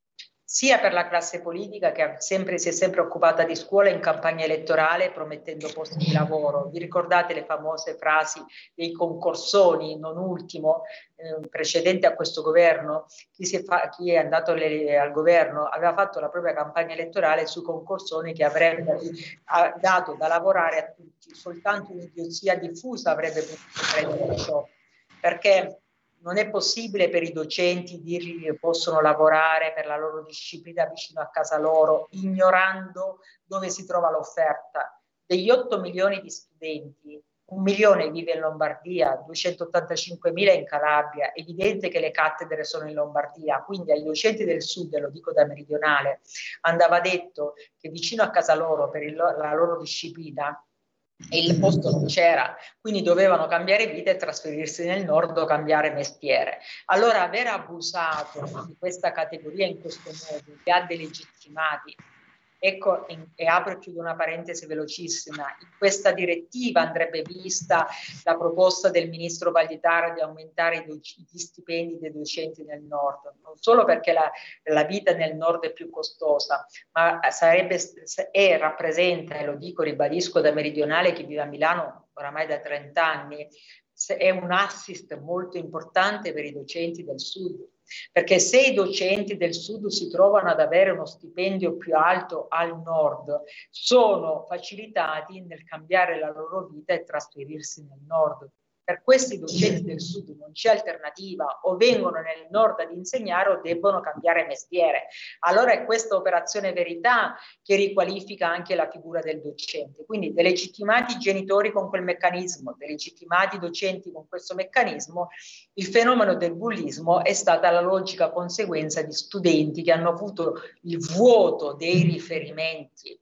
sia per la classe politica che ha sempre, si è sempre occupata di scuola in campagna elettorale promettendo posti di lavoro. Vi ricordate le famose frasi dei concorsoni, non ultimo, eh, precedente a questo governo? Chi, si è, fa, chi è andato le, al governo aveva fatto la propria campagna elettorale sui concorsoni che avrebbe ha dato da lavorare a tutti, soltanto un'idiozia diffusa avrebbe potuto prendere ciò, perché non è possibile per i docenti dirgli che possono lavorare per la loro disciplina vicino a casa loro, ignorando dove si trova l'offerta. Degli otto milioni di studenti, un milione vive in Lombardia, duecentottantacinquemila in Calabria, è evidente che le cattedre sono in Lombardia, quindi ai docenti del sud, lo dico da meridionale, andava detto che vicino a casa loro, per il, la loro disciplina, e il posto non c'era, quindi dovevano cambiare vita e trasferirsi nel nord o cambiare mestiere. Allora aver abusato di questa categoria in questo modo li ha delegittimati. Ecco, e apro e chiudo una parentesi velocissima, in questa direttiva andrebbe vista la proposta del ministro Valditara di aumentare gli stipendi dei docenti nel nord, non solo perché la, la vita nel nord è più costosa, ma sarebbe e rappresenta, e lo dico, ribadisco da meridionale che vive a Milano oramai da trenta anni, è un assist molto importante per i docenti del sud. Perché se i docenti del sud si trovano ad avere uno stipendio più alto al nord, sono facilitati nel cambiare la loro vita e trasferirsi nel nord. Per questi docenti del sud non c'è alternativa, o vengono nel nord ad insegnare o debbono cambiare mestiere. Allora è questa operazione verità che riqualifica anche la figura del docente. Quindi delegittimati i genitori con quel meccanismo, delegittimati i docenti con questo meccanismo, il fenomeno del bullismo è stata la logica conseguenza di studenti che hanno avuto il vuoto dei riferimenti.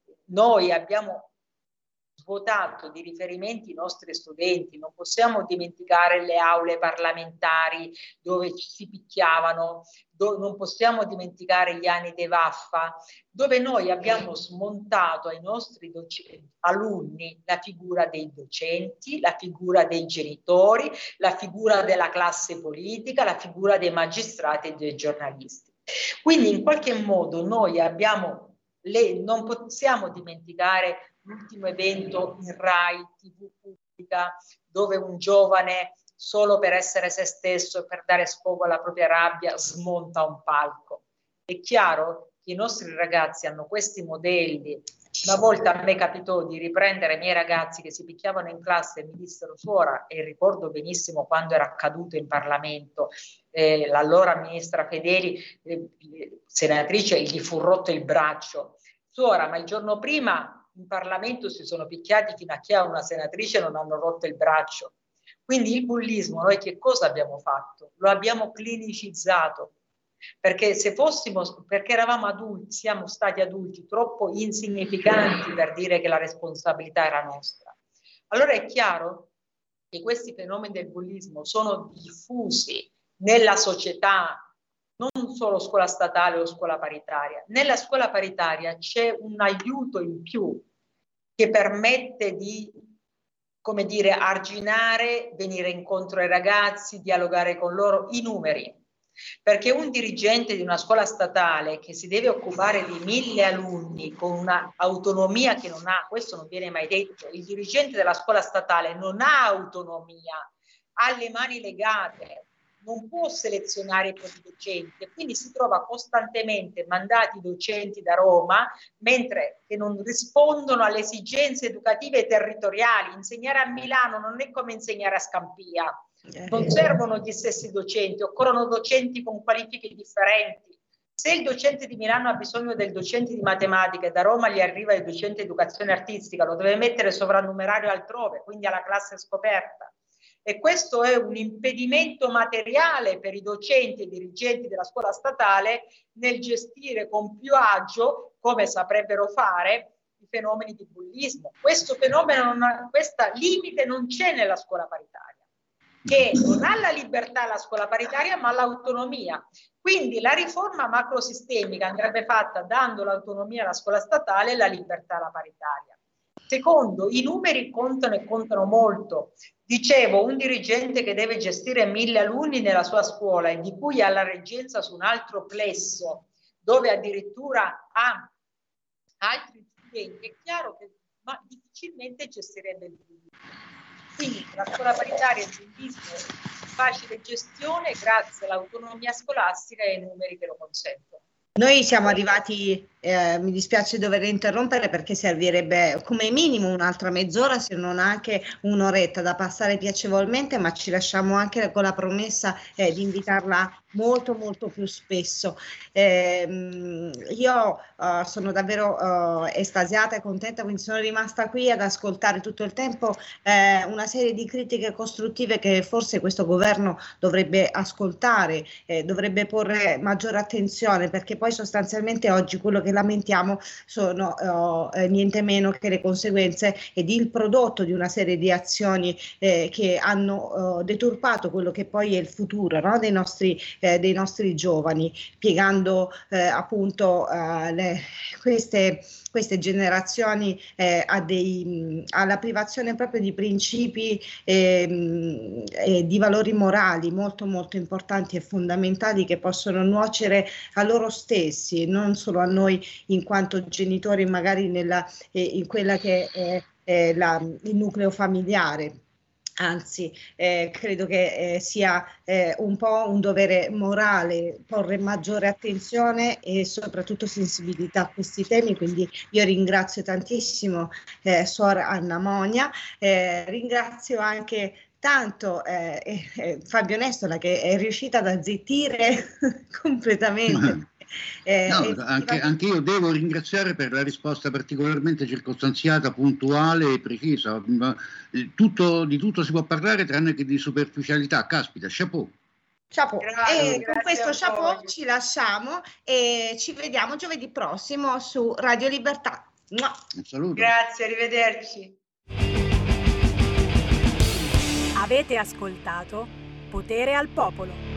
Noi abbiamo svuotato di riferimenti i nostri studenti, non possiamo dimenticare le aule parlamentari dove si picchiavano, do, non possiamo dimenticare gli anni dei Vaffa, dove noi abbiamo smontato ai nostri alunni la figura dei docenti, la figura dei genitori, la figura della classe politica, la figura dei magistrati e dei giornalisti. Quindi in qualche modo noi abbiamo, le, non possiamo dimenticare l'ultimo evento in Rai, tivù pubblica, dove un giovane, solo per essere se stesso e per dare sfogo alla propria rabbia, smonta un palco. È chiaro che i nostri ragazzi hanno questi modelli. Una volta a me capitò di riprendere i miei ragazzi che si picchiavano in classe e mi dissero: suora, e ricordo benissimo quando era accaduto in Parlamento, eh, l'allora ministra Fedeli, eh, senatrice, gli fu rotto il braccio. Suora, ma il giorno prima in Parlamento si sono picchiati fino a che a una senatrice non hanno rotto il braccio. Quindi il bullismo noi che cosa abbiamo fatto? Lo abbiamo clinicizzato, perché se fossimo, perché eravamo adulti, siamo stati adulti troppo insignificanti per dire che la responsabilità era nostra. Allora è chiaro che questi fenomeni del bullismo sono diffusi nella società, non solo scuola statale o scuola paritaria. Nella scuola paritaria c'è un aiuto in più che permette di, come dire, arginare, venire incontro ai ragazzi, dialogare con loro, i numeri. perché un dirigente di una scuola statale che si deve occupare di mille alunni con una autonomia che non ha, questo non viene mai detto, il dirigente della scuola statale non ha autonomia, ha le mani legate, non può selezionare i propri docenti, quindi si trova costantemente mandati docenti da Roma, mentre che non rispondono alle esigenze educative e territoriali. Insegnare a Milano non è come insegnare a Scampia, non servono gli stessi docenti, occorrono docenti con qualifiche differenti. Se il docente di Milano ha bisogno del docente di matematica e da Roma gli arriva il docente di educazione artistica, lo deve mettere sovrannumerario altrove, quindi alla classe scoperta. E questo è un impedimento materiale per i docenti e i dirigenti della scuola statale nel gestire con più agio, come saprebbero fare, i fenomeni di bullismo. Questo fenomeno, non ha, questo limite non c'è nella scuola paritaria, che non ha la libertà la scuola paritaria, ma l'autonomia. Quindi la riforma macrosistemica andrebbe fatta dando l'autonomia alla scuola statale e la libertà alla paritaria. Secondo, i numeri contano e contano molto. Dicevo, un dirigente che deve gestire mille alunni nella sua scuola e di cui ha la reggenza su un altro plesso, dove addirittura ha altri studenti, è chiaro che ma difficilmente gestirebbe il bullismo. Quindi la scuola paritaria è un bullismo di facile gestione grazie all'autonomia scolastica e ai numeri che lo consentono. Noi siamo arrivati, eh, mi dispiace dover interrompere perché servirebbe come minimo un'altra mezz'ora, se non anche un'oretta da passare piacevolmente, ma ci lasciamo anche con la promessa eh, di invitarla molto molto più spesso. Eh, io uh, sono davvero uh, estasiata e contenta, quindi sono rimasta qui ad ascoltare tutto il tempo eh, una serie di critiche costruttive che forse questo governo dovrebbe ascoltare, eh, dovrebbe porre maggiore attenzione, perché poi sostanzialmente oggi quello che lamentiamo sono uh, eh, niente meno che le conseguenze ed il prodotto di una serie di azioni eh, che hanno uh, deturpato quello che poi è il futuro, no? dei nostri Eh, dei nostri giovani, piegando eh, appunto eh, le, queste, queste generazioni eh, a dei, mh, alla privazione proprio di principi e eh, di valori morali molto molto importanti e fondamentali che possono nuocere a loro stessi, non solo a noi in quanto genitori, magari nella, eh, in quella che è, è la, il nucleo familiare. Anzi, eh, credo che eh, sia eh, un po' un dovere morale porre maggiore attenzione e soprattutto sensibilità a questi temi, quindi io ringrazio tantissimo eh, Suor Anna Monia, eh, ringrazio anche tanto eh, eh, Fabio Nestola che è riuscita ad azzittire completamente. Eh, no, anche, anche io devo ringraziare per la risposta particolarmente circostanziata, puntuale e precisa. Tutto, di tutto si può parlare tranne che di superficialità. Caspita, chapeau. Chapeau. Grazie, e con questo chapeau ci lasciamo e ci vediamo giovedì prossimo su Radio Libertà. Un saluto. Grazie, arrivederci. Avete ascoltato Potere al Popolo.